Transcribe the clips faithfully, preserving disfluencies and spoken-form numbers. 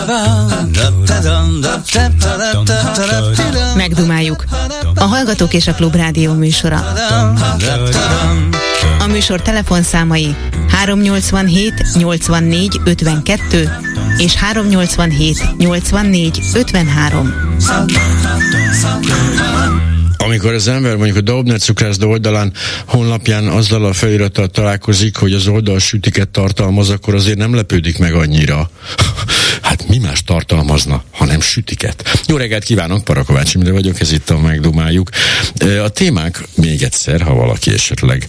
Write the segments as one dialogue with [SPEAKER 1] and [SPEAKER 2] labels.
[SPEAKER 1] Megdumáljuk. A Hallgatók és a Klubrádió műsora. A műsor telefonszámai háromnyolcvanhét nyolcvannégy ötvenkettő és háromnyolcvanhét nyolcvannégy ötvenhárom.
[SPEAKER 2] Amikor az ember mondjuk a Daubner cukrászda oldalán, honlapján azzal a felirattal találkozik, hogy az oldal sütiket tartalmaz, akkor azért nem lepődik meg annyira. Hát mi más tartalmazna, hanem sütiket? Jó reggelt kívánok, Parakovács Imre vagyok, ez itt a Megdumáljuk. A témák még egyszer, ha valaki esetleg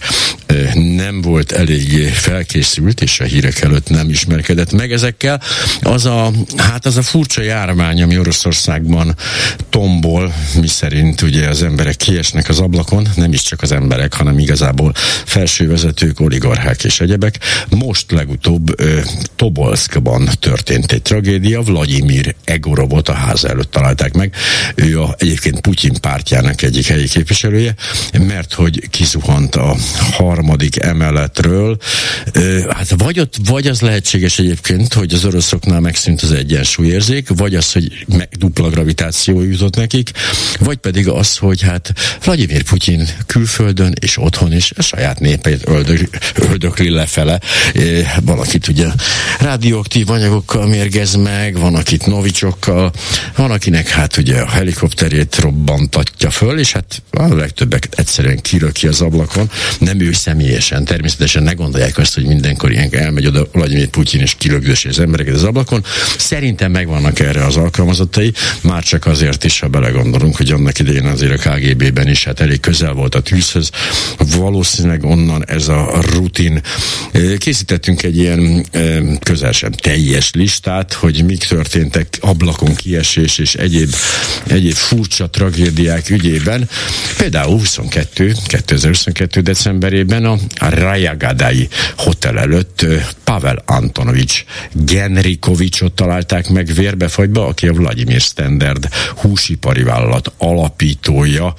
[SPEAKER 2] nem volt eléggé felkészült, és a hírek előtt nem ismerkedett meg ezekkel, az a, hát az a furcsa járvány, ami Oroszországban tombol, miszerint ugye az emberek kiesnek az ablakon, nem is csak az emberek, hanem igazából felsővezetők, oligarchák és egyebek. Most legutóbb ö, Tobolszkban történt egy tragédia, Vladimir Egorovot a háza előtt találták meg. Ő a, egyébként Putyin pártjának egyik helyi képviselője, mert hogy kizuhant a harmadik emeletről. Ö, hát vagy ott, vagy az lehetséges egyébként, hogy az oroszoknál megszűnt az egyensúlyérzék, vagy az, hogy meg, dupla gravitáció jutott nekik, vagy pedig az, hogy hát Vladimir Putyin külföldön és otthon is a saját népét öldök, öldökli lefele. E, valakit ugye radioaktív anyagokkal mérgez meg, van akit novicsokkal, van akinek hát ugye a helikopterét robbantatja föl, és hát a legtöbbek egyszerűen kiröki az ablakon, nem ő személyesen, természetesen ne gondolják azt, hogy mindenkor ilyen elmegy oda Vladimir Putyin és kilögdösi az embereket az ablakon. Szerintem megvannak erre az alkalmazottai, már csak azért is, ha belegondolunk, hogy annak idején azért a ká gé bében is hát elég közel volt a tűzhöz. Valószínűleg onnan ez a rutin. Készítettünk egy ilyen közel sem teljes listát, hogy mik történtek ablakon kiesés és egyéb, egyéb furcsa tragédiák ügyében. Például huszonkettő, kétezer-huszonkettő decemberében a Rajagadai hotel előtt Pavel Antonovics Genrikovicsot találták meg vérbefagyva, aki a Vladimir Standard húsipari vállalat alapítója.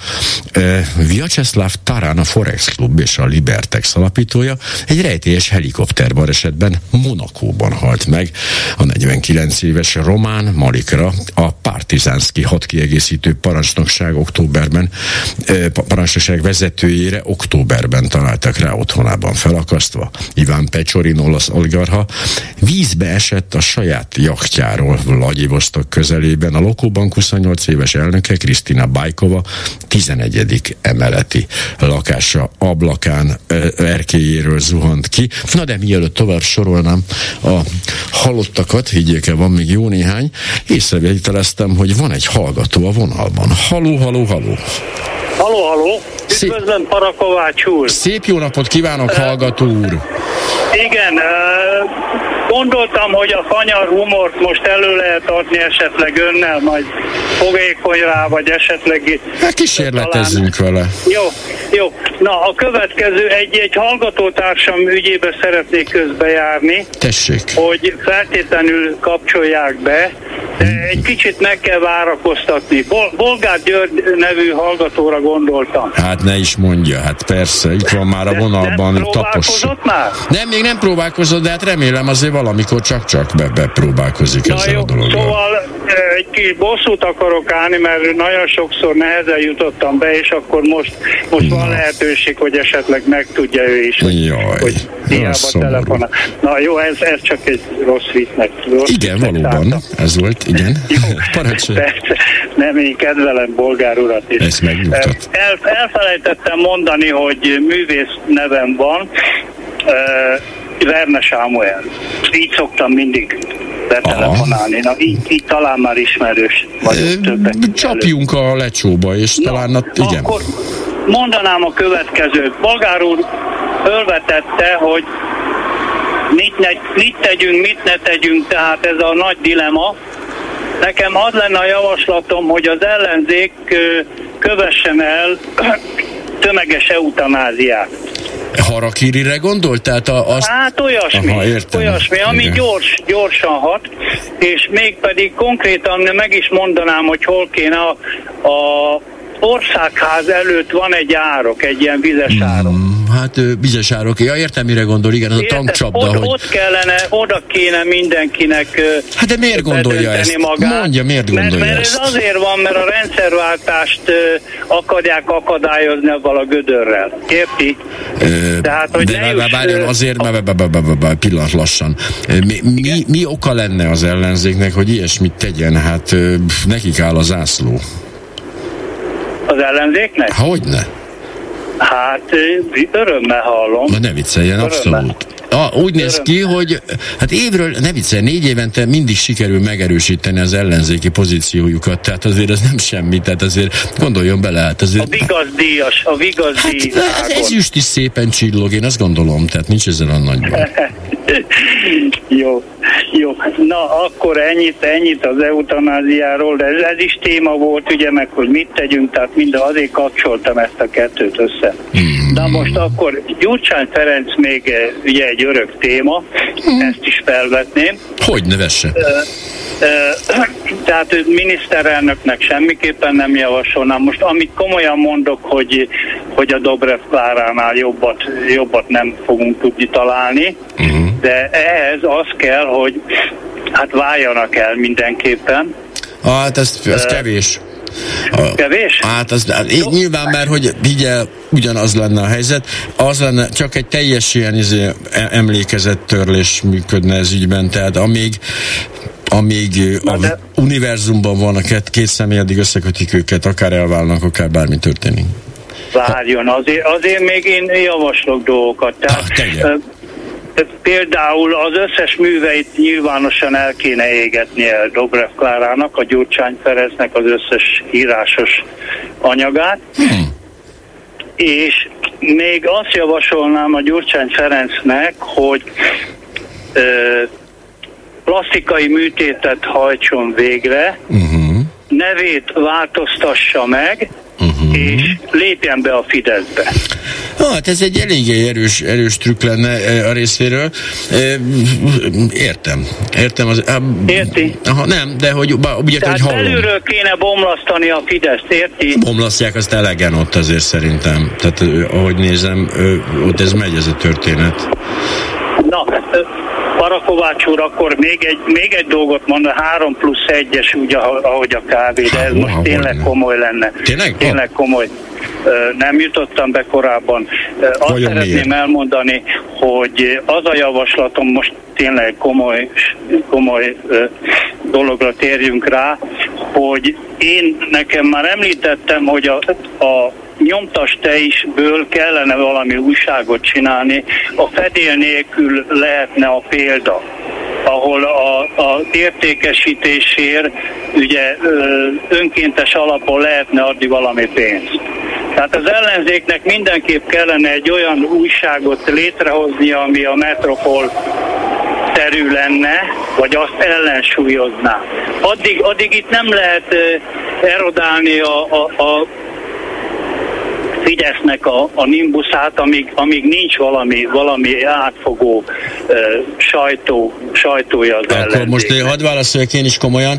[SPEAKER 2] Vyacheslav Taran, a Forex Klub és a Libertex alapítója egy rejtélyes helikopterbalesetben Monakóban halt meg. A negyvenkilenc éves Román Malikra a Partizánszki hadkiegészítő parancsnokság októberben, parancsnokság vezetőjére októberben találtak rá otthonában felakasztva. Iván Pecsorin, olasz oligarcha, vízbe esett a saját jachtjáról Vladivostok közelében. A Lokóbank huszonnyolc éves elnöke, Krisztina Bajkova tizenegyedik emeleti lakása ablakán erkélyéről zuhant ki. Na de mielőtt tovább sorolnám a halottakat, higgyék el, van még jó néhány, észrevételeztem, hogy van egy hallgató a vonalban. Haló, haló, haló.
[SPEAKER 3] Haló, haló. Üdvözlöm, Parakovács úr.
[SPEAKER 2] Szép jó napot kívánok, uh, hallgató úr.
[SPEAKER 3] Igen, uh, gondoltam, hogy a kanyar humort most elő lehet adni esetleg önnel, majd fogékony rá, vagy esetleg...
[SPEAKER 2] Hát kísérletezzünk talán... vele.
[SPEAKER 3] Jó, jó. Na, a következő, egy, egy hallgatótársam ügyébe szeretnék közbejárni.
[SPEAKER 2] Tessék.
[SPEAKER 3] Hogy feltétlenül kapcsolják be. Egy kicsit meg kell várakoztatni. Bol- Bolgár György nevű hallgatóra gondoltam.
[SPEAKER 2] Hát ne is mondja, hát persze, itt van már a vonalban.
[SPEAKER 3] Nem próbálkozott már?
[SPEAKER 2] Nem, még nem próbálkozott, de hát remélem azért valamikor csak-csak be- bepróbálkozik ezzel jó, a dologgal.
[SPEAKER 3] Szóval egy kis bosszút akarok állni, mert nagyon sokszor nehezen jutottam be, és akkor most, most van lehetőség, hogy esetleg megtudja ő is, hogy,
[SPEAKER 2] Jaj,
[SPEAKER 3] hogy hiába telefonál. Na jó, ez, ez csak egy rossz viccnek.
[SPEAKER 2] Igen, valóban, szálltam. Ez volt, igen.
[SPEAKER 3] Parancsolj. Nem, én kedvelem Bolgár urat is.
[SPEAKER 2] Ezt megnyugtat.
[SPEAKER 3] El, elfelejtettem mondani, hogy művész nevem van, uh, Verne Sámuel. Így szoktam mindig betelefonálni. Na, így, így talán már ismerős vagyok többek.
[SPEAKER 2] Csapjunk előtt a lecsóba, és no, talán a, igen.
[SPEAKER 3] Akkor mondanám a következőt. Bolgár úr fölvetette, hogy mit, ne, mit tegyünk, mit ne tegyünk, tehát ez a nagy dilema. Nekem az lenne a javaslatom, hogy az ellenzék kövessen el tömeges eutanáziát.
[SPEAKER 2] Harakirire gondolt? Tehát a, azt...
[SPEAKER 3] Hát olyasmi, Aha, olyasmi, ami igen. gyors, gyorsan hat, és mégpedig konkrétan meg is mondanám, hogy hol kéne a, a országház előtt van egy árok, egy ilyen vizes árok.
[SPEAKER 2] Mm, hát vizes árok. Ja, értem, mire gondol, igen, az értem, a tankcsapda.
[SPEAKER 3] Ott,
[SPEAKER 2] hogy...
[SPEAKER 3] ott kellene, oda kéne mindenkinek
[SPEAKER 2] hát de miért gondolja ezt?
[SPEAKER 3] Magát.
[SPEAKER 2] Mondja, miért gondolja
[SPEAKER 3] mert, mert
[SPEAKER 2] ezt?
[SPEAKER 3] ez azért van, mert a rendszerváltást akarják akadályozni avval a gödörrel. Érti?
[SPEAKER 2] Ö, Tehát, hogy de ne várjon, azért, pillanat lassan. Mi, mi, mi oka lenne az ellenzéknek, hogy ilyesmit tegyen? Hát nekik áll a zászló.
[SPEAKER 3] Az ellenzéknek?
[SPEAKER 2] Hogyne?
[SPEAKER 3] Hát örömmel hallom.
[SPEAKER 2] Na ne vicceljen, abszolút. Ah, úgy néz ki, hogy hát évről, ne viccelj, négy évente mindig sikerül megerősíteni az ellenzéki pozíciójukat, tehát azért ez nem semmi, tehát azért gondoljon bele, hát azért...
[SPEAKER 3] A vigazdíjas, a vigazdíj.
[SPEAKER 2] Hát ez ezüst is szépen csillog, én azt gondolom, tehát nincs ezzel a nagy baj.
[SPEAKER 3] Jó, jó. Na, akkor ennyit, ennyit az eutanáziáról, de ez, ez is téma volt, ugye, meg hogy mit tegyünk, tehát minden azért kapcsoltam ezt a kettőt össze. Hmm. Na most akkor Gyurcsány Ferenc még ugye egy örök téma, hmm. ezt is felvetném.
[SPEAKER 2] Hogy ne vesse?
[SPEAKER 3] Uh, uh, tehát ő miniszterelnöknek semmiképpen nem javasolnám. Most amit komolyan mondok, hogy, hogy a Dobrev Kláránál jobbat, jobbat nem fogunk tudni találni, hmm. de ehhez az kell, hogy hát váljanak el mindenképpen.
[SPEAKER 2] Ah, hát ez, ez uh, kevés.
[SPEAKER 3] A, Kevés?
[SPEAKER 2] Hát az, így nyilván, mert hogy vigyel, ugyanaz lenne a helyzet, az lenne, csak egy teljes ilyen izé, emlékezettörlés működne ez ügyben, tehát amíg amíg a de... univerzumban van a két, két személy, addig összekötik őket, akár elválnak, akár bármi történik.
[SPEAKER 3] Várjon, azért, azért még én javaslok dolgokat. Tehát, ah, például az összes műveit nyilvánosan el kéne égetnie Dobrev Klárának, a Gyurcsány Ferencnek az összes írásos anyagát, hmm. és még azt javasolnám a Gyurcsány Ferencnek, hogy ö, plastikai műtétet hajtson végre, uh-huh. nevét változtassa meg, uh-huh. és lépjen be a Fideszbe.
[SPEAKER 2] Hát ez egy eléggé erős, erős trükk lenne a részéről. Értem. Értem. Az,
[SPEAKER 3] érti?
[SPEAKER 2] Aha, nem, de hogy ugye,
[SPEAKER 3] tehát
[SPEAKER 2] hogy hallom.
[SPEAKER 3] belülről kéne bomlasztani a Fideszt, érti?
[SPEAKER 2] Bomlasztják azt elegen ott azért szerintem. Tehát ahogy nézem, ott ez megy ez a történet.
[SPEAKER 3] Na, Parakovács úr, akkor még egy, még egy dolgot mond, a három plusz egyes, úgy, ahogy a kávé, de ez ha, most ha, tényleg komoly lenne.
[SPEAKER 2] Tényleg?
[SPEAKER 3] Tényleg komoly. Nem jutottam be korábban. Azt Vajon szeretném miért? elmondani, hogy az a javaslatom, most tényleg komoly, komoly dologra térjünk rá, hogy én nekem már említettem, hogy a, a nyomtas tejisből kellene valami újságot csinálni, a fedél nélkül lehetne a példa, ahol a, a értékesítésért ugye önkéntes alapon lehetne adni valami pénzt. Tehát az ellenzéknek mindenképp kellene egy olyan újságot létrehozni, ami a Metropol terű lenne, vagy azt ellensúlyozná. Addig, addig itt nem lehet erodálni a, a, a Fidesznek a, a nimbuszát, amíg, amíg nincs valami, valami átfogó uh, sajtó, sajtója az ellenzéknek.
[SPEAKER 2] Akkor most hadd válaszoljak én is komolyan,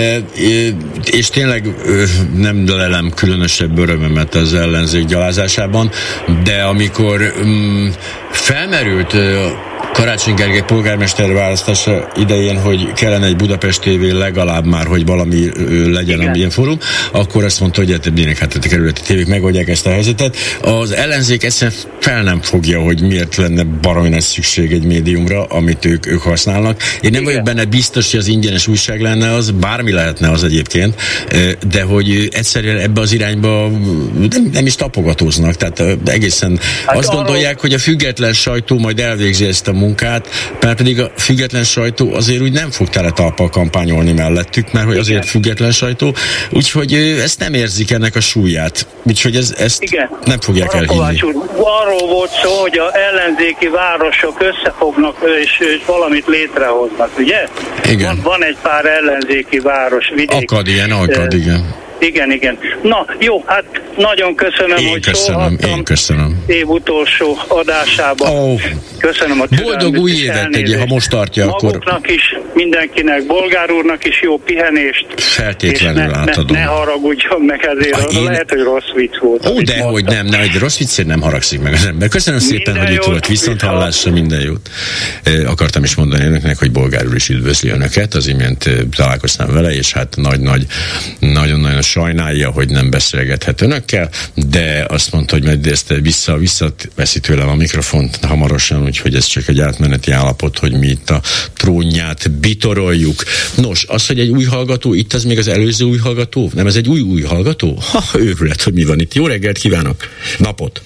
[SPEAKER 2] és tényleg nem lelem különösebb örömömet az ellenzék gyalázásában, de amikor um, felmerült Karácsony Gergely polgármester választása idején, hogy kellene egy Budapest té vé legalább már, hogy valami ö, legyen, ami ilyen fórum, akkor azt mondta, hogy hát minek, hát a kerületi tévék megoldják ezt a helyzetet. Az ellenzék egyszerűen fel nem fogja, hogy miért lenne baromi nagy szükség egy médiumra, amit ők, ők használnak. Én nem Igen. vagyok benne biztos, hogy az ingyenes újság lenne az, bármi lehetne az egyébként, de hogy egyszerűen ebbe az irányba nem, nem is tapogatóznak, tehát egészen hát azt arról... gondolják, hogy a független sajtó majd elvégzi ezt a munkát, mert pedig a független sajtó azért úgy nem fog tele talppal kampányolni mellettük, mert hogy azért független sajtó, úgyhogy ezt nem érzik ennek a súlyát. Úgyhogy ez, ezt Igen. nem fogják elhinni.
[SPEAKER 3] Úr, arról volt szó, hogy az ellenzéki városok összefognak és, és valamit létrehoznak, ugye?
[SPEAKER 2] Igen.
[SPEAKER 3] Van, van egy pár ellenzéki város, vidék.
[SPEAKER 2] Akad ilyen, akad, uh, igen.
[SPEAKER 3] Igen, igen. Na, jó, hát nagyon köszönöm,
[SPEAKER 2] én
[SPEAKER 3] hogy
[SPEAKER 2] köszönöm,
[SPEAKER 3] szólhattam.
[SPEAKER 2] Én köszönöm.
[SPEAKER 3] év utolsó adásában.
[SPEAKER 2] Oh.
[SPEAKER 3] Köszönöm a türelmét.
[SPEAKER 2] Boldog új évet tegye, ha most tartja,
[SPEAKER 3] maguknak
[SPEAKER 2] akkor...
[SPEAKER 3] Maguknak is, mindenkinek, Bolgár úrnak is jó pihenést.
[SPEAKER 2] Feltétlenül
[SPEAKER 3] ne,
[SPEAKER 2] átadom.
[SPEAKER 3] Ne, ne haragudjon meg ezért,
[SPEAKER 2] ah, én... lehet,
[SPEAKER 3] hogy rossz vicc volt.
[SPEAKER 2] Ó, de hogy nem, ne, egy rossz viccért nem haragszik meg az ember. Köszönöm szépen, minden hogy itt volt. Viszont hallásra, minden jót. E, akartam is mondani önöknek, hogy Bolgár úr is üdvözli önöket. Az imént találkoztam vele, és hát nagy-nagy, nagyon-nagyon sajnálja, hogy nem beszélgethet önökkel, de azt mondta, hogy majd ezt vissza, visszaveszi tőlem a mikrofont hamarosan, úgyhogy ez csak egy átmeneti állapot, hogy mi itt a trónját bitoroljuk. Nos, az, hogy egy új hallgató, itt az még az előző új hallgató? Nem, ez egy új új hallgató? Ha, őrület, hogy mi van itt. Jó reggelt kívánok! Napot!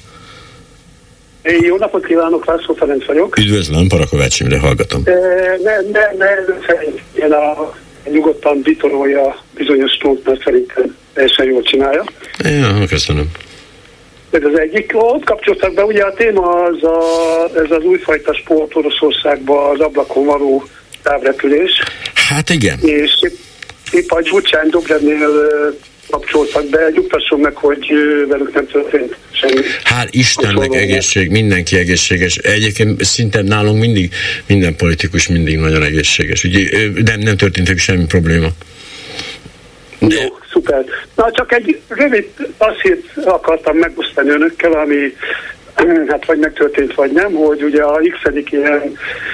[SPEAKER 4] Jó napot kívánok, László Ferenc vagyok.
[SPEAKER 2] Üdvözlöm, Parakovács Imre, hallgatom.
[SPEAKER 4] E, ne, ne, ne, én a nyugodtan bitorolja bizonyos trónt, mert szerintem teljesen jól csinálja.
[SPEAKER 2] Ja, köszönöm.
[SPEAKER 4] Ez az egyik. Ott kapcsoltak be, ugye a téma az a, ez az újfajta sport Oroszországban, az ablakon való távrepülés.
[SPEAKER 2] Hát igen.
[SPEAKER 4] És épp a Gyurcsány Dobrevnél kapcsoltak be, nyugtasson meg, hogy velük nem történt semmi.
[SPEAKER 2] Hál' Istennek egészség, mindenki egészséges. Egyébként szinte nálunk mindig, minden politikus mindig nagyon egészséges. Ugye nem, nem történt velük semmi probléma.
[SPEAKER 4] De... Jó, szuper. Na, csak egy rövid azt akartam megosztani önökkel, ami hát vagy megtörtént, vagy nem, hogy ugye a x-edik ilyen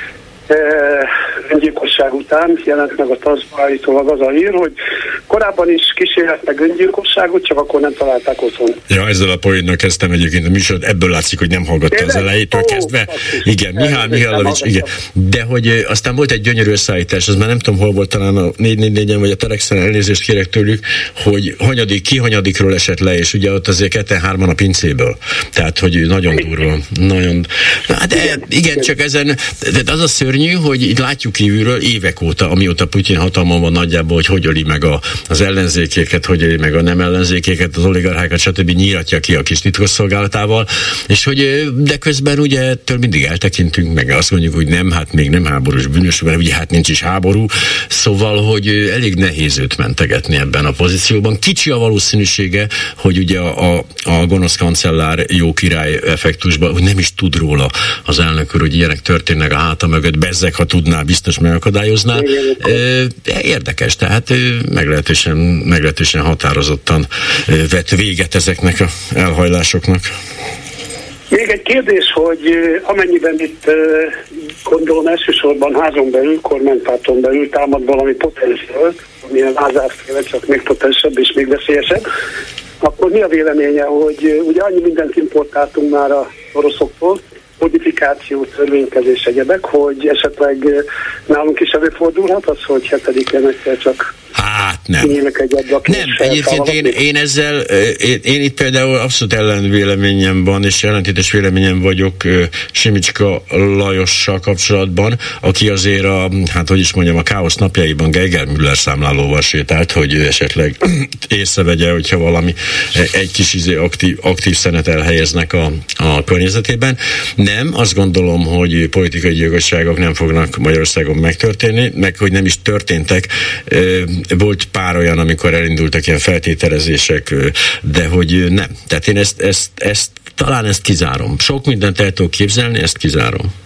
[SPEAKER 4] öngyilkosság után jelent meg a taszba állítólag az a hír, hogy korábban is kísérletnek öngyilkosságot, csak akkor nem találták otthon. Ja,
[SPEAKER 2] ezzel a poénnal kezdtem egyébként a műsor, ebből látszik, hogy nem hallgatta Én az elejétől ó, kezdve. Igen, Mihály Mihálovics, igen. De hogy aztán volt egy gyönyörű összeállítás, az már nem tudom, hol volt, talán a négy négy négyen vagy a Telexen, elnézést kérek tőlük, hogy hanyadik, ki hanyadikról esett le, és ugye ott azért ketten-hárman a pincéből. Tehát, hogy nagyon durva, nagyon... Na, de igen, igen, csak ezen, de az a szörnyű, hogy itt látjuk kívülről évek óta, amióta Putyin hatalmon van nagyjából, hogy hogy öli meg a, az ellenzékéket, hogy öli meg a nem ellenzékéket, az oligarchákat, stb. Nyíratja ki a kis titkosszolgálatával, és hogy de közben ugye ettől mindig eltekintünk, meg azt mondjuk, hogy nem, hát még nem háborús bűnös, mert ugye hát nincs is háború, szóval, hogy elég nehéz őt mentegetni ebben a pozícióban. Kicsi a valószínűsége, hogy ugye a, a, a gonosz kancellár jó király effektusban, hogy nem is tud róla az elnök úr, hogy ilyenek történnek a háta mögött, bezzeg, ha tudná, biztos megakadályozná. Érdekes, tehát meglehetősen, meglehetősen határozottan vett véget ezeknek az elhajlásoknak.
[SPEAKER 4] Még egy kérdés, hogy amennyiben itt gondolom elsősorban házon belül, kormánypárton belül támad valami potenciál, amilyen Lázár-féle, csak még potensebb és még veszélyesebb, akkor mi a véleménye, hogy ugye annyi mindent importáltunk már a oroszoktól, modifikáció, törvénykezés, egyebek, hogy esetleg nálunk is előfordulhat az, hogy hetediken egyszer csak
[SPEAKER 2] Hát nem.
[SPEAKER 4] Nem,
[SPEAKER 2] egyébként én, én ezzel, én, én itt például abszolút ellenvéleményem van, és ellentétes véleményem vagyok Simicska Lajossal kapcsolatban, aki azért a, hát hogy is mondjam, a káosz napjaiban Geiger Müller számlálóval sétált, hogy esetleg észrevegye, hogyha valami egy kis izé aktív, aktív szenet elhelyeznek a, a környezetében. Nem, azt gondolom, hogy politikai gyilkosságok nem fognak Magyarországon megtörténni, meg hogy nem is történtek. Volt pár olyan, amikor elindultak ilyen feltételezések, de hogy nem. Tehát én ezt, ezt, ezt talán ezt kizárom. Sok mindent el tudok képzelni, ezt kizárom.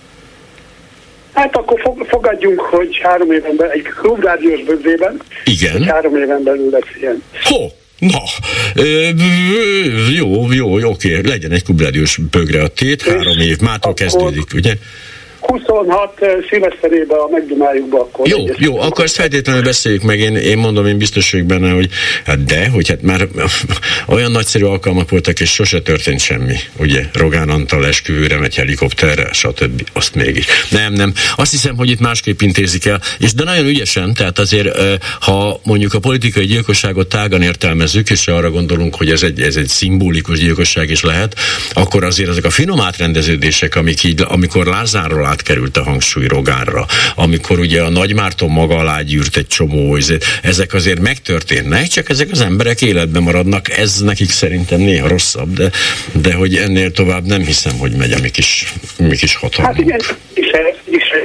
[SPEAKER 4] Hát akkor fogadjunk, hogy három éven belül, egy klubrádiós bögzében,
[SPEAKER 2] igen.
[SPEAKER 4] három éven belül lesz ilyen.
[SPEAKER 2] Ho! Na, ö, jó, jó, jó, oké, legyen egy klubrádiós bögre a tét, három év, mától kezdődik, ugye?
[SPEAKER 4] huszonhat szilveszterében a megdumáljuk akkor.
[SPEAKER 2] Jó, jó, akkor ezt feltétlenül beszéljük meg, én, én mondom, én biztos vagyok benne, hogy hát de, hogy hát már olyan nagyszerű alkalmak voltak, és sose történt semmi, ugye, Rogán Antal esküvőre megy helikopterre, stb. Azt mégis. Nem, nem, azt hiszem, hogy itt másképp intézik el, és de nagyon ügyesen, tehát azért, ha mondjuk a politikai gyilkosságot tágan értelmezzük, és arra gondolunk, hogy ez egy, ez egy szimbolikus gyilkosság is lehet, akkor azért ezek a finom átrendeződések, amik így, amikor Lázárról átkerült a hangsúly Rogánra, amikor ugye a Nagy Márton maga alá gyűrt egy csomó, ezek azért megtörténnek, csak ezek az emberek életben maradnak, ez nekik szerintem néha rosszabb, de, de hogy ennél tovább nem hiszem, hogy megy a mi kis, mi kis hatalmunk.
[SPEAKER 4] Hát igen, Izrael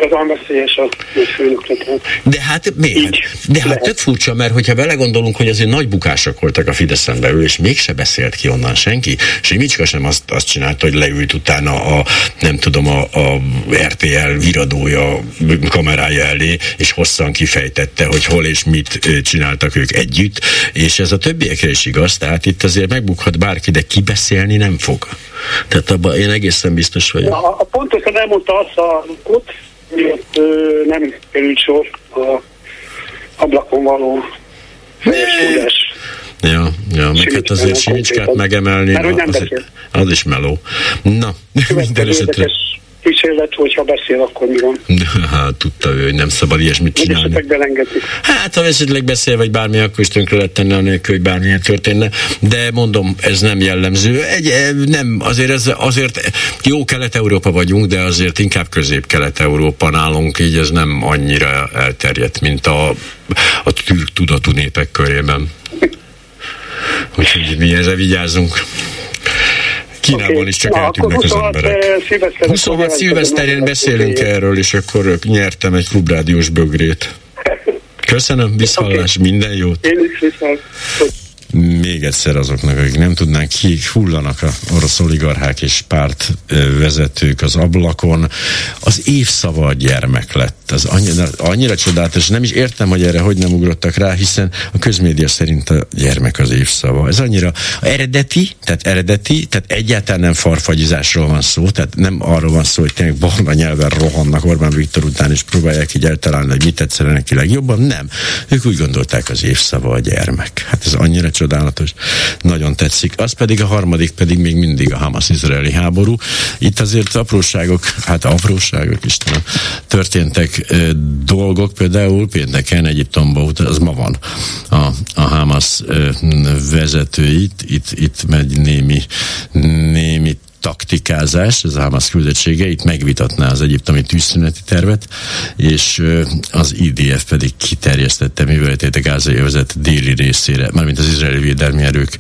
[SPEAKER 4] igazán veszélyes a főnökre.
[SPEAKER 2] De hát miért? De hát tök furcsa, mert hogyha belegondolunk, hogy azért nagy bukások voltak a Fideszen belül, és mégse beszélt ki onnan senki. Simicska sem azt, azt csinálta, hogy leült utána a, nem tudom, a, a er té el viradója kamerája elé, és hosszan kifejtette, hogy hol és mit csináltak ők együtt, és ez a többiekre is igaz, tehát itt azért megbukhat bárki, de kibeszélni nem fog. Tehát abban én egészen biztos vagyok.
[SPEAKER 4] A, a pontosan elmondta azt a lukot, miért ö, nem került sor a ablakon való teljes tudás.
[SPEAKER 2] Ja, ja, meg hát azért Simicskát megemelni, az, az is meló. Na, minden esetre...
[SPEAKER 4] kísérlet, hogyha beszél, akkor mi van?
[SPEAKER 2] Hát tudta ő, hogy nem szabad ilyesmit csinálni.
[SPEAKER 4] Esetleg belengedik.
[SPEAKER 2] Hát, ha esetleg beszél, vagy bármi, akkor is tönkre lehet tenni anélkül, hogy bármilyen történne. De mondom, ez nem jellemző. Egy, nem, azért, ez, azért jó Kelet-Európa vagyunk, de azért inkább Közép-Kelet-Európa nálunk, így ez nem annyira elterjedt, mint a, a türk tudatú népek körében. Úgyhogy mi ezzel vigyázzunk. Kínában okay. is csak Na, eltűnnek az emberek. huszonhat szilveszterén beszélünk erről, és akkor nyertem egy klubrádiós bögrét. Köszönöm, viszhallás, okay. Minden jót.
[SPEAKER 4] Én is viszont.
[SPEAKER 2] Még egyszer azoknak, akik nem tudnánk, ki hullanak a orosz oligarchák és párt vezetők az ablakon. Az évszava a gyermek lett. Az annyira, annyira csodálatos. Nem is értem, hogy erre hogy nem ugrottak rá, hiszen a közmédia szerint a gyermek az évszava. Ez annyira eredeti, tehát eredeti, tehát egyáltalán nem farfagyizásról van szó, tehát nem arról van szó, hogy tényleg barna nyelven rohannak Orbán Viktor után, és próbálják így eltalálni, hogy mit tetszene neki legjobban. Nem. Ők úgy gondolták, az évszava a gyermek. Hát ez annyira csodálatos. Nagyon tetszik. Az pedig a harmadik pedig még mindig a Hamas-izraeli háború. Itt azért apróságok, hát apróságok Istenem, történtek e, dolgok, például pénteken Egyiptomba, az ma van a, a Hamas e, vezetőit, itt, itt megy némi, némi taktikázás, ez a Hamas küldöttsége, itt megvitatná az egyiptomi tűzszüneti tervet, és az i dé ef pedig kiterjesztette műveletét a gázai övezet déli részére, mármint az izraeli védelmi erők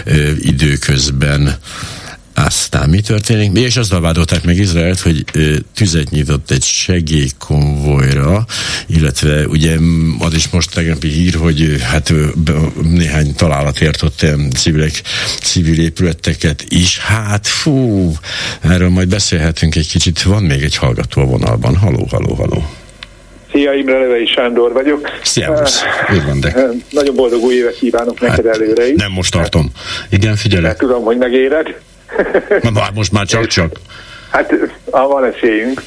[SPEAKER 2] időközben. Aztán mi történik? És azzal vádolták meg Izraelt, hogy ö, tüzet nyitott egy segélykonvojra, illetve ugye az is most tegnapi hír, hogy hát ö, néhány találat ért ott civilek, civil épületeket is. Hát fú, erről majd beszélhetünk egy kicsit. Van még egy hallgató a vonalban. Haló, haló, haló.
[SPEAKER 5] Szia, Imre, Levei Sándor vagyok.
[SPEAKER 2] Szervusz, örvendek.
[SPEAKER 5] Nagyon boldog új évet kívánok neked hát, előre is.
[SPEAKER 2] Nem most tartom. Igen, figyelek.
[SPEAKER 5] Tudom, hogy megéred.
[SPEAKER 2] Na, most már csak-csak.
[SPEAKER 5] Hát, van esélyünk.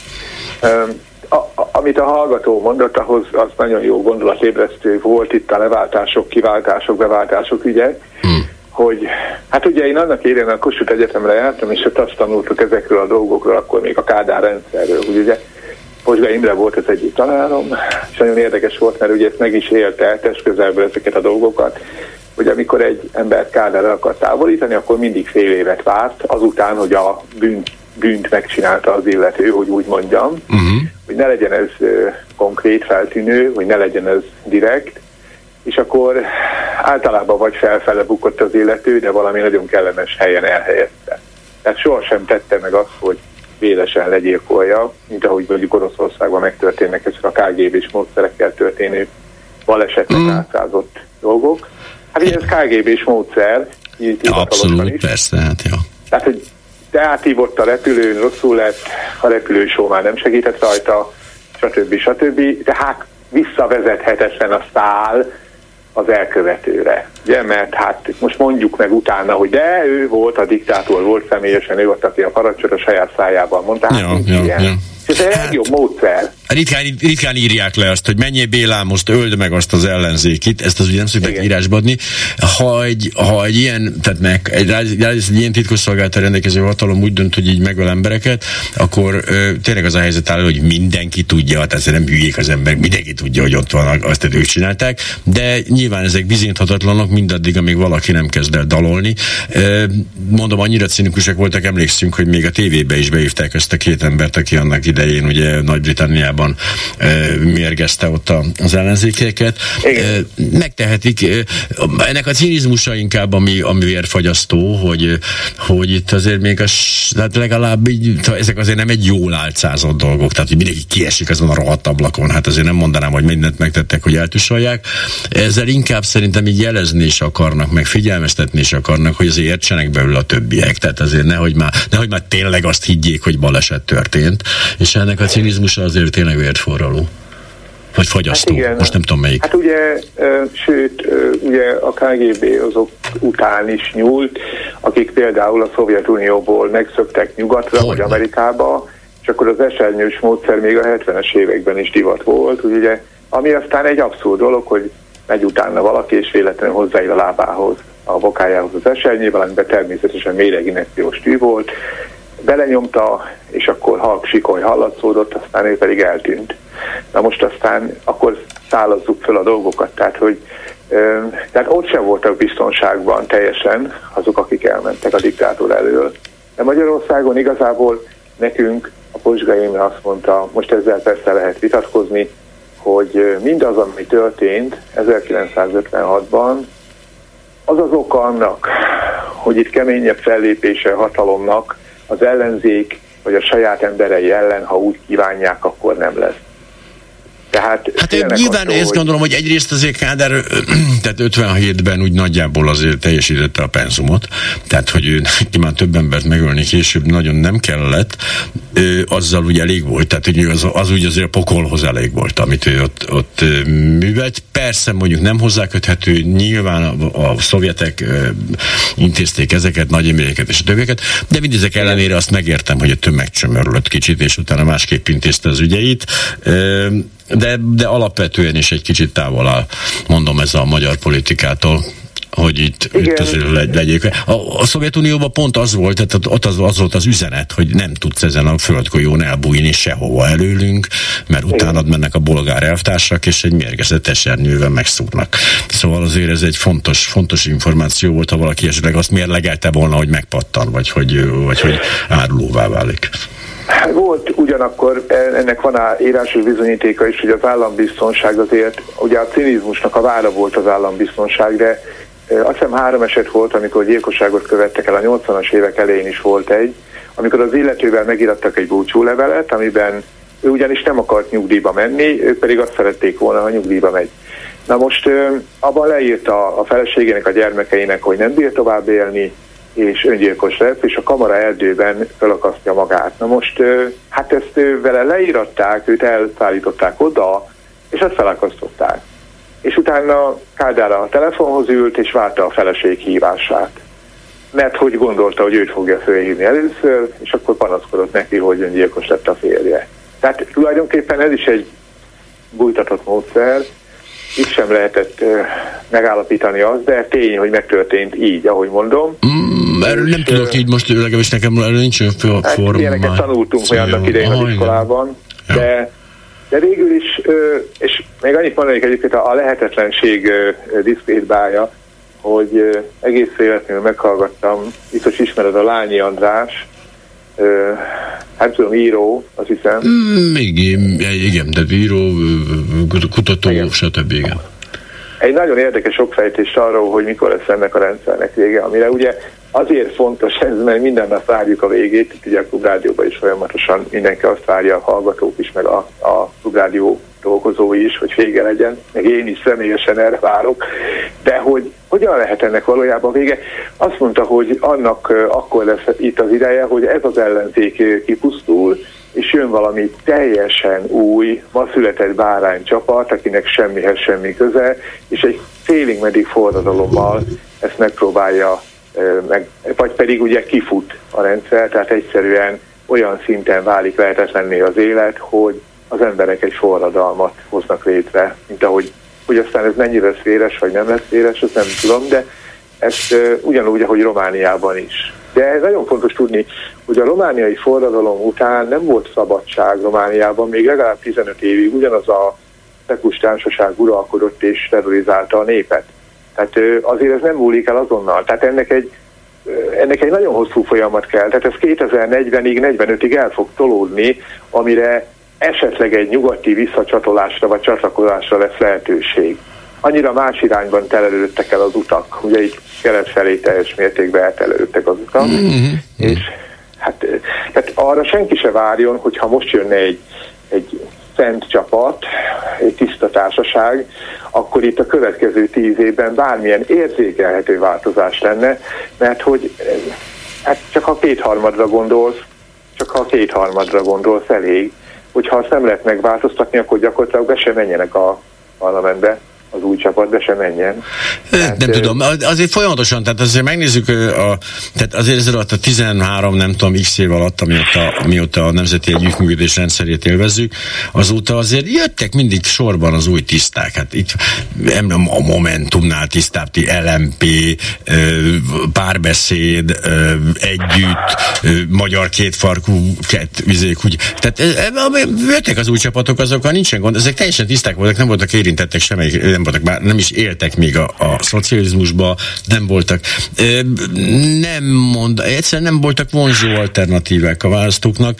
[SPEAKER 5] A, a, amit a hallgató mondott, ahhoz az nagyon jó gondolatébresztő volt itt a leváltások, kiváltások, beváltások ügye, hmm. hogy hát ugye én annak érén a Kossuth Egyetemre jártam, és ott azt tanultuk ezekről a dolgokról, akkor még a Kádár rendszerről, hogy ugye Pozsga Imre volt az egyik tanárom, és nagyon érdekes volt, mert ugye ezt meg is élte testközelből ezeket a dolgokat, hogy amikor egy embert Kádárra akar távolítani, akkor mindig fél évet várt, azután, hogy a bűnt, bűnt megcsinálta az illető, hogy úgy mondjam, uh-huh. hogy ne legyen ez uh, konkrét, feltűnő, hogy ne legyen ez direkt, és akkor általában vagy felfele bukott az illető, de valami nagyon kellemes helyen elhelyezte. Tehát sohasem tette meg azt, hogy vélesen legyilkolja, mint ahogy mondjuk Oroszországban megtörténnek ezek a ká gé bés módszerekkel történő balesetnek mm. átszázott dolgok. Hát így ez ká gé bés módszer.
[SPEAKER 2] Abszolút, is. Persze, hát jó.
[SPEAKER 5] Tehát, hogy te átívott a repülőn, rosszul lett, a repülősó már nem segített rajta, stb. stb. Tehát visszavezethetetlen a szál az elkövetőre. Ugye, mert hát most mondjuk meg utána, hogy de ő volt a diktátor, volt személyesen, ő volt, aki a parancsot a saját szájában mondta. Hát
[SPEAKER 2] ja, ja, ja.
[SPEAKER 5] Ez egy legjobb módszer.
[SPEAKER 2] Ritkán, ritkán írják le azt, hogy menjél Bélámoszt, öld meg azt az ellenzékit, ezt az ugye nem szokták írásba adni. Ha egy, ha egy ilyen, tehát meg, egy, egy, egy ilyen titkosszolgálata rendelkező hatalom úgy dönt, hogy így megöl embereket, akkor ö, tényleg az a helyzet áll, hogy mindenki tudja, tehát nem hülyék az ember, mindenki tudja, hogy ott vannak, azt ők csinálták, de nyilván ezek bizonyíthatatlanok mindaddig, amíg valaki nem kezd el dalolni. Ö, mondom, annyira cinikusak voltak, emlékszünk, hogy még a tévébe is beívták ezt a két embert, aki annak idején ugye Nagy-Britanniában Amerikában mérgezte ott az ellenzékeket. Igen. Megtehetik. Ennek a cinizmusa inkább, ami, ami vérfagyasztó, hogy, hogy itt azért még a, hát legalább így, ezek azért nem egy jól álcázott dolgok, tehát hogy mindenki kiesik azon a rohadt ablakon, hát azért nem mondanám, hogy mindent megtettek, hogy eltusolják. Ezzel inkább szerintem így jelezni is akarnak, meg figyelmeztetni is akarnak, hogy azért értsenek belőle a többiek, tehát azért nehogy már, nehogy már tényleg azt higgyék, hogy baleset történt, és ennek a cinizmusa azért tényleg vérforraló. Vagy fagyasztó, hát most nem tudom melyik.
[SPEAKER 5] Hát ugye, sőt, ugye a ká gé bé azok után is nyúlt, akik például a Szovjetunióból megszöktek nyugatra, Hol? vagy Amerikába, és akkor az esernyős módszer még a hetvenes években is divat volt, ugye, ami aztán egy abszurd dolog, hogy megy utána valaki, és véletlenül hozzáír a lábához, a bokájához az esernyővel, amiben természetesen méreginjekciós tű volt, belenyomta, és akkor halk sikoly hallatszódott, aztán ő pedig eltűnt. Na most aztán akkor szállazzuk föl a dolgokat, tehát hogy ö, tehát ott sem voltak biztonságban teljesen azok, akik elmentek a diktátor elől. De Magyarországon igazából nekünk a Pozsgai Imre azt mondta, most ezzel persze lehet vitatkozni, hogy mindaz, ami történt ezerkilencszázötvenhatban, az az oka annak, hogy itt keményebb fellépése a hatalomnak az ellenzék vagy a saját emberei ellen, ha úgy kívánják, akkor nem lesz. Tehát
[SPEAKER 2] hát nyilván ezt hogy... gondolom, hogy egyrészt azért Kádár, tehát ötvenhétben úgy nagyjából azért teljesítette a penzumot, tehát hogy ő neki már több embert megölni később nagyon nem kellett, azzal ugye elég volt, tehát hogy az, az úgy azért a pokolhoz elég volt, amit ő ott, ott művelt. Persze mondjuk nem hozzáköthető, nyilván a, a szovjetek intézték ezeket, Nagy Imréket és a többieket, de mindezek ellenére azt megértem, hogy a tömeg csömörlött kicsit, és utána másképp intézte az ügyeit. De, de alapvetően is egy kicsit távol áll, mondom, ez a magyar politikától, hogy itt, itt azért legy, legyék. A, a Szovjetunióban pont az volt, tehát ott az, az volt az üzenet, hogy nem tudsz ezen a földgolyón elbújni sehova előlünk, mert utánad mennek a bolgár elvtársak, és egy mérgezett esernyővel megszúrnak. Szóval azért ez egy fontos, fontos információ volt, ha valaki esetleg azt mérlegelte volna, hogy megpattan, vagy hogy, vagy hogy árulóvá válik.
[SPEAKER 5] Volt ugyanakkor, ennek van a írásos bizonyítéka is, hogy az állambiztonság azért, ugye a cinizmusnak a vára volt az állambiztonság, de azt hiszem három eset volt, amikor gyilkosságot követtek el, a nyolcvanas évek elején is volt egy, amikor az illetővel megirattak egy búcsúlevelet, amiben ő ugyanis nem akart nyugdíjba menni, ők pedig azt szerették volna, ha nyugdíjba megy. Na most abban leírta a feleségének, a gyermekeinek, hogy nem bír tovább élni, és öngyilkos lesz, és a kamara erdőben felakasztja magát. Na most, hát ezt vele leíratták, őt elszállították oda, és azt felakasztották. És utána Kádár a telefonhoz ült, és várta a feleség hívását. Mert hogy gondolta, hogy őt fogja fölhívni először, és akkor panaszkodott neki, hogy öngyilkos lett a férje. Tehát tulajdonképpen ez is egy bújtatott módszer, itt sem lehetett uh, megállapítani azt, de tény, hogy megtörtént így, ahogy mondom.
[SPEAKER 2] Mm, erről nem és, tudok így most, legalábbis nekem nincs olyan forma.
[SPEAKER 5] Ilyeneket tanultunk olyan annak idején az iskolában, ja. de, de végül is, uh, és még annyit mondanék egyébként a, a lehetetlenség uh, diszkrétbája, hogy uh, egész életlenül meghallgattam, biztos ismered a Lányi András, uh, hát tudom, író, azt hiszem.
[SPEAKER 2] Mm, igen, igen, de író, kutató, igen. stb. Igen.
[SPEAKER 5] Egy nagyon érdekes okfejtés arról, hogy mikor lesz ennek a rendszernek vége, amire ugye azért fontos ez, mert minden nap várjuk a végét, itt ugye a Klubrádióban is folyamatosan mindenki azt várja, a hallgatók is, meg a, a Klubrádió dolgozói is, hogy vége legyen, meg én is személyesen erre várok, de hogy hogyan lehet ennek valójában vége? Azt mondta, hogy annak akkor lesz itt az ideje, hogy ez az ellenzék kipusztul, és jön valami teljesen új, ma született báránycsapat, akinek semmihez semmi köze, és egy félig meddig forradalommal ezt megpróbálja, meg, vagy pedig ugye kifut a rendszer, tehát egyszerűen olyan szinten válik lehetetlenné az élet, hogy az emberek egy forradalmat hoznak létre, mint ahogy, hogy aztán ez mennyire lesz véres, vagy nem lesz véres, azt nem tudom, de ezt uh, ugyanúgy, ahogy Romániában is. De nagyon fontos tudni, hogy a romániai forradalom után nem volt szabadság Romániában, még legalább tizenöt évig ugyanaz a szekus társaság uralkodott és terrorizálta a népet. Tehát uh, azért ez nem múlik el azonnal. Tehát ennek egy, uh, ennek egy nagyon hosszú folyamat kell. Tehát ez kétezer-negyvenig, negyvenötig el fog tolódni, amire esetleg egy nyugati visszacsatolásra vagy csatlakozásra lesz lehetőség. Annyira más irányban telelődtek el az utak, ugye itt kelet felé teljes mértékben eltelelődtek az utak, mm-hmm. és hát tehát arra senki se várjon, hogyha most jönne egy, egy szent csapat, egy tiszta társaság, akkor itt a következő tíz évben bármilyen érzékelhető változás lenne, mert hogy hát csak ha kétharmadra gondolsz, csak ha kétharmadra gondolsz elég, hogyha azt nem lehet megváltoztatni, akkor gyakorlatilag be sem menjenek a parlamentbe, az új csapat, de sem menjen.
[SPEAKER 2] Hát, nem tudom, azért folyamatosan, tehát azért megnézzük, a, tehát azért ez alatt a tizenhárom, nem tudom, x év alatt, amióta, amióta a Nemzeti Együttműködés rendszerét élvezzük, azóta azért jöttek mindig sorban az új tiszták. Hát itt a Momentumnál tisztább, el em pé, Párbeszéd, Együtt, Magyar Kétfarkú, kett, vizék, úgy. Tehát jöttek az új csapatok, azokkal nincsen gond, ezek teljesen tiszták voltak, nem voltak érintettek semmelyik, nem voltak, már nem is éltek még a, a szocializmusba, nem voltak. Nem mond, egyszerűen nem voltak vonzó alternatívák a választóknak.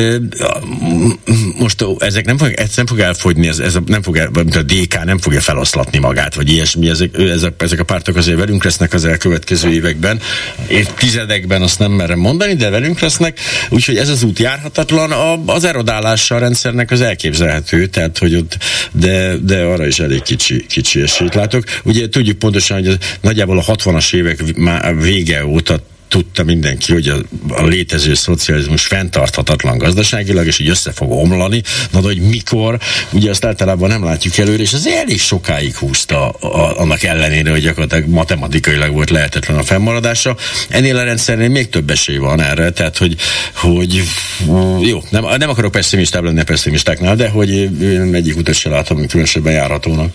[SPEAKER 2] Most ezek nem fog, ez nem fog elfogyni, ez, ez nem fog el, mint a dé ká nem fogja feloszlatni magát, vagy ilyesmi. Ezek, ezek, ezek a pártok azért velünk lesznek az elkövetkező években, évtizedekben, azt nem merem mondani, de velünk lesznek, úgyhogy ez az út járhatatlan. A, az erodálása a rendszernek az elképzelhető, tehát, hogy ott, de, de arra is elég kicsi, kicsi esélyt látok. Ugye tudjuk pontosan, hogy az, nagyjából a hatvanas évek vége óta tudta mindenki, hogy a, a létező szocializmus fenntarthatatlan gazdaságilag, és így össze fog omlani, na de hogy mikor, ugye azt általában nem látjuk előre, és az elég sokáig húzta a, a, annak ellenére, hogy gyakorlatilag matematikailag volt lehetetlen a fennmaradása. Ennél a rendszernél még több esély van erre, tehát hogy, hogy jó, nem, nem akarok pessimistább lenni a pessimistáknál, de hogy egyik utat se látom különösebben járhatónak.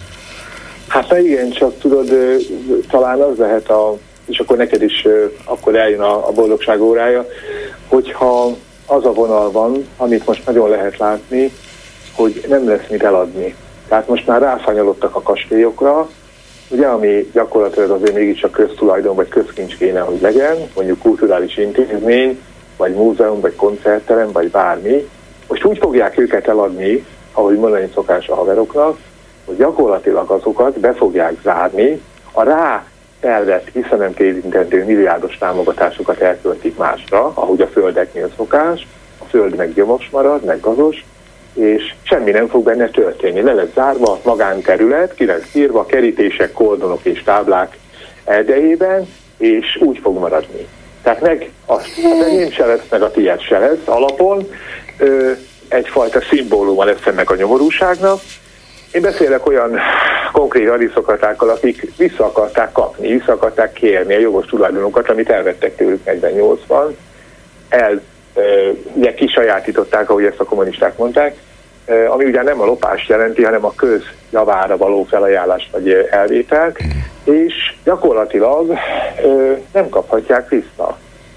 [SPEAKER 5] Hát igen, csak tudod, talán az lehet a és akkor neked is akkor eljön a, a boldogság órája, hogyha az a vonal van, amit most nagyon lehet látni, hogy nem lesz mit eladni. Tehát most már ráfanyalodtak a kastélyokra, ugye, ami gyakorlatilag azért mégiscsak köztulajdon vagy közkincs kéne, hogy legyen, mondjuk kulturális intézmény, vagy múzeum, vagy koncertterem, vagy bármi. Most úgy fogják őket eladni, ahogy mondani szokás a haveroknak, hogy gyakorlatilag azokat be fogják zárni, a rá tervett, hiszen nem érintendő milliárdos támogatásokat elköltik másra, ahogy a földeknél szokás, a föld meg gyomos marad, meg gazos, és semmi nem fog benne történni. Le lesz zárva magánterület, ki lesz írva kerítések, kordonok és táblák erdejében, és úgy fog maradni. Tehát meg az enyém se lesz, meg a tiéd se lesz alapon, ö, egyfajta szimbóluma lesz ennek a nyomorúságnak. Én beszélek olyan konkrét arisztokratákkal, akik vissza akarták kapni, vissza akarták kérni a jogos tulajdonokat, amit elvettek tőlük negyvennyolcban. El, ugye kisajátították, ahogy ezt a kommunisták mondták, ami ugye nem a lopást jelenti, hanem a közjavára való felajánlást vagy elvételt, és gyakorlatilag nem kaphatják vissza.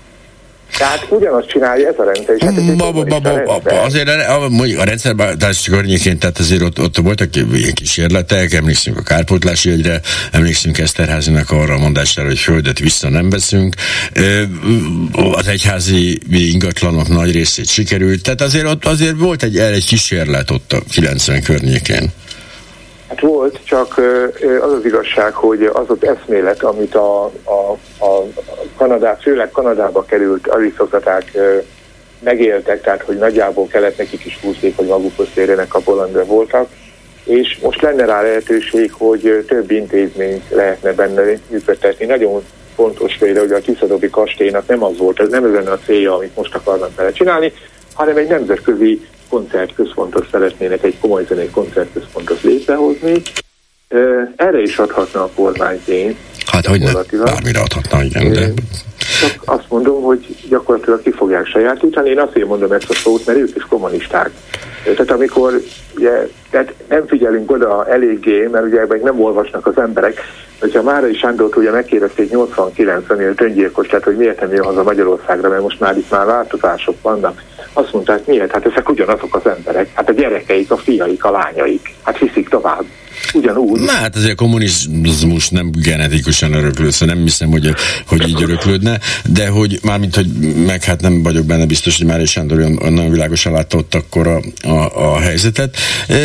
[SPEAKER 5] Tehát ugyanazt csinálja ez a rendszer is. Hát ez ba, ba, ba, ba, ba,
[SPEAKER 2] azért a, a rendszerben környékén, tehát azért ott, ott voltak ilyen kísérletek, emlékszünk a kárpótlási jegyre, emlékszünk Eszterházynak arra a mondására, hogy földet vissza nem veszünk. Az egyházi ingatlanok nagy részét sikerült, tehát azért ott azért volt egy, egy kísérlet ott a kilencven környékén.
[SPEAKER 5] Hát volt, csak az az igazság, hogy az az eszmélet, amit a, a, a Kanadá, főleg Kanadába került arisztokraták megéltek, tehát hogy nagyjából kellett nekik is húzzék, hogy magukhoz térjenek, abból amiben voltak, és most lenne rá lehetőség, hogy több intézményt lehetne benne működtetni. Nagyon fontos például, hogy a Tiszadobi kastélynak nem az volt, ez nem ezen a célja, amit most akarnak vele csinálni, hanem egy nemzetközi koncertközpontot szeretnének, egy komoly zenei koncertközpontot létrehozni. Erre is adhatna a kormány pénzt.
[SPEAKER 2] Hát hogy nem, bármire adhatna, igen, de...
[SPEAKER 5] Csak azt mondom, hogy gyakorlatilag ki fogják sajátítani. Én azért mondom ezt a szót, mert ők is kommunisták. Tehát amikor ugye, tehát nem figyelünk oda eléggé, mert ugye meg nem olvasnak az emberek, hogyha Márai Sándort ugye megkérdezték nyolcvankilencben öngyilkos, tehát hogy miért nem jön haza Magyarországra, mert most már itt már változások vannak. Azt mondták, miért? Hát ezek ugyanazok az emberek. Hát a gyerekeik, a fiaik, a lányaik. Hát hiszik tovább. ugyanúgy.
[SPEAKER 2] Na hát azért a kommunizmus nem genetikusan öröklőd, szóval nem hiszem, hogy, hogy így öröklődne, de hogy mármint, hogy meg hát nem vagyok benne biztos, hogy Mária Sándor olyan nagyon világosan látta ott akkor a, a, a helyzetet.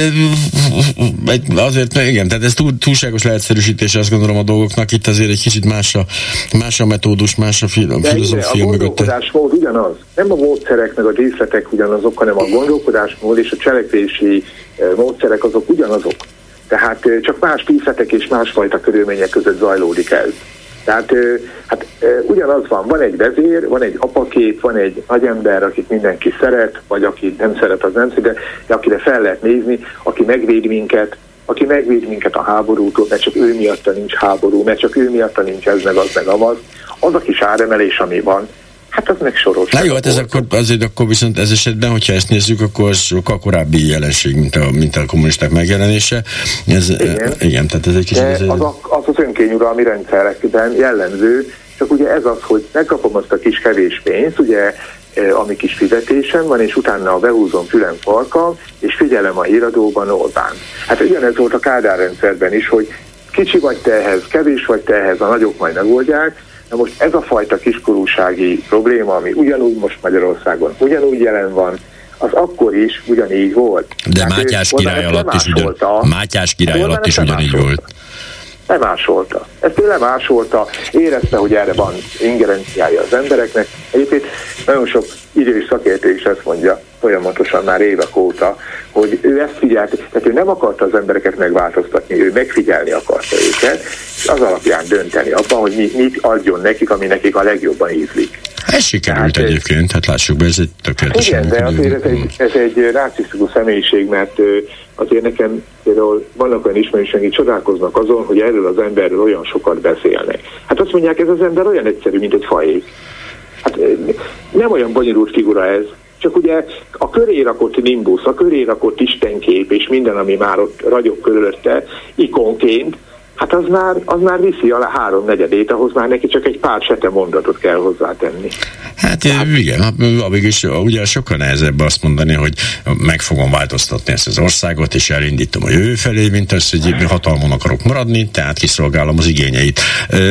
[SPEAKER 2] Azért, igen, tehát ez túl, túlságos leegyszerűsítés, azt gondolom a dolgoknak, itt azért egy kicsit más a, más a metódus, más a, fi, a filozófia mögötte.
[SPEAKER 5] A gondolkodásmód ugyanaz. Nem a módszerek meg a díszletek ugyanazok, hanem a gondolkodásmód és a cselekvési módszerek azok ugyanazok. Tehát csak más díszletek és másfajta körülmények között zajlódik ez. Tehát hát ugyanaz van, van egy vezér, van egy apakép, van egy nagyember, akit mindenki szeret, vagy aki nem szeret, az nem szeret, de, de akire fel lehet nézni, aki megvéd minket, aki megvéd minket a háborútól, mert csak ő miatta nincs háború, mert csak ő miatta nincs ez, meg az, meg amaz. Az a kis áremelés, ami van, hát az meg soros.
[SPEAKER 2] Na jó, hát ez akkor, azért akkor viszont ez esetben, hogyha ezt nézzük, akkor az sokkal korábbi jelenség, mint a, mint a kommunisták megjelenése. Ez,
[SPEAKER 5] igen.
[SPEAKER 2] igen, tehát ez egy kicsit... Ez
[SPEAKER 5] az, a, az az önkényuralmi rendszerekben jellemző, csak ugye ez az, hogy megkapom azt a kis kevés pénzt, ugye, ami kis fizetésem van, és utána behúzom fülem farkam, és figyelem a híradóban Orbán. Hát ugyanez volt a Kádár rendszerben is, hogy kicsi vagy te ehhez, kevés vagy te ehhez, a nagyok majd megoldják. Na most ez a fajta kiskorúsági probléma, ami ugyanúgy most Magyarországon ugyanúgy jelen van, az akkor is ugyanígy volt.
[SPEAKER 2] De hát Mátyás király alatt is ugyan, Mátyás király alatt is ugyanígy volt.
[SPEAKER 5] Lemásolta. Ezt ő lemásolta, érezte, hogy erre van ingerenciája az embereknek. Egyébként nagyon sok idős szakértő is ezt mondja, folyamatosan már évek óta, hogy ő ezt figyelte, tehát ő nem akarta az embereket megváltoztatni, ő megfigyelni akarta őket, és az alapján dönteni abban, hogy mi, mit adjon nekik, ami nekik a legjobban ízlik.
[SPEAKER 2] Ez sikerült hát, egyébként, hát lássuk be, ez egy tökéletes.
[SPEAKER 5] Igen, de azért ez egy, ez egy narcisztikus személyiség, mert azért nekem például vannak olyan ismerősök, akik csodálkoznak azon, hogy erről az emberről olyan sokat beszélnek. Hát azt mondják, ez az ember olyan egyszerű, mint egy faék. Hát nem olyan bonyolult figura ez, csak ugye a köré rakott nimbusz, a köré rakott istenkép, és minden, ami már ott ragyog körülötte, ikonként, hát az már, az már viszi a háromnegyedét, ahhoz már neki csak egy pár sete mondatot kell hozzátenni.
[SPEAKER 2] Hát Tehát, igen, mégis ugye sokkal nehezebb azt mondani, hogy meg fogom változtatni ezt az országot, és elindítom a jövő felé, mint az, hogy hatalmon akarok maradni, tehát kiszolgálom az igényeit.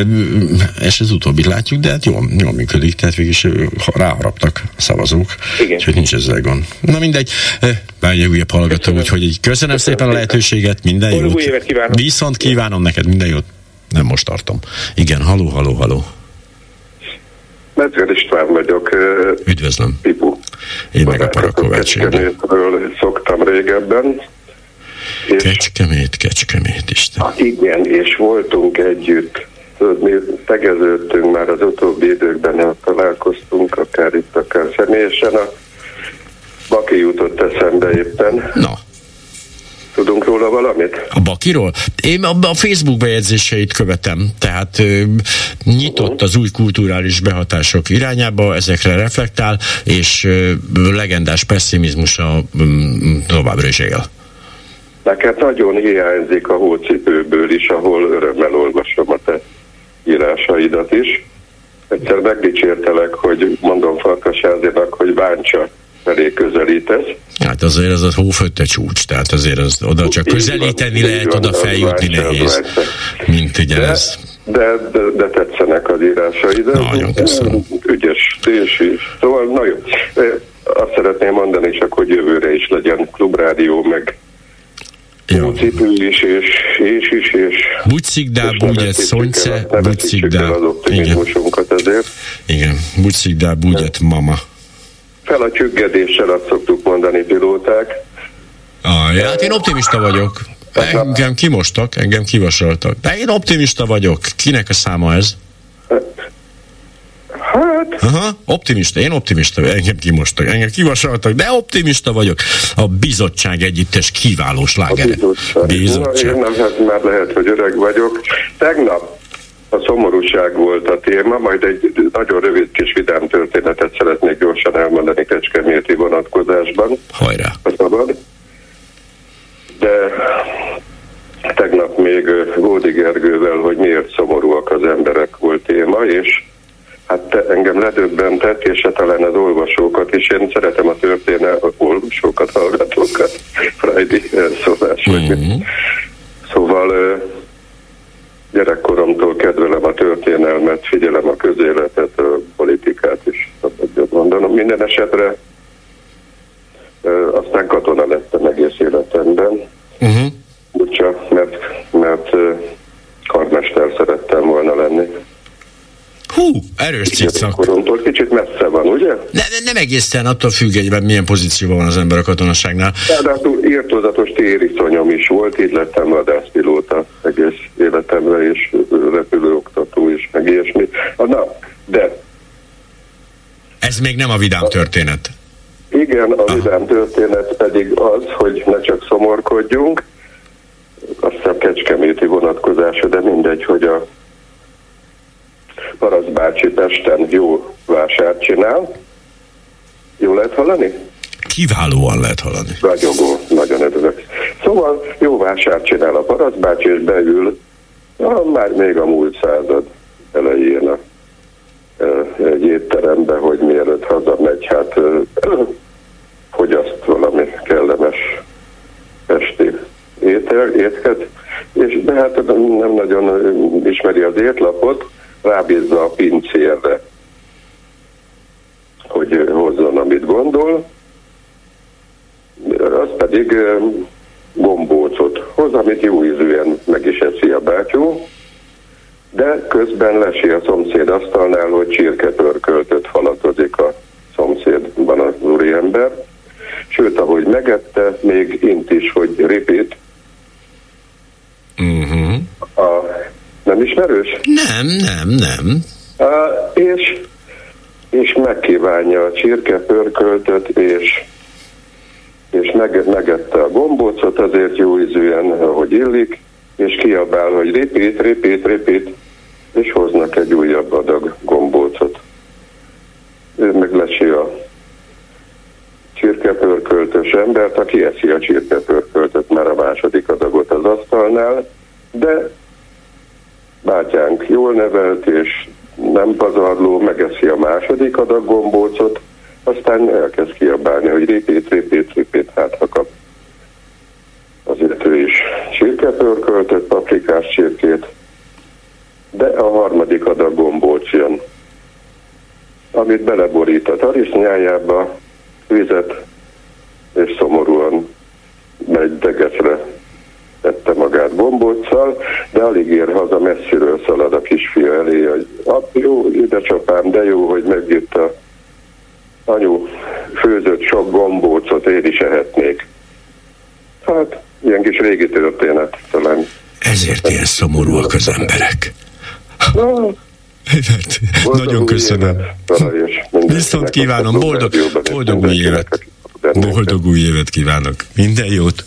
[SPEAKER 2] És az utóbbit látjuk, de hát jól, jól működik, tehát végig ráharaptak a szavazók. Igen. Úgyhogy nincs ezzel gond. Na mindegy, várj egy újabb hallgató, úgyhogy köszönöm szépen a lehetőséget, minden jót. Viszont kívánom neked minden jót. Nem most tartom. Igen, haló, haló, haló.
[SPEAKER 6] Mezőr István vagyok.
[SPEAKER 2] Üdvözlöm.
[SPEAKER 6] Pipu.
[SPEAKER 2] Én meg a Parakovács.
[SPEAKER 6] Kecskemétről szoktam régebben.
[SPEAKER 2] Kecskemét, Kecskemét, Isten.
[SPEAKER 6] Igen, és voltunk együtt. Mi tegeződtünk már az utóbbi időkben, ha találkoztunk, akár itt, akár személyesen. A Baki jutott eszembe éppen.
[SPEAKER 2] Na.
[SPEAKER 6] Tudunk róla valamit?
[SPEAKER 2] A Bakiról? Én a, a Facebook bejegyzéseit követem, tehát ö, nyitott az új kulturális behatások irányába, ezekre reflektál, és ö, legendás pessimizmusa ö, továbbra is él.
[SPEAKER 6] Neked nagyon hiányzik a Hócipőből is, ahol örömmel olvasom a te írásaidat is. Egyszer megdicsértelek, hogy mondom Farkasázinak, hogy Báncsa felé közelítesz.
[SPEAKER 2] Hát azért az a hófötte csúcs, tehát azért az, oda csak közelíteni van, lehet, oda feljutni nehéz. Mint ugye
[SPEAKER 6] de,
[SPEAKER 2] ez.
[SPEAKER 6] De, de, de tetszenek az írásaid.
[SPEAKER 2] Nagyon köszönöm.
[SPEAKER 6] Ügyes, és szóval nagyon. Azt szeretném mondani csak, hogy jövőre is legyen klubrádió, meg Hócipő is, és és is, és
[SPEAKER 2] Bugyszigdál, Bugyet, Szonyce, Bugyszigdál.
[SPEAKER 6] Az optimizmusunkat ezért.
[SPEAKER 2] Igen, Bugyszigdál, Bugyet, mama.
[SPEAKER 6] Fel a csüggedéssel, azt szoktuk mondani pilóták.
[SPEAKER 2] Ah, ja, hát én optimista vagyok. Engem kimostak, engem kivasaltak. De én optimista vagyok. Kinek a száma ez?
[SPEAKER 6] Hát...
[SPEAKER 2] Aha, optimista, én optimista vagyok. Engem kimostak, engem kivasaltak, de optimista vagyok. A bizottság együttes kiváló sláger.
[SPEAKER 6] A bizottság.
[SPEAKER 2] bizottság.
[SPEAKER 6] Na, én nem, hát már lehet, hogy öreg vagyok. Tegnap a szomorúság volt a téma, majd egy nagyon rövid kis vidám történetet szeretnék gyorsan elmondani kecskeméti vonatkozásban.
[SPEAKER 2] Hajrá!
[SPEAKER 6] Ha szabad. De tegnap még Gódi Gergővel, hogy miért szomorúak az emberek volt téma, és hát te, engem ledöbbentett, és hát talán az olvasókat is. Én szeretem a történet, olvasókat, hallgatókat, Freudi elszólás. Mm-hmm. gyerekkoromtól kedvelem a történelmet, figyelem a közéletet, a politikát is, szabad mondanom. Minden esetre aztán katona lettem egész életemben. Uh-huh. Úgyse, mert, mert karmester szerettem volna lenni.
[SPEAKER 2] Hú, erős cicak.
[SPEAKER 6] Koromtól kicsit messze van, ugye?
[SPEAKER 2] Ne, nem egészen, attól függ, egyben milyen pozícióban van az ember a katonaságnál.
[SPEAKER 6] Ráadásul írtózatos tériszonyom is volt, így lettem vadászpilóta egész életemre, és repülőoktató is, meg ilyesmi. Na, de...
[SPEAKER 2] Ez még nem a vidám történet.
[SPEAKER 6] Igen, a vidám történet pedig az, hogy ne csak szomorkodjunk, azt hiszem kecskeméti vonatkozása, de mindegy, hogy a Parasz bácsi Pesten jó vásárt csinál. Jó lehet hallani?
[SPEAKER 2] Kiválóan lehet hallani.
[SPEAKER 6] Ragyogó, nagyon örülök. Szóval jó vásárt csinál a Parasz bácsi, és beül ah, már még a múlt század elején a, egy étterembe, hogy mielőtt hazamegy, hát fogyaszt valami kellemes esti étel, étket, és de hát nem nagyon ismeri az étlapot, rábízza a pincérre, hogy hozzon, amit gondol, az pedig gombócot hoz, amit jó ízűen meg is eszi a bátyó, de közben lesi a szomszéd asztalnál, hogy csirkepörköltöt falatozik a szomszédban az úriember, sőt, ahogy megette, még int is, hogy repeat.
[SPEAKER 2] Uh-huh.
[SPEAKER 6] A, nem ismerős?
[SPEAKER 2] Nem, nem, nem.
[SPEAKER 6] A, és, és megkívánja a csirkepörköltöt, és, és meg, megette a gombócot, azért jó ízűen, ahogy illik, és kiabál, hogy repeat, repeat, repeat, és hoznak egy újabb adag gombócot. Ő meg lesi a csirkepörköltös embert, aki eszi a csirkepörköltöt, már a második adagot az asztalnál, de bátyánk jól nevelt és nem pazarló, megeszi a második adag gombócot, aztán elkezd kiabálni, hogy répét, répét, répét, hát ha kap. Azért ő is csirkepörköltöt, paprikás csirkét, de a harmadik adag gombóc jön, amit beleborít a tarisznyájába, vizet, és szomorúan megy degeszre tette magát gombóccal, de alig ér haza, messziről szalad a kisfia elé, hogy jó, édesapám, de jó, hogy megjött a anyu főzött sok gombócot, én is ehetnék. Hát, ilyen kis régi történet talán.
[SPEAKER 2] Ezért ilyen szomorúak az emberek.
[SPEAKER 6] Na,
[SPEAKER 2] nagyon köszönöm. Viszont kívánom, boldog, boldog új évet. Boldog új évet kívánok. Minden jót.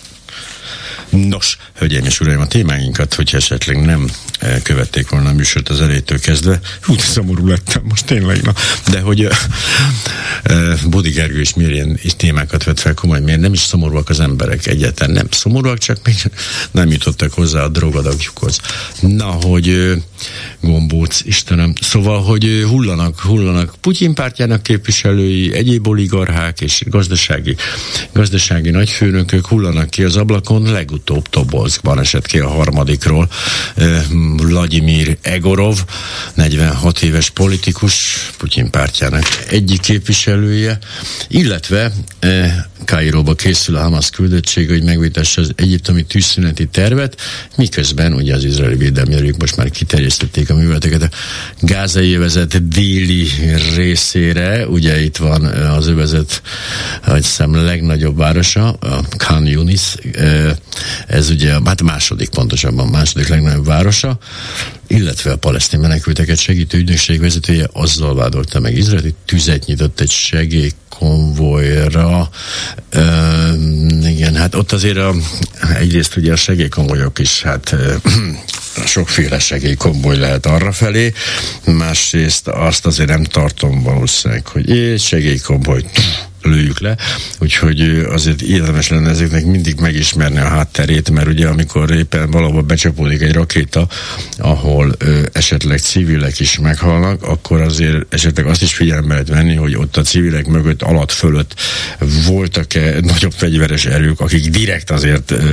[SPEAKER 2] Nos, hölgyeim és uraim, a témáinkat, hogyha esetleg nem követték volna a műsort az elejétől kezdve, úgy szomorú lettem most tényleg, na. De hogy uh, uh, Bodi Gergő is miért ilyen témákat vett fel, komoly, miért nem is szomorúak az emberek egyáltalán, nem szomorúak, csak még nem jutottak hozzá a drogadagjukhoz. Na, hogy uh, gombóc, Istenem, szóval, hogy uh, hullanak, hullanak Putyin pártjának képviselői, egyéb oligarchák és gazdasági, gazdasági nagyfőnökök hullanak ki az ablakon, legutóbb Tobolskban esett ki a harmadikról uh, Vladimir Egorov, negyvenhat éves politikus, Putyin pártjának egyik képviselője, illetve eh, Kairóba készül a Hamas küldöttség, hogy megvitassa az egyiptomi tűzszüneti tervet, miközben ugye az izraeli védelmi erők most már kiterjesztették a műveleteket a gázai övezet déli részére, ugye itt van az övezet, hogy hiszem, legnagyobb városa, a Khan Yunis, eh, ez ugye, hát második pontosabban, második legnagyobb városa, illetve a palesztin menekülteket segítő ügynökség vezetője azzal vádolta meg Izraelt, hogy tüzet nyitott egy segélykonvojra. Ö, igen, hát ott azért a, egyrészt ugye a segélykonvojok is, hát ö, sokféle segélykonvoj lehet arrafelé, másrészt azt azért nem tartom valószínűleg, hogy egy segélykonvoj lőjük le, úgyhogy azért érdemes lenne ezeknek mindig megismerni a hátterét, mert ugye amikor éppen valahol becsapódik egy rakéta, ahol ö, esetleg civilek is meghalnak, akkor azért esetleg azt is figyelembe lehet venni, hogy ott a civilek mögött, alatt, fölött voltak-e nagyobb fegyveres erők, akik direkt azért ö,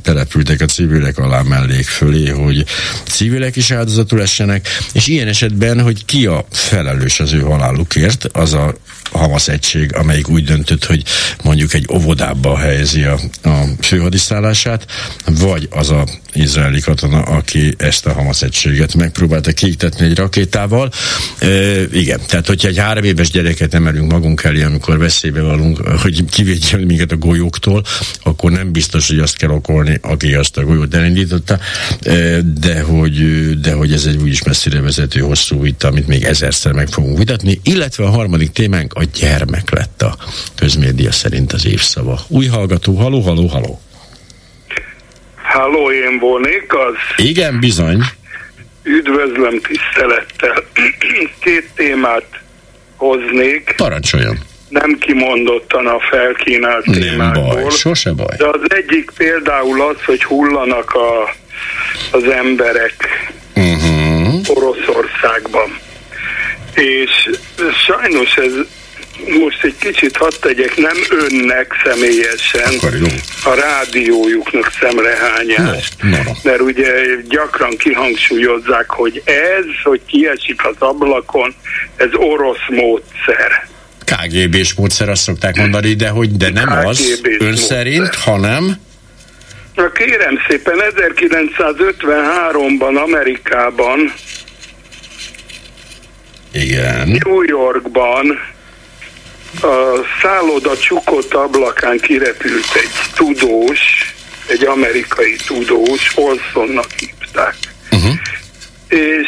[SPEAKER 2] települtek a civilek alá mellék fölé, hogy civilek is áldozatul essenek, és ilyen esetben, hogy ki a felelős az ő halálukért, az a Hamas egység, amelyik úgy döntött, hogy mondjuk egy óvodába helyezi a, a főhadiszállását, vagy az a izraeli katona, aki ezt a Hamas egységet megpróbálta kiiktatni egy rakétával. E, igen, tehát hogyha egy három éves gyereket emelünk magunk elé, amikor veszélybe valunk, hogy kivédjen minket a golyóktól, akkor nem biztos, hogy azt kell okolni, aki azt a golyót elindította, e, de hogy, de hogy ez egy úgyis messzire vezető hosszú vita, amit még ezerszer meg fogunk vitatni, illetve a harmadik témánk a gyermek lett a közmédia szerint az évszava. Új hallgató, haló, haló, haló.
[SPEAKER 7] Halló, én volnék az?
[SPEAKER 2] Igen, bizony.
[SPEAKER 7] Üdvözlöm tisztelettel. Két témát hoznék.
[SPEAKER 2] Parancsoljon.
[SPEAKER 7] Nem kimondottan a felkínált
[SPEAKER 2] Nem
[SPEAKER 7] témákból.
[SPEAKER 2] baj, sose baj.
[SPEAKER 7] De az egyik például az, hogy hullanak a, az emberek uh-huh. Oroszországban. És sajnos ez most egy kicsit hadd tegyek, nem önnek személyesen, a rádiójuknak szemrehányást. No, no, no. Mert ugye gyakran kihangsúlyozzák, hogy ez, hogy kiesik az ablakon, ez orosz módszer.
[SPEAKER 2] ká gé bés módszer, azt szokták mondani, de hogy de nem az, ön módszer szerint, hanem...
[SPEAKER 7] Na kérem szépen, ezerkilencszázötvenháromban Amerikában,
[SPEAKER 2] igen.
[SPEAKER 7] New Yorkban a szálloda csukott ablakán kirepült egy tudós, egy amerikai tudós, Olsonnak hívták. Uh-huh. És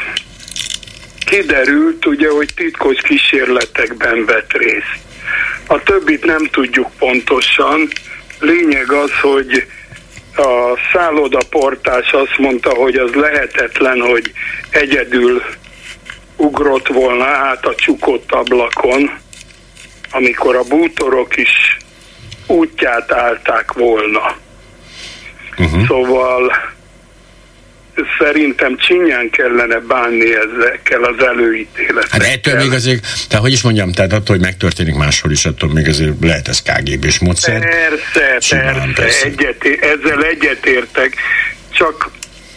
[SPEAKER 7] kiderült ugye, hogy titkos kísérletekben vett részt. A többit nem tudjuk pontosan. Lényeg az, hogy a szállodaportás azt mondta, hogy az lehetetlen, hogy egyedül ugrott volna át a csukott ablakon, amikor a bútorok is útját állták volna. Uh-huh. Szóval szerintem csinyán kellene bánni ezekkel az előítéletekkel.
[SPEAKER 2] Hát ettől még azért, tehát hogy is mondjam, tehát attól, hogy megtörténik máshol is, attól még azért lehet ez ká gé bés módszer.
[SPEAKER 7] Persze, Simán, persze, persze. Egyet, ezzel egyetértek, csak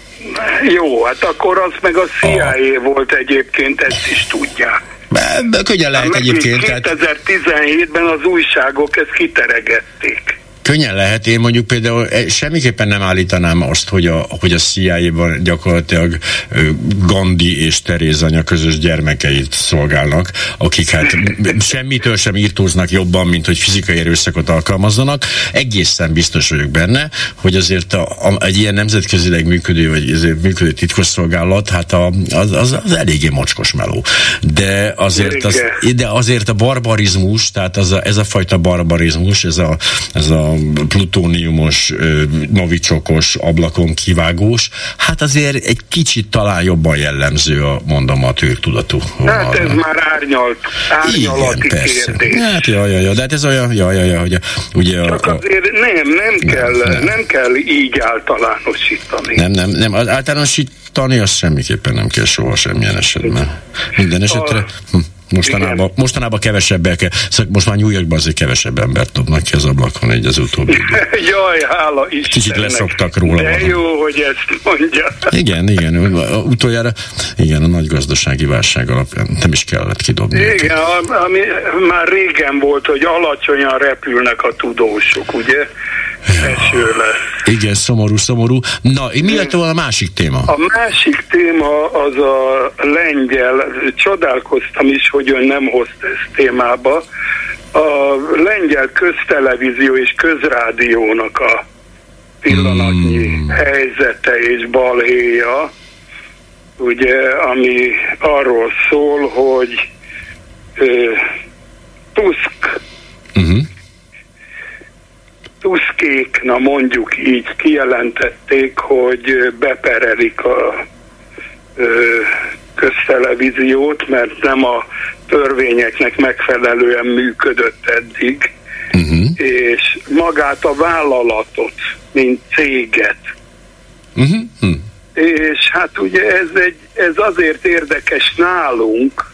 [SPEAKER 7] jó, hát akkor az meg a cé i á volt egyébként, ezt is tudják.
[SPEAKER 2] Könnyen lehet egyébként.
[SPEAKER 7] kétezer-tizenhétben az újságok ezt kiteregették.
[SPEAKER 2] Könnyen lehet, én mondjuk például semmiképpen nem állítanám azt, hogy a, hogy a cé i á-ban gyakorlatilag Gandhi és Teréz anya közös gyermekeit szolgálnak, akik hát semmitől sem írtóznak jobban, mint hogy fizikai erőszakot alkalmazzanak. Egészen biztos vagyok benne, hogy azért a, a, egy ilyen nemzetközileg működő, vagy ezért működő titkosszolgálat, hát a, az, az, az eléggé mocskos meló. De azért, az, de azért a barbarizmus, tehát az a, ez a fajta barbarizmus, ez a, ez a plutóniumos, novicsokos, ablakon kivágós, hát azért egy kicsit talán jobban jellemző a, mondom, a tőrtudatú.
[SPEAKER 7] Hát ez már árnyalt, árnyalati kérdés.
[SPEAKER 2] Hát jaj, jaj, jaj, de hát ez olyan, jaj, jaj, hogy ugye
[SPEAKER 7] csak
[SPEAKER 2] a,
[SPEAKER 7] azért nem, nem kell, nem, nem. nem kell így általánosítani.
[SPEAKER 2] Nem, nem, nem, általánosítani azt semmiképpen nem kell soha semmilyen esetben. Minden esetre... A... Hm. Mostanában, mostanában kevesebbel kell, szóval most már New Yorkban azért kevesebb embert dobnak ki az ablakon, egy az utóbbi.
[SPEAKER 7] Jaj, hála Istennek.
[SPEAKER 2] Kicsit leszoktak róla.
[SPEAKER 7] De
[SPEAKER 2] van.
[SPEAKER 7] Jó, hogy ezt mondja.
[SPEAKER 2] Igen, igen, utoljára, igen, a nagy gazdasági válság alapján nem is kellett kidobni.
[SPEAKER 7] Igen, ami már régen volt, hogy alacsonyan repülnek a tudósok, ugye? Ja. Eső lesz.
[SPEAKER 2] Igen, szomorú, szomorú. Na, mi lett volna a másik téma?
[SPEAKER 7] A másik téma az a lengyel, csodálkoztam is, hogy ön nem hozta ezt témába, a lengyel köztelevízió és közrádiónak a pillanatnyi hmm. helyzete és balhéja, ugye, ami arról szól, hogy uh, Tusk uh-huh. Tuskék, na mondjuk így kijelentették, hogy beperelik a ö, köztelevíziót, mert nem a törvényeknek megfelelően működött eddig, uh-huh. és magát a vállalatot, mint céget. Uh-huh. És hát ugye ez, egy, ez azért érdekes nálunk,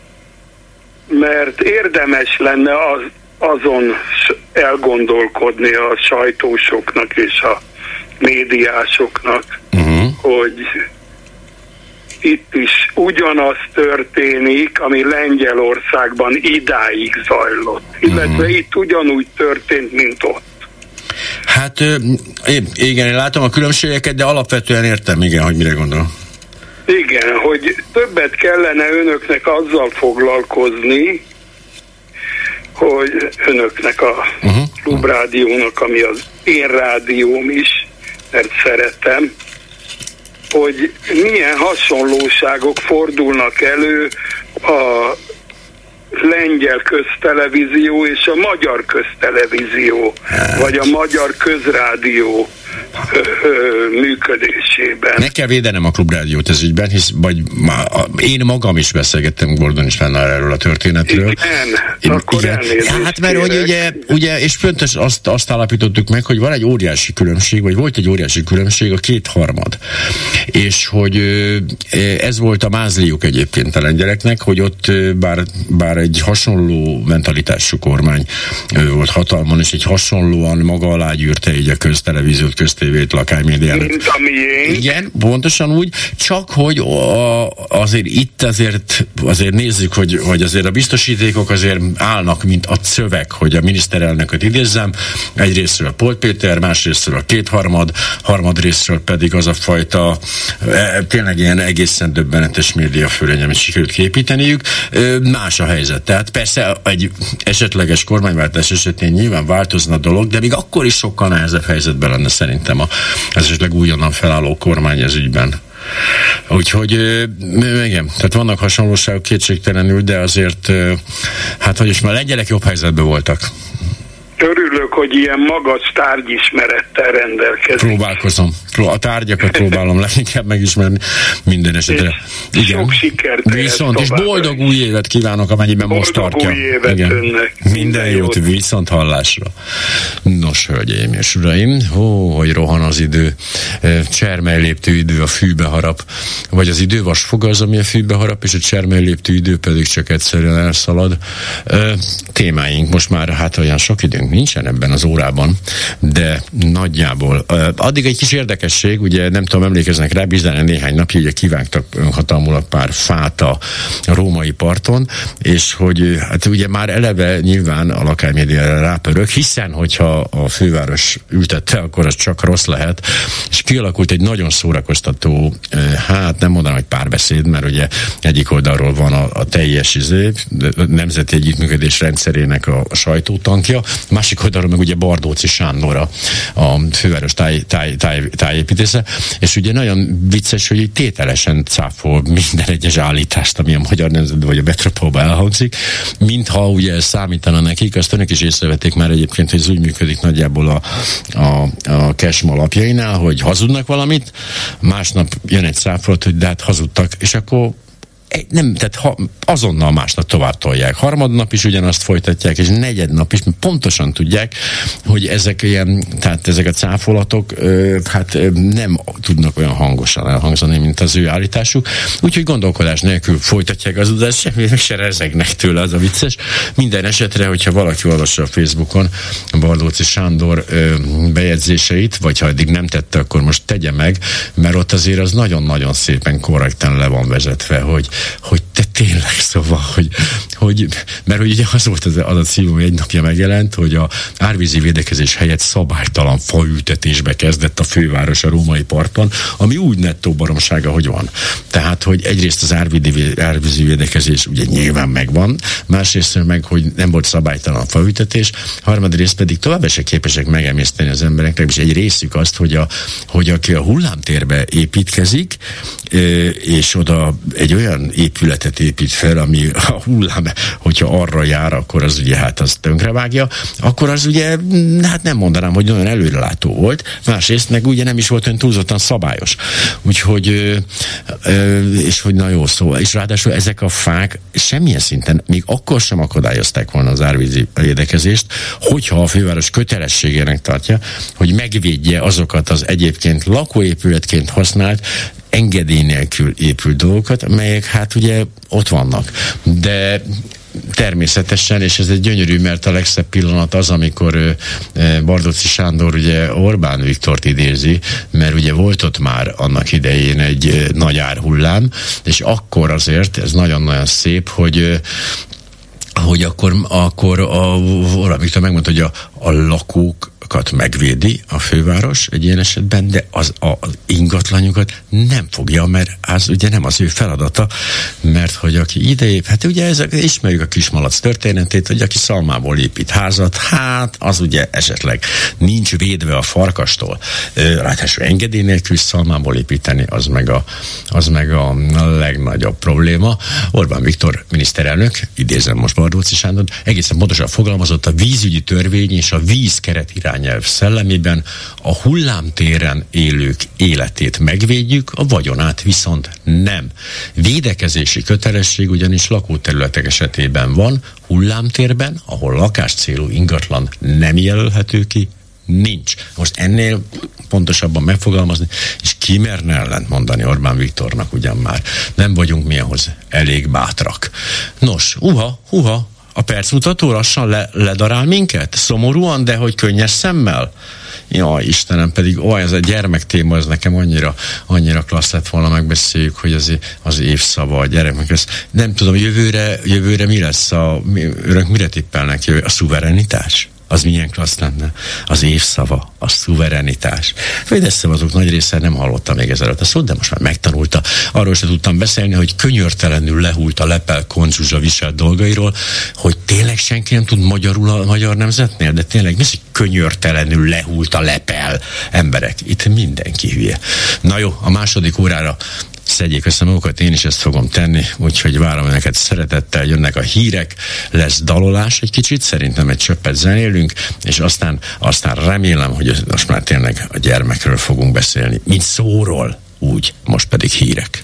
[SPEAKER 7] mert érdemes lenne az azon elgondolkodni a sajtósoknak és a médiásoknak,
[SPEAKER 2] uh-huh.
[SPEAKER 7] hogy itt is ugyanaz történik, ami Lengyelországban idáig zajlott. Illetve uh-huh. itt ugyanúgy történt, mint ott.
[SPEAKER 2] Hát igen, én látom a különbségeket, de alapvetően értem, igen, hogy mire gondol.
[SPEAKER 7] Igen, hogy többet kellene önöknek azzal foglalkozni, hogy önöknek a uh-huh. klubrádiónak, ami az én rádióm is, mert szeretem, hogy milyen hasonlóságok fordulnak elő a lengyel köztelevízió és a magyar köztelevízió, hát. vagy a magyar közrádió ö, ö, működésében.
[SPEAKER 2] Ne kell védenem a klubrádiót ez ügyben, hisz vagy ma, a, én magam is beszélgettem Gordon Istvánnal erről a történetről.
[SPEAKER 7] Igen,
[SPEAKER 2] én,
[SPEAKER 7] akkor
[SPEAKER 2] igen. Hát mert hogy ugye, ugye, és pontos azt, azt állapítottuk meg, hogy van egy óriási különbség, vagy volt egy óriási különbség a kétharmad. És hogy ez volt a mázliuk egyébként a lengyeleknek, hogy ott bár, bár egy hasonló mentalitású kormány volt hatalmon, és egy hasonlóan maga alá gyűrte így a köztelevíziót, köztévét, lakásmédiát.
[SPEAKER 7] Mint a miénk.
[SPEAKER 2] Igen, pontosan úgy, csak hogy a, azért itt azért, azért nézzük, hogy, hogy azért a biztosítékok azért állnak, mint a szöveg, hogy a miniszterelnököt idézzem, egyrésztről Polt Péter, másrésztről a kétharmad, harmadrésztről pedig az a fajta e, tényleg ilyen egészen döbbenetes médiafölény, amit sikerült képíteniük. E, más a helyzet. Tehát persze egy esetleges kormányváltás esetén nyilván változna a dolog, de még akkor is sokkal nehezebb helyzetben lenne szerintem a, az esetleg újonnan felálló kormány ez ügyben. Úgyhogy igen, tehát vannak hasonlóságok kétségtelenül, de azért hát hogy is már lengyelek jobb helyzetben voltak.
[SPEAKER 7] Örülök, hogy ilyen magas tárgyismerettel rendelkezik.
[SPEAKER 2] Próbálkozom. A tárgyakat próbálom leginkább megismerni minden esetre.
[SPEAKER 7] És igen. Sok sikert.
[SPEAKER 2] Viszont, és boldog új évet kívánok, amennyiben
[SPEAKER 7] boldog
[SPEAKER 2] most tartja.
[SPEAKER 7] Boldog új évet
[SPEAKER 2] igen.
[SPEAKER 7] önnek.
[SPEAKER 2] Minden jót, viszont hallásra. Nos, hölgyeim és uraim, ó, hogy rohan az idő. Csermely léptő idő a fűbe harap. Vagy az idővas foga az, ami a fűbe harap, és a csermely léptő idő pedig csak egyszerűen elszalad. Témáink most már hát olyan sok időnk nincsen ebben az órában, de nagyjából. Addig egy kis érdekesség, ugye nem tudom, emlékeznek rá, bizony néhány napja ugye kivágtak önhatalmulag pár fát a római parton, és hogy hát ugye már eleve nyilván a lakásmédiára rápörög, hiszen hogyha a főváros ültette, akkor az csak rossz lehet, és kialakult egy nagyon szórakoztató, hát nem mondanám, hogy párbeszéd, mert ugye egyik oldalról van a, a teljes izé, nemzeti együttműködés rendszerének a, a sajtótankja, másik oldalról meg ugye Bardóczy Sándor a, a főváros táj, táj, táj, tájépítésze, és ugye nagyon vicces, hogy tételesen cáfol minden egyes állítást, ami a Magyar Nemzetben vagy a Metropolban elhangzik, mintha ugye számítana nekik, azt önök is észrevették már egyébként, hogy ez úgy működik nagyjából a, a, a Kesma lapjainál, hogy hazudnak valamit, másnap jön egy cáfolat, hogy de hát hazudtak, és akkor nem, tehát ha, azonnal másnap tovább tolják. Harmadnap is ugyanazt folytatják, és negyednap is pontosan tudják, hogy ezek ilyen, tehát ezek a cáfolatok ö, hát ö, nem tudnak olyan hangosan elhangzani, mint az ő állításuk. Úgyhogy gondolkodás nélkül folytatják az adást, semmi se rezegnek tőle, az a vicces. Minden esetre, hogyha valaki olvassa a Facebookon Bardóczy Sándor ö, bejegyzéseit, vagy ha eddig nem tette, akkor most tegye meg, mert ott azért az nagyon-nagyon szépen korrekten le van vezetve, hogy hogy te tényleg, szóval, hogy, hogy mert hogy ugye az volt az, az a cím, hogy egy napja megjelent, hogy a árvízi védekezés helyett szabálytalan faültetésbe kezdett a főváros a római parton, ami úgy nettó baromsága, hogy van. Tehát, hogy egyrészt az árvízi, árvízi védekezés ugye nyilván megvan, másrészt meg, hogy nem volt szabálytalan faültetés, harmadrészt pedig továbbá se képesek megemészteni az embereknek, és egy részük azt, hogy, a, hogy aki a hullámtérbe építkezik, és oda egy olyan épületet épít fel, ami a hullám, hogyha arra jár, akkor az ugye hát az tönkrevágja, akkor az ugye, hát nem mondanám, hogy nagyon előrelátó volt, másrészt meg ugye nem is volt olyan túlzottan szabályos. Úgyhogy, és hogy na jó szó, és ráadásul ezek a fák semmilyen szinten, még akkor sem akadályozták volna az árvízi védekezést, hogyha a főváros kötelességének tartja, hogy megvédje azokat az egyébként lakóépületként használt, engedély nélkül épült dolgokat, melyek hát ugye ott vannak. De természetesen, és ez egy gyönyörű, mert a legszebb pillanat az, amikor Bardóczy Sándor ugye Orbán Viktort idézi, mert ugye volt ott már annak idején egy nagy árhullám, és akkor azért ez nagyon-nagyon szép, hogy hogy akkor, akkor a Orbán Viktor megmondta, hogy a, a lakókat megvédi a főváros egy ilyen esetben, de az, a, az ingatlanjukat nem fogja, mert az ugye nem az ő feladata, mert hogy aki idejébb, hát ugye ezek, ismerjük a kismalac történetét, hogy aki szalmából épít házat, hát az ugye esetleg nincs védve a farkastól, ráadásul engedély nélkül szalmából építeni, az meg a, az meg a legnagyobb probléma. Orbán Viktor miniszterelnök, idézem most Bardóczy Sándor, egészen pontosan fogalmazott, a vízügyi törvény és a vízkeret irányelv szellemében a hullámtéren élők életét megvédjük, a vagyonát viszont nem. Védekezési kötelesség ugyanis lakóterületek esetében van, hullámtérben, ahol lakáscélú ingatlan nem jelölhető ki, nincs. Most ennél pontosabban megfogalmazni, és ki merne ellent mondani Orbán Viktornak ugyan már. Nem vagyunk mi ahhoz elég bátrak. Nos, uha, uha, a percmutató lassan le, ledarál minket? Szomorúan, de hogy könnyes szemmel? Jaj, Istenem, pedig ó, ez a gyermek téma, ez nekem annyira, annyira klassz lett volna, megbeszéljük, hogy az, az évszava a gyermek lesz. Nem tudom, jövőre, jövőre mi lesz a, önök mire tippelnek jövő? A szuverenitás? Az milyen klassz lenne? Az évszava, a szuverenitás. Fideszem azok nagy része nem hallotta még ezelőtt a szót, de most már megtanulta. Arról sem tudtam beszélni, hogy könyörtelenül lehult a Lepel konzsuzsa viselt dolgairól, hogy tényleg senki nem tud magyarul a magyar nemzetnél, de tényleg mi az, hogy könyörtelenül lehult a Lepel? Emberek, itt mindenki hülye. Na jó, a második órára szedjék össze magukat, én is ezt fogom tenni, úgyhogy várom önöket szeretettel, jönnek a hírek, lesz dalolás egy kicsit, szerintem egy csöppet zenélünk, és aztán, aztán remélem, hogy most már tényleg a gyermekről fogunk beszélni, mint szóról, úgy, most pedig hírek.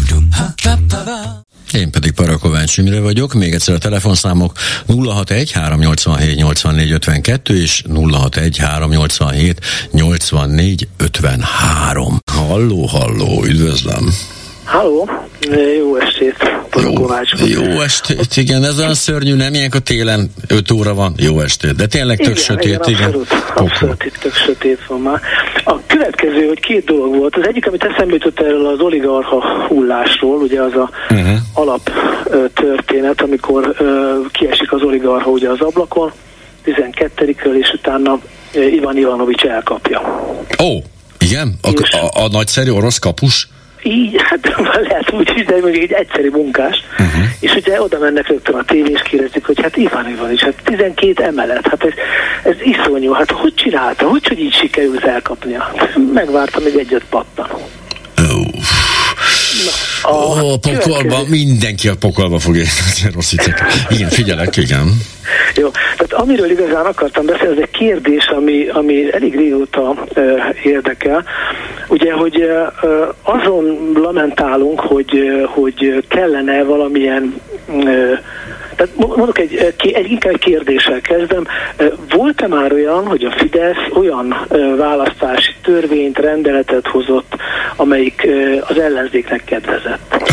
[SPEAKER 2] Én pedig Parakovács Imre vagyok, még egyszer a telefonszámok nulla hatvanegy háromnyolcvanhét nyolcvannégy ötvenkettő és nulla hatvanegy háromnyolcvanhét nyolcvannégy ötvenhárom. Halló, halló, üdvözlöm!
[SPEAKER 8] Halló, jó estét, Parakovács.
[SPEAKER 2] Jó, jó estét, igen, ez olyan szörnyű, nem ilyenkor télen öt óra van, jó estét, de tényleg tök igen, sötét, igen.
[SPEAKER 8] Abszolút, abszolút itt tök sötét van már. A következő, hogy két dolog volt. Az egyik, amit eszembe jutott erről az oligarcha hullásról, ugye az a uh-huh. alap ö, történet, amikor ö, kiesik az oligarcha ugye az ablakon, tizenkettedikről és utána ö, Ivan Ivanovics elkapja.
[SPEAKER 2] Ó, igen? A, a, a nagyszerű orosz kapus?
[SPEAKER 8] Így, hát lehet úgy is, de még egy egyszerű munkás. Uh-huh. És ugye oda mennek rögtön a tévés, kérdezik, hogy hát Iván Ivanovics, hát tizenkét emelet, hát ez, ez iszonyú, hát hogy csinálta, hogy, hogy így sikerült elkapnia? Megvárta, még egyet pattan.
[SPEAKER 2] Oh. Na, a oh, pokolba, következő... mindenki a pokolba fog érni, rossz viccek. Igen, figyelek, igen.
[SPEAKER 8] Jó, tehát amiről igazán akartam beszélni, ez egy kérdés, ami, ami elég régóta uh, érdekel. Ugye, hogy uh, azon lamentálunk, hogy, uh, hogy kellene valamilyen uh, tehát mondok egy, egy, inkább egy kérdéssel kezdem. Volt-e már olyan, hogy a Fidesz olyan választási törvényt, rendeletet hozott, amelyik az ellenzéknek kedvezett?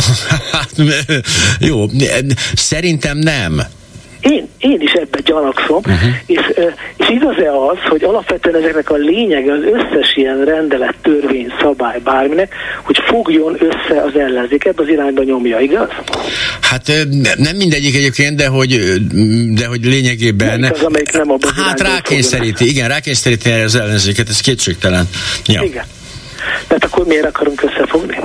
[SPEAKER 2] Jó, szerintem nem.
[SPEAKER 8] Én, én is ebbe gyanakszom, uh-huh. és, és igaz-e az, hogy alapvetően ezeknek a lényege az összes ilyen rendelet, törvény, szabály, bárminek, hogy fogjon össze az ellenzék, ebbe az irányba nyomja, igaz?
[SPEAKER 2] Hát nem mindegyik egyébként, de hogy, de hogy lényegében...
[SPEAKER 8] Nem az, amelyik nem abban az
[SPEAKER 2] Hát rákényszeríti, igen, rákényszeríti az ellenzéket, ez kétségtelen. Ja.
[SPEAKER 8] Igen. Tehát akkor miért akarunk összefogni?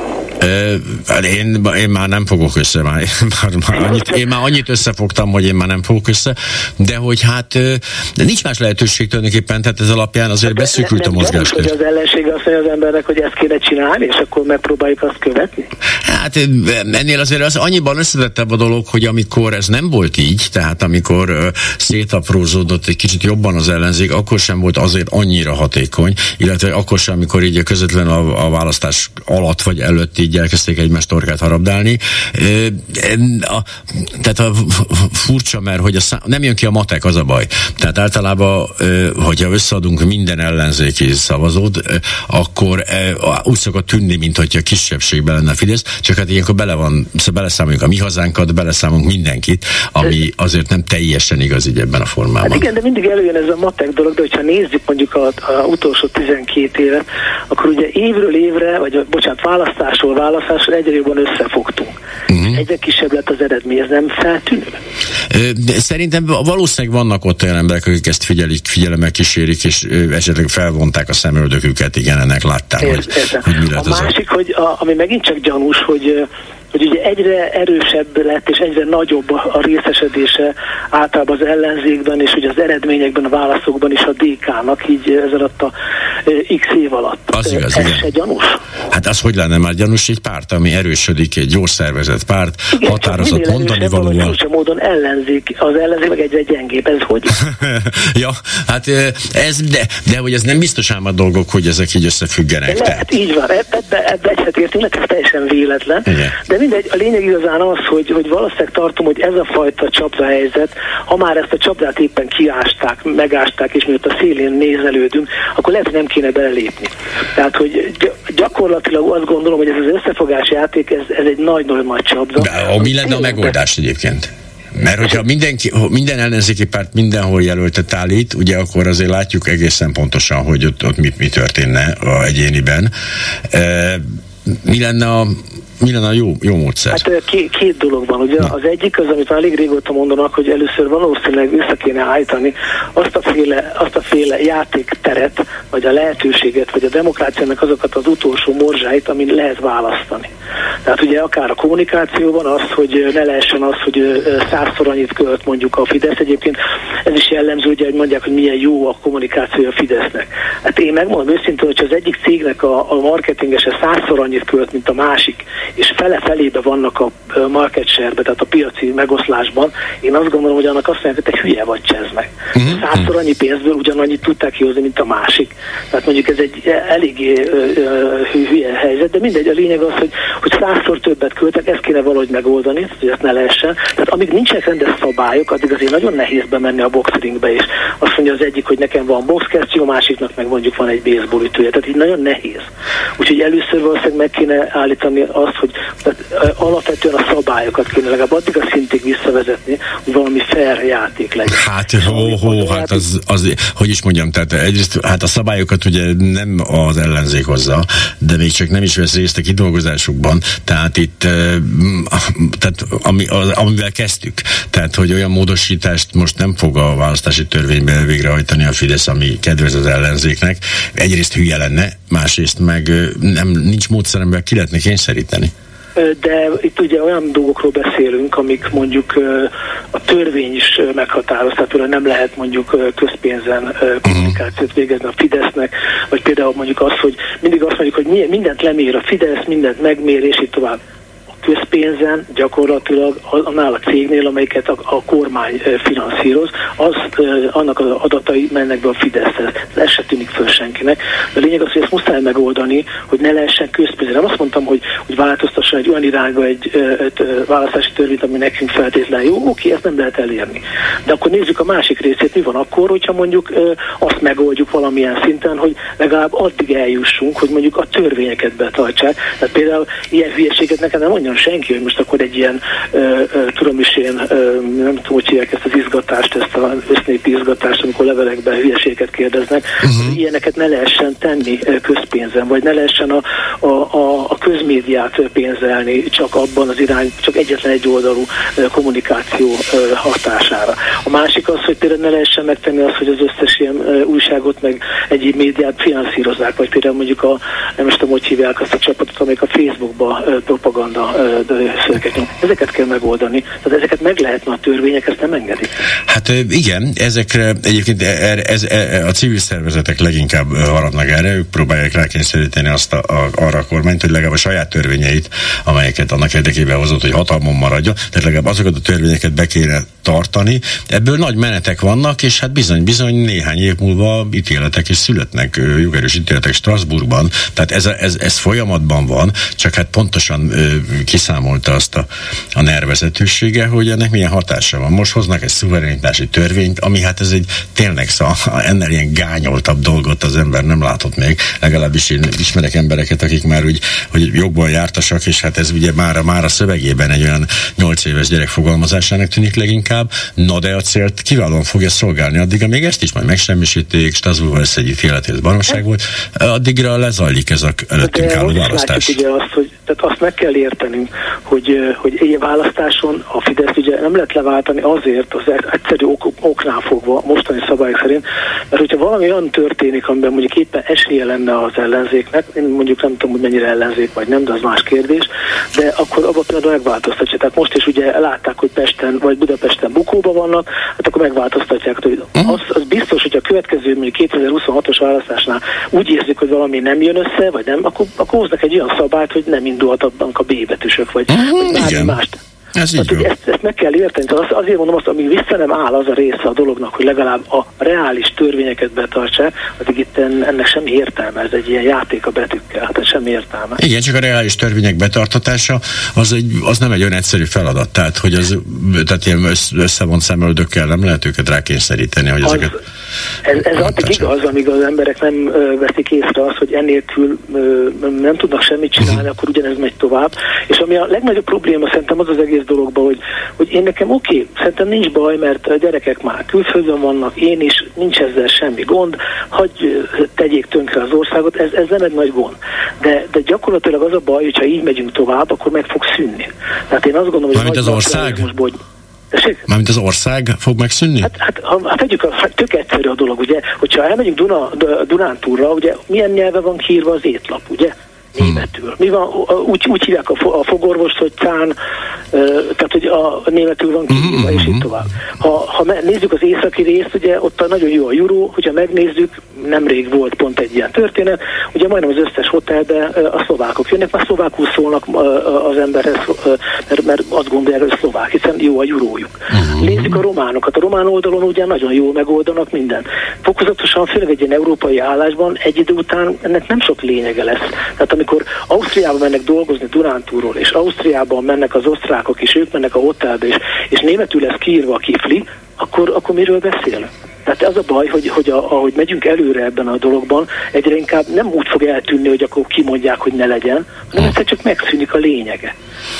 [SPEAKER 2] Én, én már nem fogok össze, már, már, már annyit, én már annyit összefogtam, hogy én már nem fogok össze, de hogy hát de nincs más lehetőség tulajdonképpen, tehát ez alapján azért hát beszűkült a mozgástér.
[SPEAKER 8] Nem, hogy az ellenség azt mondja az embernek, hogy ezt kéne csinálni, és akkor megpróbáljuk azt követni?
[SPEAKER 2] Hát ennél azért az annyiban összetettebb a dolog, hogy amikor ez nem volt így, tehát amikor uh, szétaprózódott egy kicsit jobban az ellenzék, akkor sem volt azért annyira hatékony, illetve akkor sem, amikor így közvetlenül a, a választás alatt vagy előtt így így elkezdték egymást torkát harabdálni. A, tehát a, furcsa, mert hogy a szám, nem jön ki a matek, az a baj. Tehát általában, hogyha összeadunk minden ellenzéki szavazót, akkor úgy szokott tűnni, mint hogyha a kisebbségben lenne a Fidesz, csak hát ilyenkor bele van, beleszámoljuk a mi hazánkat, beleszámolunk mindenkit, ami azért nem teljesen igaz így ebben a formában.
[SPEAKER 8] Hát igen, de mindig előjön ez a matek dolog, de hogyha nézzük mondjuk a, a utolsó tizenkét évet, akkor ugye évről évre, vagy bocsánat, választásról választásról egyre jobban összefogtunk. Uh-huh. Egyre kisebb lett az eredmény, ez nem feltűnő?
[SPEAKER 2] De szerintem valószínűleg vannak ott olyan emberek, akik ezt figyelik, figyelemmel kísérik, és esetleg felvonták a szemöldöküket, igen, ennek látták,
[SPEAKER 8] Ér,
[SPEAKER 2] hogy, hogy mi lett
[SPEAKER 8] a
[SPEAKER 2] az
[SPEAKER 8] másik, a... hogy a, ami megint csak gyanús, hogy hogy ugye egyre erősebb lett, és egyre nagyobb a részesedése általában az ellenzékben, és ugye az eredményekben, a válaszokban is a dé ká-nak így ez alatt a x év alatt.
[SPEAKER 2] Az igaz,
[SPEAKER 8] ez
[SPEAKER 2] igen.
[SPEAKER 8] se gyanús?
[SPEAKER 2] Hát az hogy lenne már gyanús, egy párt, ami erősödik, egy jól szervezett párt, igen, határozott mondani valóval.
[SPEAKER 8] Furcsa módon ellenzék, az ellenzék meg egyre gyengébb, ez hogy?
[SPEAKER 2] Ja, hát ez, de, de hogy ez nem biztos ám a dolgok, hogy ezek így összefüggenek.
[SPEAKER 8] De lehet, így van, ebbe, ebbe egyetértünk, ez teljesen véletlen. Igen. De mindegy, a lényeg igazán az, hogy, hogy valószínűleg tartom, hogy ez a fajta csapdahelyzet, ha már ezt a csapdát éppen kiásták, megásták, és miatt a szélén nézelődünk, akkor lehet, hogy nem kéne belelépni. Tehát, hogy gyakorlatilag azt gondolom, hogy ez az összefogási játék, ez, ez egy nagy-nagy nagy csapda.
[SPEAKER 2] De mi lenne a megoldás egyébként? Mert hogyha mindenki, minden ellenzéki párt mindenhol jelöltet állít, ugye akkor azért látjuk egészen pontosan, hogy ott, ott mit, mi történne a egyéniben. E, mi lenne a Mi lenne a jó, jó módszer?
[SPEAKER 8] Hát két, két dolog van, ugye? Na. Az egyik az, amit már elég régóta mondanak, hogy először valószínűleg össze kéne állítani azt a féle, azt a féle játékteret, vagy a lehetőséget, vagy a demokráciának azokat az utolsó morzsáit, amin lehet választani. Tehát ugye akár a kommunikációban az, hogy ne lehessen az, hogy százszor annyit költ mondjuk a Fidesz. Egyébként ez is jellemző, ugye, hogy mondják, hogy milyen jó a kommunikáció a Fidesznek. Hát én megmondom őszintén, hogy az egyik cégnek a, a marketingese százszor annyit költ, mint a másik, és fele-felébe vannak a market share-be, tehát a piaci megoszlásban, én azt gondolom, hogy annak azt mondják, hogy te hülye vagy, csezd meg. Uh-huh. Százszor annyi pénzből ugyanannyit tudták kihozni, mint a másik. Tehát mondjuk ez egy eléggé hülye helyzet, de mindegy, a lényeg az, hogy, hogy százszor többet költek, ezt kéne valahogy megoldani, hogy ezt ne lehessen. Tehát amíg nincsenek rendes szabályok, addig azért nagyon nehéz bemenni a boxringbe, és azt mondja az egyik, hogy nekem van boxkesztyű, a másiknak meg mondjuk van egy baseball ütője. Tehát így nagyon nehéz. Úgyhogy először valószínűleg meg kéne állítani azt, hogy tehát, alapvetően a szabályokat kéne legalább addig a szintig visszavezetni, hogy valami fair játék legyen.
[SPEAKER 2] Hát, hó, hó, hát az, az, hogy is mondjam, tehát egyrészt, hát a szabályokat ugye nem az ellenzék hozza, de még csak nem is vesz részt a kidolgozásukban, tehát itt, tehát ami, az, amivel kezdtük, tehát, hogy olyan módosítást most nem fog a választási törvényben végrehajtani a Fidesz, ami kedvez az ellenzéknek. Egyrészt hülye lenne, másrészt meg nem, nincs módszer, amivel ki lehetne kényszeríteni.
[SPEAKER 8] De itt ugye olyan dolgokról beszélünk, amik mondjuk a törvény is meghatároz, tehát például nem lehet mondjuk közpénzen kommunikációt végezni a Fidesznek, vagy például mondjuk az, hogy mindig azt mondjuk, hogy mindent lemér a Fidesz, mindent megmér, és így tovább. Közpénzen gyakorlatilag annál a cégnél, amelyiket a, a kormány finanszíroz, az, annak az adatai mennek be a Fideszhez. Ez se tűnik föl senkinek. De a lényeg az, hogy ezt muszáj megoldani, hogy ne lehessen közpénzen. Nem azt mondtam, hogy, hogy változtasson egy olyan irányba egy, egy választási törvényt, ami nekünk feltétlenül jó, oké, ezt nem lehet elérni. De akkor nézzük a másik részét, mi van akkor, hogyha mondjuk azt megoldjuk valamilyen szinten, hogy legalább addig eljussunk, hogy mondjuk a törvényeket betartsák. Tehát például ilyen hülyeséget nekem nem mondja senki, hogy most akkor egy ilyen, ö, ö, tudom is én, ö, nem tudom, hogy hívják ezt az izgatást, ezt az össznépi izgatást, amikor levelekben hülyeséget kérdeznek, uh-huh. ilyeneket ne lehessen tenni közpénzen, vagy ne lehessen a, a, a, a közmédiát pénzelni csak abban az irány, csak egyetlen egy oldalú kommunikáció hatására. A másik az, hogy például ne lehessen megtenni azt, hogy az összes ilyen újságot meg egyéb médiát finanszírozzák, vagy például mondjuk a, nem is tudom, hogy hívják azt a csapatot, amelyik a Facebookba propaganda szövegeket. Ezeket kell megoldani. Tehát ezeket meg lehetne a törvények, ezt nem engedik.
[SPEAKER 2] Hát igen, ezekre egyébként ez, ez, a civil szervezetek leginkább harapnak erre, ők próbálják rákényszeríteni azt a, a, arra a kormányt, hogy legalább a saját törvényeit, amelyeket annak érdekében hozott, hogy hatalmon maradjon, tehát legalább azokat a törvényeket be kéne tartani. Ebből nagy menetek vannak, és hát bizony-bizony néhány év múlva ítéletek is születnek, jogerős ítéletek Strasbourgban, tehát ez, ez, ez folyamatban van, csak hát pontosan ö, kiszámolta azt a, a nervezetősége, hogy ennek milyen hatása van. Most hoznak egy szuverenitási törvényt, ami hát ez egy tényleg szóval ennél ilyen gányoltabb dolgot az ember nem látott még, legalábbis én ismerek embereket, akik már úgy, hogy jogban jártasak, és hát ez ugye már, már a szövegében egy olyan nyolc éves gyerek fogalmazásának tűnik leginkább, na de a célt kiválóan fogja szolgálni addig, amíg ezt is majd megsemmisítik, Strasbourgban ez egy ítélet, ez baromság volt, addigra lezajlik ez a előttünk álló választás.
[SPEAKER 8] Ugye azt, hogy, tehát azt meg kell értenünk, hogy, hogy egy választáson a Fidesz ugye nem lehet leváltani azért, az egyszerű ok, oknál fogva, mostani szabályok szerint, mert hogyha valami olyan történik, amiben mondjuk éppen esélye lenne az ellenzéknek, én mondjuk nem tudom, hogy mennyire ellenzék vagy nem, de az más kérdés, de akkor abban például megváltoztatja. Tehát most is ugye látták, hogy Pesten vagy Budapesten bukóban vannak, hát akkor megváltoztatják. Az, az biztos, hogy a következő mondjuk kétezer-huszonhatos választásnál úgy érzik, hogy valami nem jön össze, vagy nem, akkor, akkor hoznak egy olyan szabályt, hogy nem indulhatnak a B betűsök, vagy,
[SPEAKER 2] uh-huh,
[SPEAKER 8] vagy bármi mást.
[SPEAKER 2] Ez
[SPEAKER 8] hát, ezt, ezt meg kell érteni. Az, azért mondom azt, amíg vissza nem áll az a része a dolognak, hogy legalább a reális törvényeket betartsák, addig itt ennek semmi értelme, ez egy ilyen játék a betűkkel, hát ez semmi értelme.
[SPEAKER 2] Igen, csak a reális törvények betartatása az, egy, az nem egy olyan egyszerű feladat, tehát hogy az, tehát ilyen összevont szemöldökkel nem lehet őket rákényszeríteni, hogy
[SPEAKER 8] az,
[SPEAKER 2] ezeket...
[SPEAKER 8] Ez, ez addig igaz, amíg az emberek nem ö, veszik észre az, hogy ennélkül ö, nem tudnak semmit csinálni, uh-huh. akkor ugyanez megy tovább. És ami a legnagyobb probléma szerintem az az egész dologban, hogy, hogy én nekem oké, okay, szerintem nincs baj, mert a gyerekek már külföldön vannak, én is, nincs ezzel semmi gond, hagyj tegyék tönkre az országot, ez, ez nem egy nagy gond. De, de gyakorlatilag az a baj, hogyha így megyünk tovább, akkor meg fog szűnni. Tehát én azt gondolom, hogy...
[SPEAKER 2] Mármint az ország?
[SPEAKER 8] Most bogy...
[SPEAKER 2] Mármint az ország fog megszűnni?
[SPEAKER 8] Hát, hát, ha, hát tegyük, hát tök egyszerű a dolog, ugye, hogyha elmegyünk Duna, Dunántúlra, ugye, milyen nyelve van kiírva az étlap, ugye? Németül. Mi van, úgy, úgy hívják a, a fogorvost, hogy cán, tehát hogy a, a németül van kiírva, mm-hmm. és így tovább. Ha, ha nézzük az északi részt, ugye ott a nagyon jó a euró, hogyha megnézzük, nemrég volt pont egy ilyen történet, ugye majdnem az összes hotelbe a szlovákok jönnek, már szlovákul szólnak az emberhez, mert, mert azt gondolják, hogy szlovák, hiszen jó a eurójuk. Mm-hmm. Nézzük a románokat. A román oldalon ugye nagyon jól megoldanak mindent. Fokozatosan, főleg egy ilyen európai állásban egy idő után ennek nem sok lényege lesz. Tehát amikor Ausztriába mennek dolgozni Dunántúról, és Ausztriában mennek az osztrákok, és ők mennek a hotelbe, és, és németül lesz kiírva a kifli, akkor, akkor miről beszélünk? Tehát az a baj, hogy, hogy a, ahogy megyünk előre ebben a dologban, egyre inkább nem úgy fog eltűnni, hogy akkor kimondják, hogy ne legyen, hanem egyszer csak megszűnik a lényege.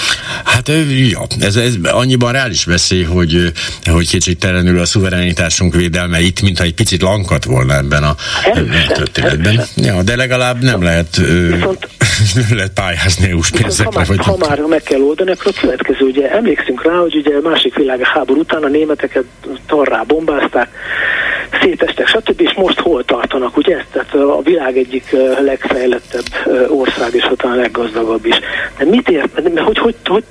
[SPEAKER 2] Hát ja, ez, ez annyiban reális veszély, hogy, hogy kétségtelenül a szuverenitásunk védelme itt, mintha egy picit lankadt volna ebben a,
[SPEAKER 8] erősen,
[SPEAKER 2] a történetben. Ja, de legalább nem lehet, viszont, nem lehet pályázni é u-s pénzekre.
[SPEAKER 8] Ha, ha már meg kell oldani, akkor a következő, ugye emlékszünk rá, hogy ugye a második világháború után a németeket tarrá bombázták, szétestek, stb. És most hol tartanak, ugye? Tehát a világ egyik legfejlettebb ország, és talán a leggazdagabb is. De mit ért, hogy, hogy, hogy,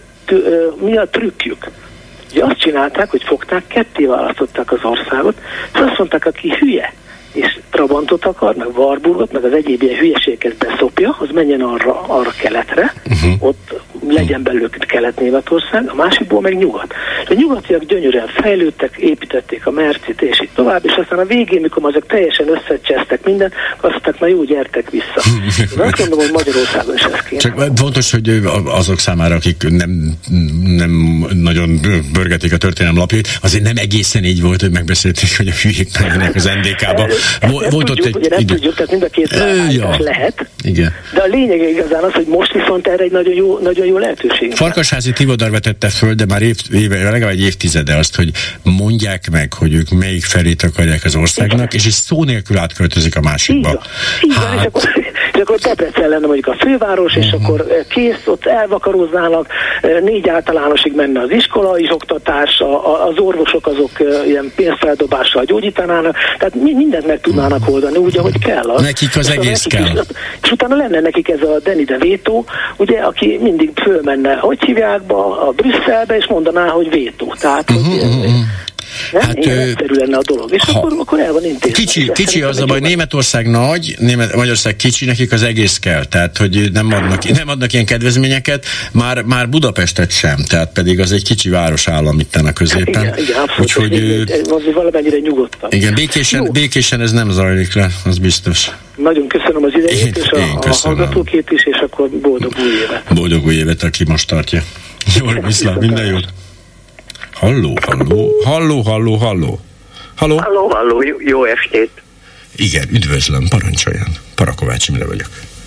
[SPEAKER 8] mi a trükkjük? Ugye azt csinálták, hogy fogták, ketté választották az országot, és azt mondták, aki hülye, és Trabantot akar, meg Warburgot, meg az egyéb ilyen hülyeségeket beszopja, az menjen arra, arra keletre, uh-huh. ott legyen belőle Kelet-Németország, a másikból meg nyugat. A nyugatiak gyönyörűen fejlődtek, építették a Mercit, és így tovább, és aztán a végén, mikor azok teljesen összecsesztek mindent, azt mondták, na jó, gyertek vissza. Én azt mondom, hogy Magyarországon is ez kéne.
[SPEAKER 2] Csak fontos, hogy azok számára, akik nem, nem nagyon börgetik a történelem lapjait, azért nem egészen így volt, hogy megbeszélték, hogy a hülyék menjenek az en dé ká-ba.
[SPEAKER 8] Volt tudjuk, ott egy... Ugye nem idő. tudjuk, tehát mind a két
[SPEAKER 2] ja.
[SPEAKER 8] lehet.
[SPEAKER 2] Igen.
[SPEAKER 8] De a lényege igazán az, hogy most viszont erre egy nagyon jó, nagyon jó lehetőség.
[SPEAKER 2] Farkasházi Tivodar vetette föl, de már év, éve, legalább egy évtizede azt, hogy mondják meg, hogy ők melyik felét akarják az országnak, igen. és is szó nélkül átköltözik a másikba.
[SPEAKER 8] Igen, hát... és, akkor, és hogy akkor Debrecen lenne mondjuk a főváros, és uh-huh. akkor kész, ott elvakaróznának, négy általánosig menne az iskolai oktatás, az orvosok azok ilyen pénzfeldobással gyógyítanának, tehát mindent meg tudnának oldani úgy, ahogy kell. Az,
[SPEAKER 2] nekik az egész
[SPEAKER 8] nekik
[SPEAKER 2] kell.
[SPEAKER 8] Is, és utána lenne nekik ez a Danny DeVito, ugye, aki mindig fölmenne, hogy hívják be a Brüsszelbe, és mondaná, hogy vétó. Tehát, uh-huh, hogy, uh-huh. Nem? Hát, ilyen egyszerű lenne a dolog, és ha, akkor, akkor el van intézve.
[SPEAKER 2] Kicsi, kicsi az a baj, Németország nagy, Német, Magyarország kicsi, nekik az egész kell, tehát hogy nem adnak, nem adnak ilyen kedvezményeket, már, már Budapestet sem, tehát pedig az egy kicsi városállam itten a középen.
[SPEAKER 8] Igen, igen, abszolút.
[SPEAKER 2] Úgyhogy,
[SPEAKER 8] azért valamennyire nyugodtan.
[SPEAKER 2] Igen, békésen, békésen ez nem zajlik le, az biztos.
[SPEAKER 8] Nagyon köszönöm az idejét, és a, a hallgatókét is, és akkor boldog új évet.
[SPEAKER 2] Boldog új évet, aki most tartja. Jól viszlát, minden jót. Halló, halló, halló, halló, halló. Halló,
[SPEAKER 9] halló, halló, jó, jó estét.
[SPEAKER 2] Igen, üdvözlöm, parancsoljon. Parakovács Imre vagyok.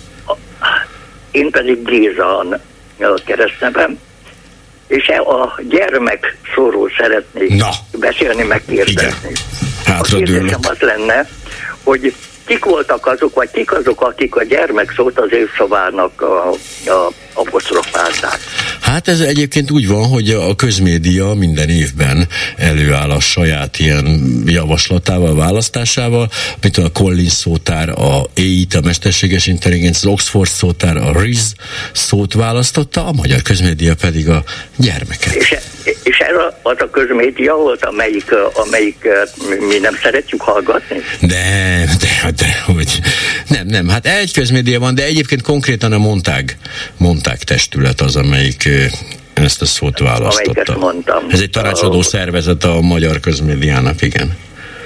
[SPEAKER 9] Én pedig Géza a keresztnevem, és a gyermek szóról szeretnék
[SPEAKER 2] Na.
[SPEAKER 9] beszélni, megkérdezni.
[SPEAKER 2] A
[SPEAKER 9] kérdésem az lenne, hogy kik voltak azok, vagy kik azok, akik a gyermek szót az évszavának a, a apostrofálták?
[SPEAKER 2] Hát ez egyébként úgy van, hogy a közmédia minden évben előáll a saját ilyen javaslatával, választásával, mint a Collins szótár, a á i té, a mesterséges intelligencia, az Oxford szótár, a er i es szót választotta, a magyar közmédia pedig a gyermeket.
[SPEAKER 9] És, és ez az a közmédia volt, amelyik, amelyik mi nem szeretjük hallgatni?
[SPEAKER 2] De, de, de, hogy nem, nem, hát egy közmédia van, de egyébként konkrétan a Montág, Montág testület az, amelyik ezt a szót választotta. Ez egy tanácsadó uh, szervezet a magyar közmédiának, igen.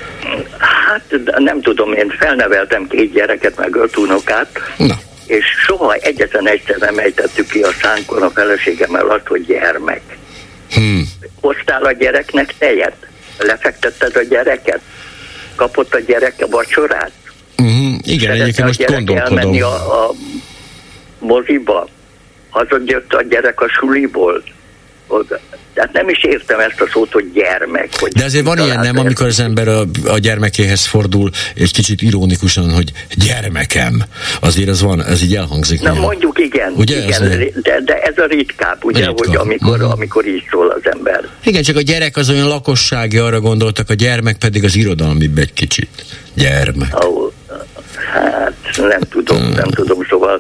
[SPEAKER 9] Hát nem tudom, én felneveltem két gyereket, meg öt unokát,
[SPEAKER 2] Na.
[SPEAKER 9] és soha egyetlen egyszer nem ejtettük ki a szánkon a feleségemmel azt, hogy gyermek.
[SPEAKER 2] Hmm.
[SPEAKER 9] Hoztál a gyereknek tejet? Lefektetted a gyereket? Kapott a gyerek a vacsorát?
[SPEAKER 2] Uh-huh. Igen, egyébként most gondolkodom.
[SPEAKER 9] Elmenni a, a moziba? Hazajött a gyerek a suliból? Tehát nem is értem ezt a szót, hogy gyermek. Hogy
[SPEAKER 2] de azért van ilyen, nem, amikor az ember a, a gyermekéhez fordul, egy kicsit ironikusan, hogy gyermekem. Azért az van, ez így elhangzik.
[SPEAKER 9] Na néha. Mondjuk igen, ugye igen de, de ez a ritkább, ugye, ritka. Hogy amikor, uh-huh. amikor így szól az ember.
[SPEAKER 2] Igen, csak a gyerek az olyan lakossági, arra gondoltak, a gyermek pedig az irodalmibb egy kicsit. Gyermek.
[SPEAKER 9] Oh, hát nem tudom, uh. nem tudom, szóval...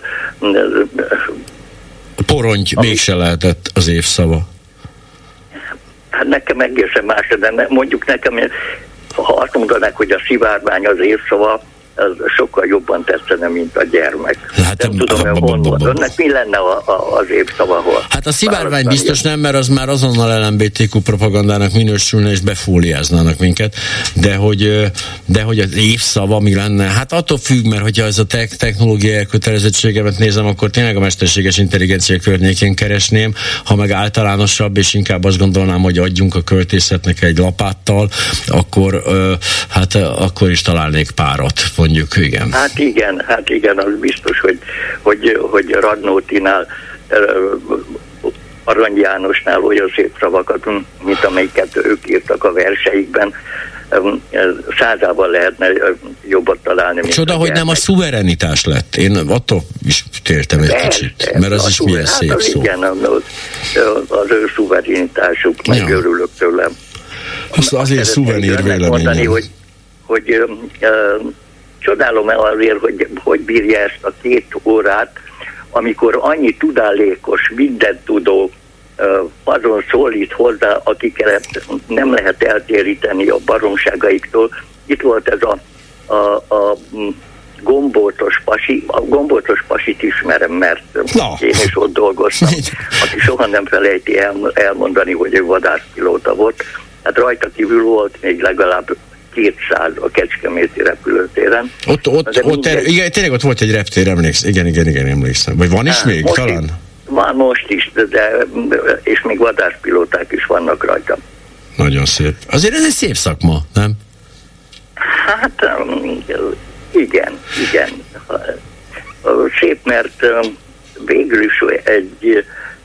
[SPEAKER 2] Poronty ami... mégse lehetett az évszava.
[SPEAKER 9] Hát nekem egészen más, de mondjuk nekem, ha azt mondanák, hogy a szivárvány az évszava, az sokkal jobban tetszene, mint a gyermek. Hát, nem tudom, hogy hol volt. Önnek mi lenne a, a, az évszava, hol?
[SPEAKER 2] Hát a szivárvány biztos nem, mert az már azonnal el em bé té kú propagandának minősülne, és befóliáznának minket, de hogy, de hogy az évszava mi lenne? Hát attól függ, mert hogyha ez a te- technológiai elkötelezettségemet nézem, akkor tényleg a mesterséges intelligencia környékén keresném, ha meg általánosabb, és inkább azt gondolnám, hogy adjunk a költészetnek egy lapáttal, akkor hát akkor is találnék párat. Mondjuk, igen.
[SPEAKER 9] Hát igen, hát igen, az biztos, hogy, hogy, hogy Radnótinál, Arany Jánosnál olyan szép szavakat, mint amelyiket ők írtak a verseikben, százával lehetne jobbat találni.
[SPEAKER 2] Csoda, hogy nem a szuverenitás lett. Én attól is tértem egy Persze, kicsit, mert az is szuver, milyen szép hát, szó.
[SPEAKER 9] Igen, az, az ő szuverenitásuk, ja. Megörülök tőlem.
[SPEAKER 2] Az azért szuvenír véleményem.
[SPEAKER 9] Hogy, hogy uh, csodálom el azért, hogy hogy bírja ezt a két órát, amikor annyi tudálékos, mindent tudó uh, azon szólít hozzá, akiket nem lehet eltéríteni a baromságaiktól. Itt volt ez a, a, a gombócos pasi, a gombócos pasit ismerem, mert no. én is ott dolgoztam, aki soha nem felejti el, elmondani, hogy ő vadászpilóta volt. Hát rajta kívül volt még legalább kétszáz a Kecskeméti repülőtéren.
[SPEAKER 2] Ott, ott, ott er, igen, tényleg ott volt egy reptér, emlékszem. Igen, igen, igen, emlékszem. Vagy van is még, most talán? Is,
[SPEAKER 9] van most is, de, és még vadászpilóták is vannak rajta.
[SPEAKER 2] Nagyon szép. Azért ez egy szép szakma, nem?
[SPEAKER 9] Hát, igen, igen. Szép, mert végül is egy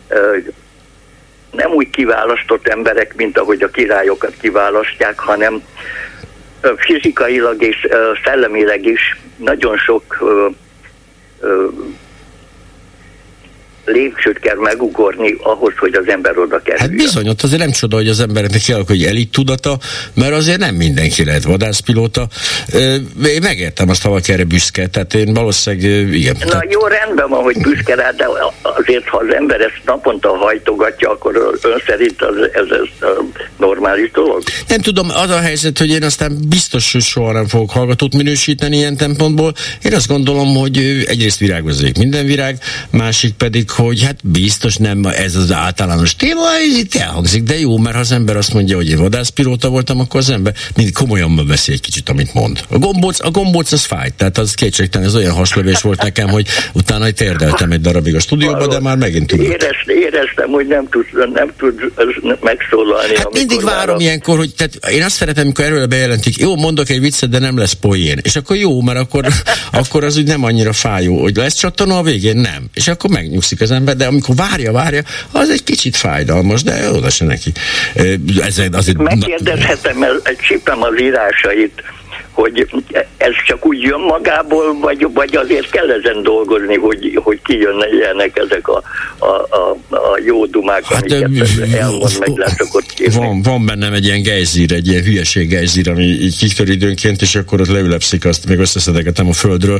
[SPEAKER 9] nem úgy kiválasztott emberek, mint ahogy a királyokat kiválasztják, hanem fizikailag és szellemileg is nagyon sok lépcsőt kell megugorni ahhoz, hogy az ember oda kerüljön.
[SPEAKER 2] Hát bizony, ott azért nem csoda, hogy az embereknek kialakul, hogy elit tudata, mert azért nem mindenki lehet vadászpilóta. Én megértem azt, ha valaki erre büszke, tehát én valószínűleg, igen.
[SPEAKER 9] Na
[SPEAKER 2] tehát...
[SPEAKER 9] jó, rendben van, hogy büszke rá, de azért, ha az ember ezt naponta hajtogatja, akkor ön szerint az, ez, ez normális dolog?
[SPEAKER 2] Nem tudom, az a helyzet, hogy én aztán biztos, hogy soha nem fogok hallgatót minősíteni ilyen szempontból. Én azt gondolom, hogy egyrészt virágozzék minden virág, másik pedig, hogy hát biztos nem ez az általános téma, ez itt elhangzik, de jó, mert ha az ember azt mondja, hogy én vadászpilóta voltam, akkor az ember mindig komolyan veszi egy kicsit, amit mond. A gombóc, a gombóc az fájt, tehát az kétségtelen, ez olyan haslövés volt nekem, hogy utána térdeltem egy darabig a stúdióba, de már megint tudott.
[SPEAKER 9] Érezt, éreztem, hogy nem tud, nem tud megszólalni.
[SPEAKER 2] Hát mindig várom
[SPEAKER 9] várom.
[SPEAKER 2] ilyenkor, hogy tehát én azt szeretem, amikor erről bejelentik, jó, mondok egy viccet, de nem lesz poén. És akkor jó, mert akkor, akkor az úgy nem annyira fájó, hogy lesz csattanó a végén, nem. És akkor megnyugszik az ember, de amikor várja, várja, az egy kicsit fájdalmas, de oda se neki. Ez azért...
[SPEAKER 9] Megkérdezhetem, egy csipem az írásait, hogy ez csak úgy jön magából, vagy, vagy azért kell ezen dolgozni, hogy, hogy kijönnek ezek a, a, a, a jó dumák, hát, amiket elmond meg leszokott kérni.
[SPEAKER 2] Van, van bennem egy ilyen gejzír, egy ilyen hülyeség gejzír, ami így kikör időnként, és akkor ott leülepszik, azt még összeszedegetem a földről.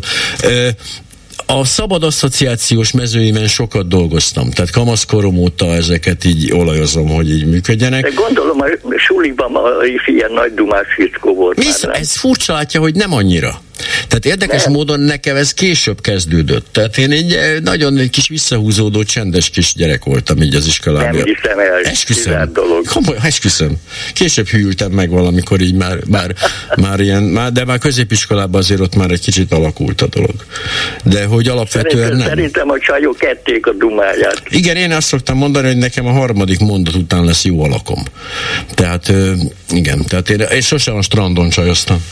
[SPEAKER 2] A szabad asszociációs mezőimen sokat dolgoztam, tehát kamaszkorom óta ezeket így olajozom, hogy így működjenek.
[SPEAKER 9] De gondolom a suliban is ilyen nagy dumás fickó volt.
[SPEAKER 2] Visz, már, ez furcsa látja, hogy nem annyira. Tehát érdekes nem. módon nekem ez később kezdődött. Tehát én egy nagyon egy kis visszahúzódó, csendes kis gyerek voltam így az iskolában.
[SPEAKER 9] Nem hiszem el.
[SPEAKER 2] Esküszöm. Komoly, esküszöm. Később hűltem meg valamikor így már, már, már ilyen, már, de már középiskolában azért ott már egy kicsit alakult a dolog. De hogy alapvetően
[SPEAKER 9] szerintem,
[SPEAKER 2] nem.
[SPEAKER 9] Szerintem a csajok ették a dumáját.
[SPEAKER 2] Igen, én azt szoktam mondani, hogy nekem a harmadik mondat után lesz jó alakom. Tehát igen, tehát én, én sosem a strandon csajoztam.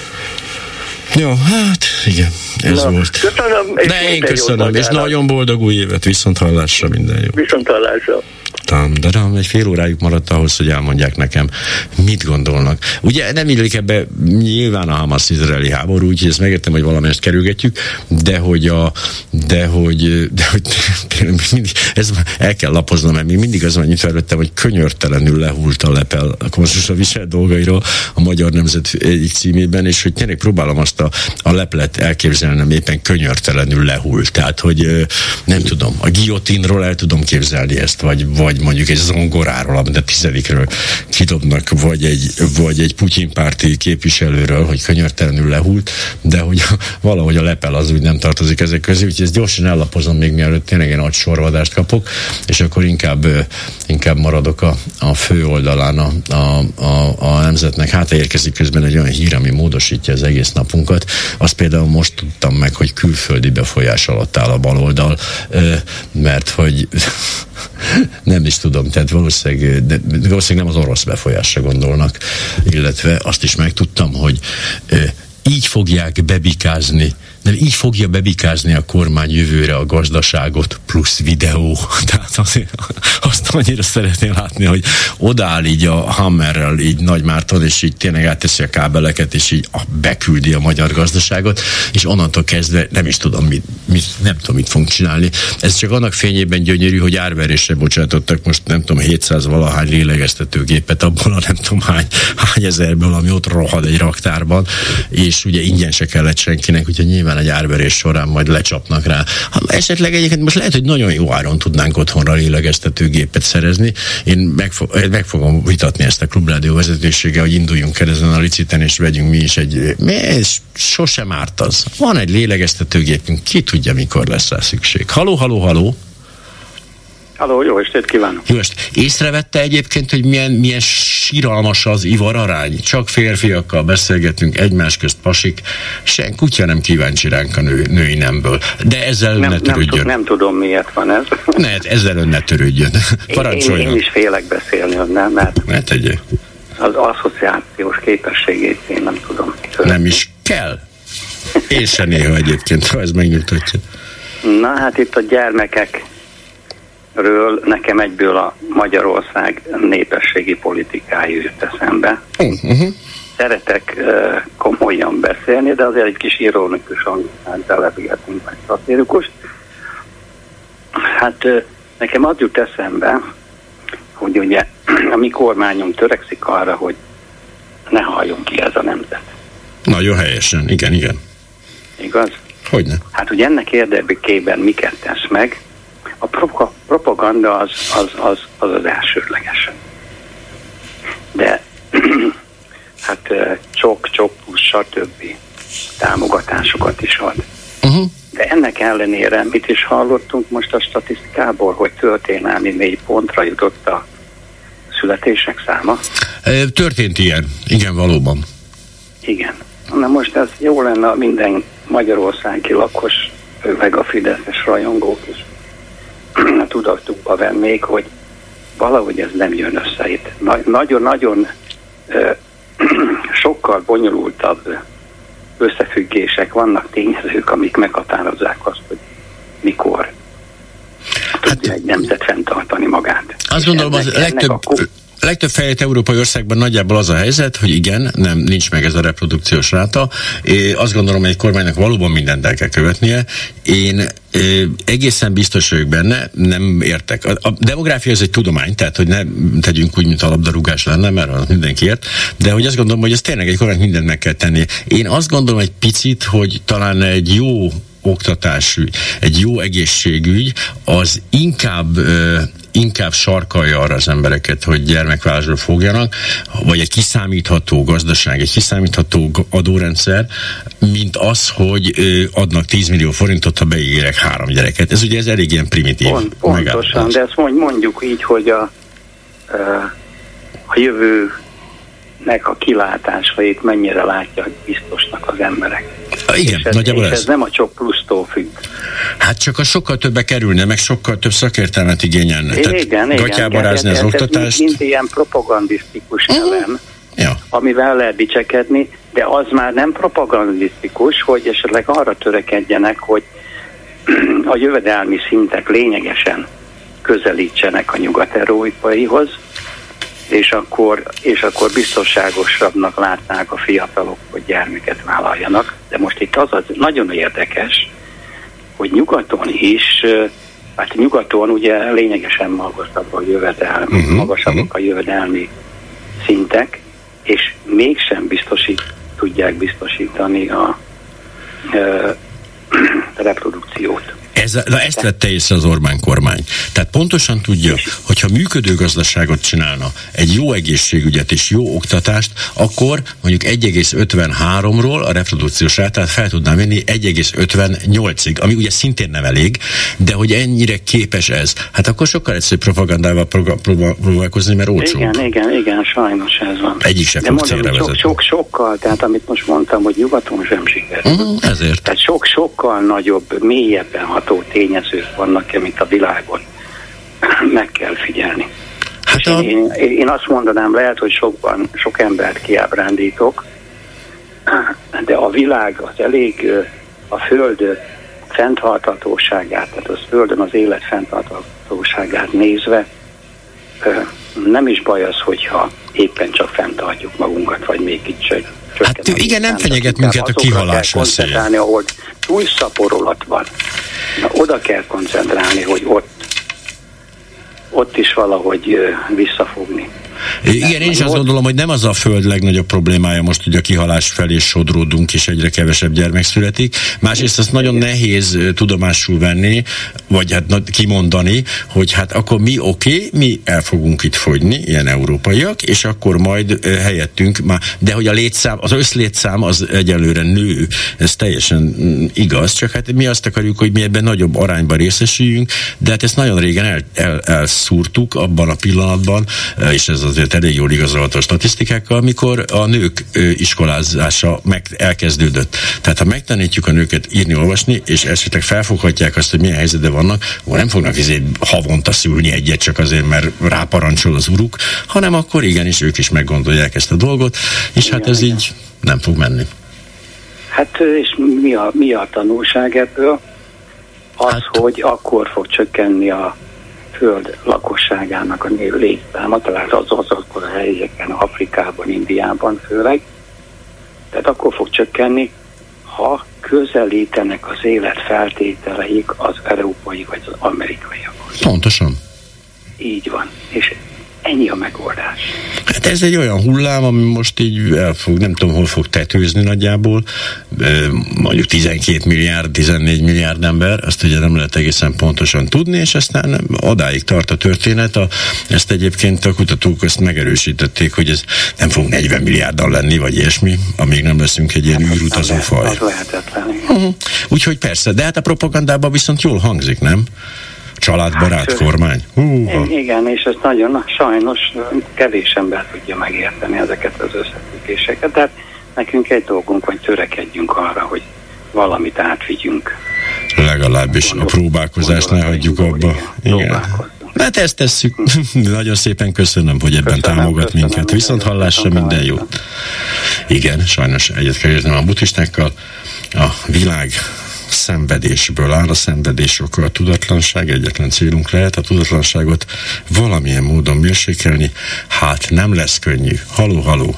[SPEAKER 2] Jó, hát igen, ez
[SPEAKER 9] Na,
[SPEAKER 2] volt.
[SPEAKER 9] Köszönöm,
[SPEAKER 2] de én köszönöm, és nagyon boldog új évet, viszont hallásra, minden jó.
[SPEAKER 9] Viszont hallásra.
[SPEAKER 2] Tam, de tam, egy fél órájuk maradt ahhoz, hogy elmondják nekem, mit gondolnak. Ugye nem illik ebbe nyilván a Hamas-izraeli háború, úgyhogy ezt megértem, hogy valamelyest kerülgetjük, de hogy a, de hogy, de hogy mindig, ez el kell lapoznom, mert még mindig az van nyitva előttem, hogy könyörtelenül lehult a lepel a konstruksa visel dolgairól a Magyar Nemzet egyik címében, és hogy tényleg próbálom azt a, a leplet elképzelnem, éppen könyörtelenül lehult. Tehát, hogy nem tudom, a guillotinról el tudom képzelni ezt, vagy, vagy mondjuk egy zongoráról, amit a tizedikről kidobnak, vagy egy, vagy egy Putyin párti képviselőről, hogy könyörtelenül lehult, de hogy valahogy a lepel az úgy nem tartozik ezek közé, úgyhogy ezt gyorsan ellapozom még mielőtt tényleg egy nagy sorvadást kapok, és akkor inkább, inkább maradok a, a fő oldalán a, a, a, a Nemzetnek. Hát érkezik közben egy olyan hír, ami módosítja az egész napunkat. Azt például most tudtam meg, hogy külföldi befolyás alatt áll a baloldal, mert hogy nem is tudom, tehát valószínűleg, de valószínűleg nem az orosz befolyásra gondolnak, illetve azt is megtudtam, hogy e, így fogják bebikázni, nem így fogja bebikázni a kormány jövőre a gazdaságot plusz videó. Tehát azért azt annyira szeretném látni, hogy odáll így a Hammerrel így Nagy Márton, és így tényleg átteszi a kábeleket, és így beküldi a magyar gazdaságot, és onnantól kezdve nem is tudom, mit, mit, nem tudom, mit fogunk csinálni. Ez csak annak fényében gyönyörű, hogy árverésre bocsátottak most nem tudom, hétszáz valahány lélegeztetőgépet abból a nem tudom hány, hány ezerből, ami ott rohad egy raktárban, és ugye ingyen se kellett senkinek, úgyhogy nyilván egy árverés során majd lecsapnak rá. Ha esetleg egyébként most lehet, hogy nagyon jó áron tudnánk otthonra lélegeztetőgépet szerezni. Én megfo- meg fogom vitatni ezt a Klubrádió vezetőséggel, hogy induljunk el ezen a liciten, és vegyünk mi is egy... Ez sosem árt az. Van egy lélegeztetőgépünk, ki tudja, mikor lesz rá szükség. Haló, haló, haló!
[SPEAKER 10] Halló, jó estét kívánok!
[SPEAKER 2] Jó estét! Észrevette egyébként, hogy milyen, milyen síralmas az ivararány? Csak férfiakkal beszélgetünk, egymás közt pasik, sen kutya nem kíváncsi ránk a nő, női nemből. De ezzel
[SPEAKER 10] nem,
[SPEAKER 2] ne törődjön.
[SPEAKER 10] Nem, nem tudom, miért van ez.
[SPEAKER 2] Ne, ezzel ön ne törődjön. Parancsoljon.
[SPEAKER 10] Én, én is félek beszélni, nem, mert
[SPEAKER 2] ne tegye.
[SPEAKER 10] Az asszociációs képességét én nem tudom. Törődni.
[SPEAKER 2] Nem is kell. Én se néha egyébként, ha ez megnyugtatja.
[SPEAKER 10] Na hát itt a gyermekek ről nekem egyből a Magyarország népességi politikája jut eszembe.
[SPEAKER 2] Uh-huh.
[SPEAKER 10] szeretek uh, komolyan beszélni, de azért egy kis ironikusan belebéltünk meg szatírikust. Hát uh, nekem az jut eszembe, hogy ugye a mi kormányunk törekszik arra, hogy ne halljon ki ez a nemzet.
[SPEAKER 2] Nagyon helyesen, igen, igen.
[SPEAKER 10] Igaz?
[SPEAKER 2] Hogyne?
[SPEAKER 10] Hát, hogy ennek érdekében miket tesz meg, a pro- propaganda az az, az, az az elsődleges. De hát csok-csok plusz stb. Támogatásokat is ad. Uh-huh. De ennek ellenére mit is hallottunk most a statisztikából, hogy történelmi mély pontra jutott a születések száma?
[SPEAKER 2] Történt ilyen, igen, valóban.
[SPEAKER 10] Igen. Na most ez jó lenne, minden magyarországi lakos, meg a fideszes rajongók is tudatukba vennék, hogy valahogy ez nem jön össze itt. Nagyon-nagyon sokkal bonyolultabb összefüggések vannak, tényezők, amik meghatározzák azt, hogy mikor tudja egy nemzet fenntartani magát.
[SPEAKER 2] Azt gondolom, az legtöbb... A legtöbb fejlett európai országban nagyjából az a helyzet, hogy igen, nem, nincs meg ez a reprodukciós ráta. Én azt gondolom, hogy egy kormánynak valóban mindent el kell követnie. Én e, egészen biztos vagyok benne, nem értek. A, a demográfia ez egy tudomány, tehát hogy ne tegyünk úgy, mint a labdarúgás lenne, mert az mindenki ért, de hogy azt gondolom, hogy ez tényleg egy kormánynak mindent meg kell tennie. Én azt gondolom egy picit, hogy talán egy jó oktatásügy, egy jó egészségügy, az inkább ö, inkább sarkalja arra az embereket, hogy gyermekvállalásra fogjanak, vagy egy kiszámítható gazdaság, egy kiszámítható adórendszer, mint az, hogy ö, adnak tíz millió forintot, ha beígérek három gyereket. Ez ugye ez elég ilyen primitív.
[SPEAKER 10] Pont, pontosan, de ezt mondjuk így, hogy a, a jövőnek a kilátásait mennyire látja biztosnak az emberek.
[SPEAKER 2] Igen,
[SPEAKER 10] és ez,
[SPEAKER 2] nagyjából
[SPEAKER 10] és
[SPEAKER 2] ez.
[SPEAKER 10] ez nem a csak plusztól függ.
[SPEAKER 2] Hát csak a sokkal többe kerülne, meg sokkal több szakértelmet igényelne.
[SPEAKER 10] Igen, igen.
[SPEAKER 2] Gatyába rázni az
[SPEAKER 10] ez,
[SPEAKER 2] oktatást.
[SPEAKER 10] Ez mind ilyen propagandisztikus elem,
[SPEAKER 2] ja.
[SPEAKER 10] amivel lehet dicsekedni, de az már nem propagandisztikus, hogy esetleg arra törekedjenek, hogy a jövedelmi szintek lényegesen közelítsenek a nyugat-európaihoz, és akkor, és akkor biztonságosabbnak látnák a fiatalok, hogy gyermeket vállaljanak. De most itt az az nagyon érdekes, hogy nyugaton is, hát nyugaton ugye lényegesen magasabb a jövedelmi, uh-huh, magasabbak uh-huh. a jövedelmi szintek, és mégsem biztosít, tudják biztosítani a, a reprodukciót.
[SPEAKER 2] Ez, na ezt vette észre az Orbán kormány. Tehát pontosan tudja, hogyha működő gazdaságot csinálna, egy jó egészségügyet és jó oktatást, akkor mondjuk egy egész ötvenháromról a reprodukciós rátát fel tudná venni egy egész ötvennyolcig, ami ugye szintén nem elég, de hogy ennyire képes ez, hát akkor sokkal egyszerűbb propagandával próbálkozni, mert olcsóbb.
[SPEAKER 10] Igen, igen, igen, sajnos ez van.
[SPEAKER 2] Egyik sem fog célra vezetni.
[SPEAKER 10] Sok, sok, sokkal, tehát amit most mondtam, hogy nyugaton sem sikerült.
[SPEAKER 2] Uh-huh, ezért.
[SPEAKER 10] Tehát sok, sokkal nagyobb, mélyebben ható tényezők vannak, amit a világon meg kell figyelni. Hát a... én, én azt mondanám, lehet, hogy sokban, sok embert kiábrándítok, de a világ az elég a Föld fenntarthatóságát, tehát az Földön az élet fenntarthatóságát nézve nem is baj az, hogyha éppen csak fenntartjuk magunkat, vagy még kicsit.
[SPEAKER 2] Hát igen, nem fenyeget minket a kihalás veszélye.
[SPEAKER 10] Ahol túlszaporulat van. Na, oda kell koncentrálni, hogy ott ott is valahogy visszafogni.
[SPEAKER 2] Igen, én is azt gondolom, hogy nem az a Föld legnagyobb problémája most, hogy a kihalás felé sodródunk, és egyre kevesebb gyermek születik. Másrészt azt nagyon nehéz tudomásul venni, vagy hát kimondani, hogy hát akkor mi oké, okay, mi el fogunk itt fogyni, ilyen európaiak, és akkor majd helyettünk már, de hogy a létszám, az összlétszám az egyelőre nő, ez teljesen igaz, csak hát mi azt akarjuk, hogy mi ebben nagyobb arányban részesüljünk, de hát ezt nagyon régen el, el, elszúrtuk abban a pillanatban, és ez azért elég jól igazolható statisztikákkal, amikor a nők iskolázása meg elkezdődött. Tehát ha megtanítjuk a nőket írni, olvasni, és esetleg felfoghatják azt, hogy milyen helyzetben vannak, akkor nem fognak izé havonta szülni egyet csak azért, mert ráparancsol az uruk, hanem akkor igenis ők is meggondolják ezt a dolgot, és hát ez így nem fog menni.
[SPEAKER 10] Hát és mi a, mi a tanulság ebből? Az, hát, hogy akkor fog csökkenni a Föld lakosságának a létszáma, talán az az akkor a helyeken, Afrikában, Indiában főleg, Tehát akkor fog csökkenni, ha közelítenek az életfeltételeik az európai vagy az amerikaiakhoz.
[SPEAKER 2] Pontosan.
[SPEAKER 10] Így van. És ennyi a megoldás.
[SPEAKER 2] Hát ez egy olyan hullám, ami most így el fog, nem tudom, hol fog tetőzni nagyjából, mondjuk tizenkét milliárd, tizennégy milliárd ember, azt ugye nem lehet egészen pontosan tudni, és aztán odáig tart a történet. A, ezt egyébként a kutatók ezt megerősítették, hogy ez nem fog negyven milliárddal lenni, vagy ilyesmi, amíg nem leszünk egy ilyen űrutazó faj.
[SPEAKER 10] Az lehetetlen.
[SPEAKER 2] Uh-huh. Úgyhogy persze, de hát a propagandában viszont jól hangzik, nem? Családbarát hát, kormány. Húha.
[SPEAKER 10] Igen, és ezt nagyon na, sajnos kevés ember tudja megérteni ezeket az összefüggéseket, de nekünk egy dolgunk, hogy törekedjünk arra, hogy valamit átvigyünk.
[SPEAKER 2] Legalábbis a próbálkozást ne hagyjuk abba. Igen. Igen. Hát ezt tesszük. Nagyon szépen köszönöm, hogy ebben köszönöm, támogat köszönöm, minket. Viszont hallásra minden jót. Igen, sajnos egyet kell értenem a buddhistákkal. A világ szenvedésből áll, a szenvedés oka a tudatlanság, egyetlen célunk lehet a tudatlanságot valamilyen módon mérsékelni, hát nem lesz könnyű. Haló, haló.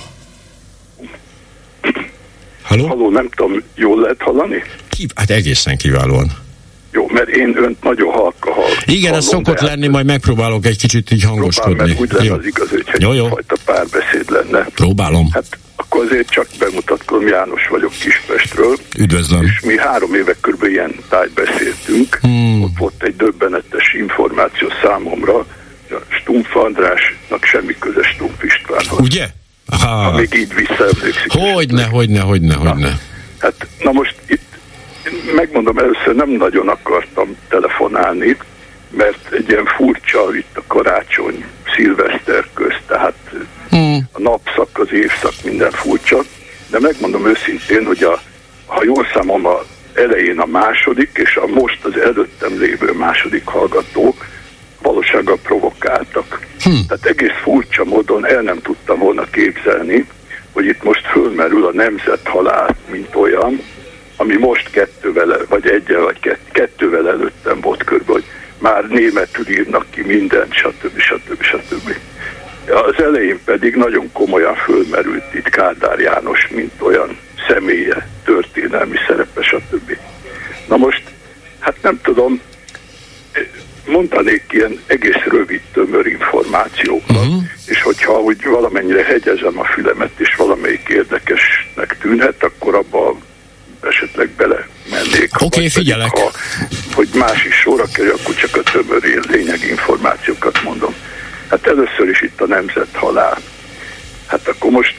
[SPEAKER 2] Haló?
[SPEAKER 11] Haló, nem tudom, jól lehet hallani?
[SPEAKER 2] Ki? Hát egészen kiválóan.
[SPEAKER 11] Jó, mert én önt nagyon halka hall.
[SPEAKER 2] Igen, ez szokott lenni, hát, majd megpróbálok egy kicsit így hangoskodni.
[SPEAKER 11] Próbál, mert úgy lenne az igaz, hogy
[SPEAKER 2] jó, jó.
[SPEAKER 11] Fajta párbeszéd lenne.
[SPEAKER 2] Próbálom.
[SPEAKER 11] Hát akkor azért csak bemutatkozom, János vagyok Kispestről.
[SPEAKER 2] Üdvözlöm.
[SPEAKER 11] És mi három éve körülbelül ilyen tájt beszéltünk. Hmm. Ott volt egy döbbenetes információ számomra, hogy a Stumpf Andrásnak semmi köze Stumpf Istvánhoz.
[SPEAKER 2] Ugye?
[SPEAKER 11] Ha még így visszaemlékszik.
[SPEAKER 2] Hogyne, hogyne, hogyne, hogyne.
[SPEAKER 11] Hát, na most itt megmondom, először nem nagyon akartam telefonálni, mert egy ilyen furcsa itt a karácsony, szilveszter közt, tehát hmm. a napszak, az évszak, minden furcsa, de megmondom őszintén, hogy a, ha jól számom, a elején a második, és a most az előttem lévő második hallgató valósággal provokáltak. Hmm. Tehát egész furcsa módon el nem tudtam volna képzelni, hogy itt most fölmerül a nemzethalál, mint olyan, ami most kettővel, vagy egyel, vagy kett, kettővel előttem volt körülbelül, hogy már németül írnak ki mindent, stb. stb. stb. Az elején pedig nagyon komolyan fölmerült itt Kádár János, mint olyan személye, történelmi szerepe, stb. Na most, hát nem tudom, mondanék ilyen egész rövid, tömör információkat, uh-huh. és hogyha úgy valamennyire hegyezem a fülemet, és valamelyik érdekesnek tűnhet, akkor abban esetleg bele mennék.
[SPEAKER 2] Oké, okay, figyelek.
[SPEAKER 11] Ha, hogy más is sorra kerül, akkor csak a tömör lényeg információkat mondom. Hát először is itt a nemzethalál. Hát akkor most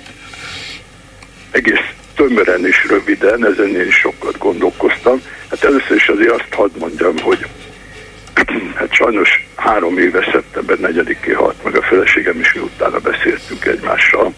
[SPEAKER 11] egész tömören és röviden, ezen én is sokat gondolkoztam. Hát először is azért azt hadd mondjam, hogy hát sajnos három éve szeptember negyedikén halt meg a feleségem, és mi utána beszéltünk egymással.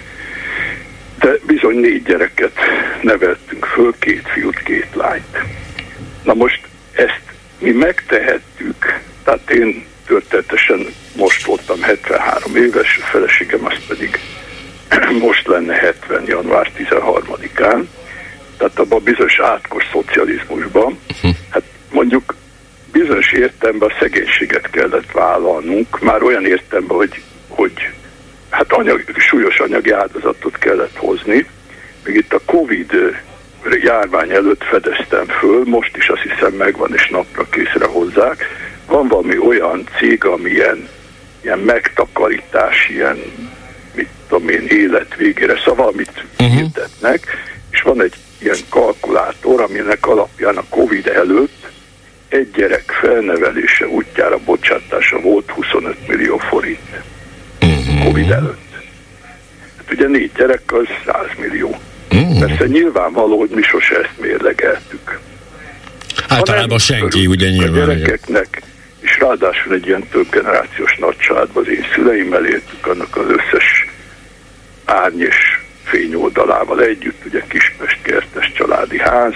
[SPEAKER 11] De bizony négy gyereket neveltünk föl, két fiút, két lányt. Na most ezt mi megtehettük, tehát én történetesen most voltam hetvenhárom éves, a feleségem az pedig most lenne hetven január tizenharmadikán, tehát abban a bizonyos átkos szocializmusban, hát mondjuk bizonyos értelemben a szegénységet kellett vállalnunk, már olyan értelemben, hogy, hogy hát anyag, súlyos anyagi áldozatot kellett hozni. Még itt a Covid járvány előtt fedeztem föl, most is azt hiszem megvan, és napra készre hozzák. Van valami olyan cég, ami ilyen, ilyen megtakarítás, ilyen, mit tudom én, élet végére, szóval valamit uh-huh. hirdetnek, és van egy ilyen kalkulátor, aminek alapján a Covid előtt egy gyerek felnevelése útjára bocsátása volt huszonöt millió forint. Uh-huh. Covid előtt. Hát ugye négy gyerek az száz millió. Uh-huh. Persze nyilvánvaló, hogy mi sose ezt mérlegeltük.
[SPEAKER 2] Általában senki, ugye nyilván.
[SPEAKER 11] A gyerekeknek, és ráadásul egy ilyen több generációs nagy családban az én szüleimmel éltük, annak az összes árny és fényoldalával együtt, ugye Kispest kertes családi ház,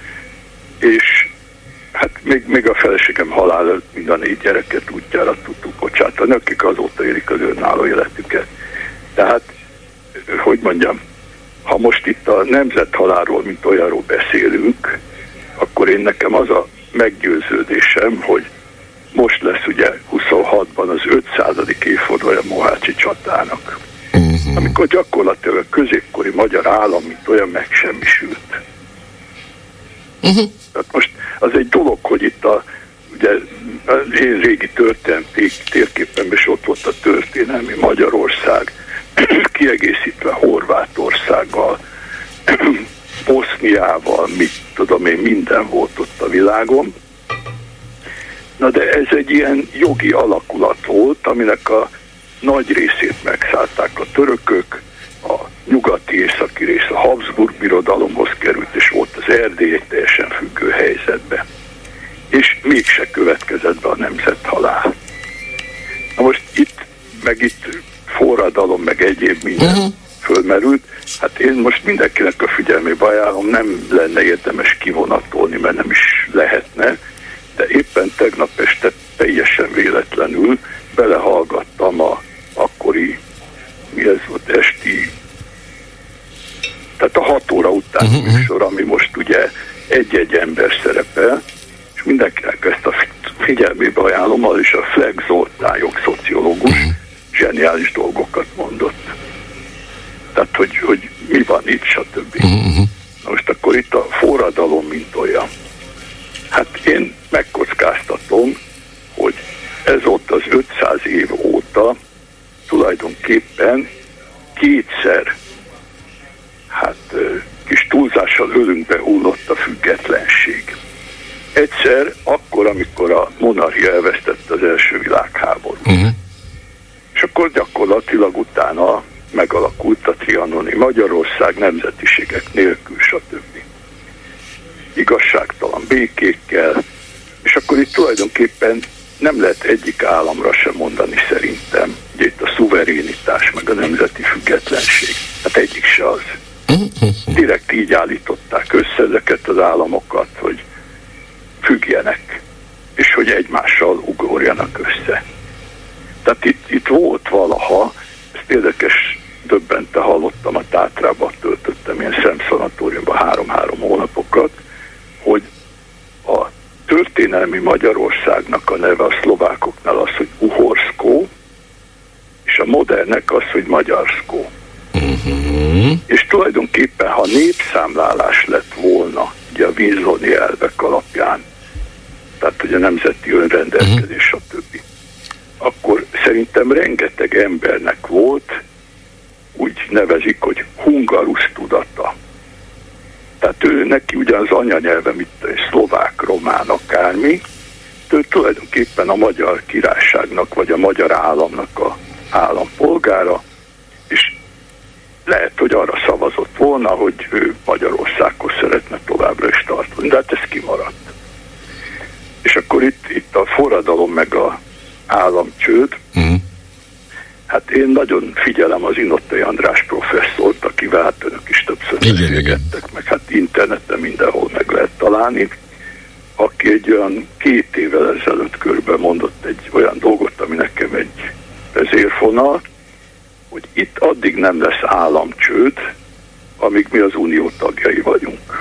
[SPEAKER 11] és hát még, még a feleségem halál előtt mind a négy gyereket útjára tudtuk bocsátani, akik azóta élik az önálló életüket. Tehát, hogy mondjam, ha most itt a nemzethalálról, mint olyanról beszélünk, akkor én nekem az a meggyőződésem, hogy most lesz ugye huszonhatban az ötszázadik évfordulója Mohácsi csatának. Uh-huh. Amikor gyakorlatilag a középkori magyar magyar állam, mint olyan megsemmisült.
[SPEAKER 2] Uh-huh.
[SPEAKER 11] Tehát most az egy dolog, hogy itt a, ugye, az én régi történelmi térképemben is ott volt a történelmi Magyarország, kiegészítve Horvátországgal, Boszniával, mit tudom én, minden volt ott a világon. Na de ez egy ilyen jogi alakulat volt, aminek a nagy részét megszállták a törökök, a nyugati északi rész a Habsburg birodalomhoz került, és volt az Erdély egy teljesen függő helyzetben. És mégse következett be a nemzethalál. Na most itt, meg itt forradalom, meg egyéb minden uh-huh. fölmerült. Hát én most mindenkinek a figyelmébe ajánlom, nem lenne érdemes kivonatolni, mert nem is lehetne, de éppen tegnap este teljesen véletlenül belehallgattam a akkori, mi ez volt, esti, tehát a hat óra után uh-huh. műsor, ami most ugye egy-egy ember szerepel, és mindenkinek ezt a figyelmébe ajánlom, az is a Fleck Zoltán jogszociológus, uh-huh. zseniális dolgokat mondott. Tehát, hogy, hogy mi van itt, stb. Uh-huh. Na most akkor itt a forradalom, mint olyan. Hát én megkockáztatom, hogy ez ott az ötszáz év óta tulajdonképpen kétszer, hát kis túlzással ölünkbe hullott a függetlenség. Egyszer akkor, amikor a monarchia elvesztette az első világháborút. Uh-huh. És akkor gyakorlatilag utána megalakult a trianoni Magyarország nemzetiségek nélkül, stb. Igazságtalan békékkel, és akkor itt tulajdonképpen nem lehet egyik államra sem mondani szerintem, ugye itt a szuverénitás, meg a nemzeti függetlenség. Hát egyik se az. Direkt így állították össze ezeket az államokat, hogy függjenek, és hogy egymással ugorjanak össze. Tehát itt, itt volt valaha, ezt érdekes, döbbente hallottam, a Tátrában töltöttem ilyen szemszanatóriumban három-három hónapokat, hogy a történelmi Magyarországnak a neve a szlovákoknál az, hogy Uhorszkó, és a modernek az, hogy Magyarszkó. Uh-huh. És tulajdonképpen, ha népszámlálás lett volna, ugye a Windsori elvek alapján, tehát hogy a nemzeti önrendelkezés, uh-huh. stb., akkor szerintem rengeteg embernek volt, úgy nevezik, hogy hungarus tudata. Tehát ő neki ugyanaz anyanyelve, mint egy szlovák, román, akármi, ő tulajdonképpen a magyar királyságnak, vagy a magyar államnak a állampolgára, és lehet, hogy arra szavazott volna, hogy ő Magyarországhoz szeretne továbbra is tartani, de hát ez kimaradt. És akkor itt, itt a forradalom meg a államcsőd, mm. hát én nagyon figyelem az Inottai András professzort, akivel hát önök is többször beszélgettek, meg hát interneten mindenhol meg lehet találni, aki egy olyan két évvel ezelőtt körben mondott egy olyan dolgot, ami nekem egy vezérfonal, hogy itt addig nem lesz államcsőd, amíg mi az unió tagjai vagyunk.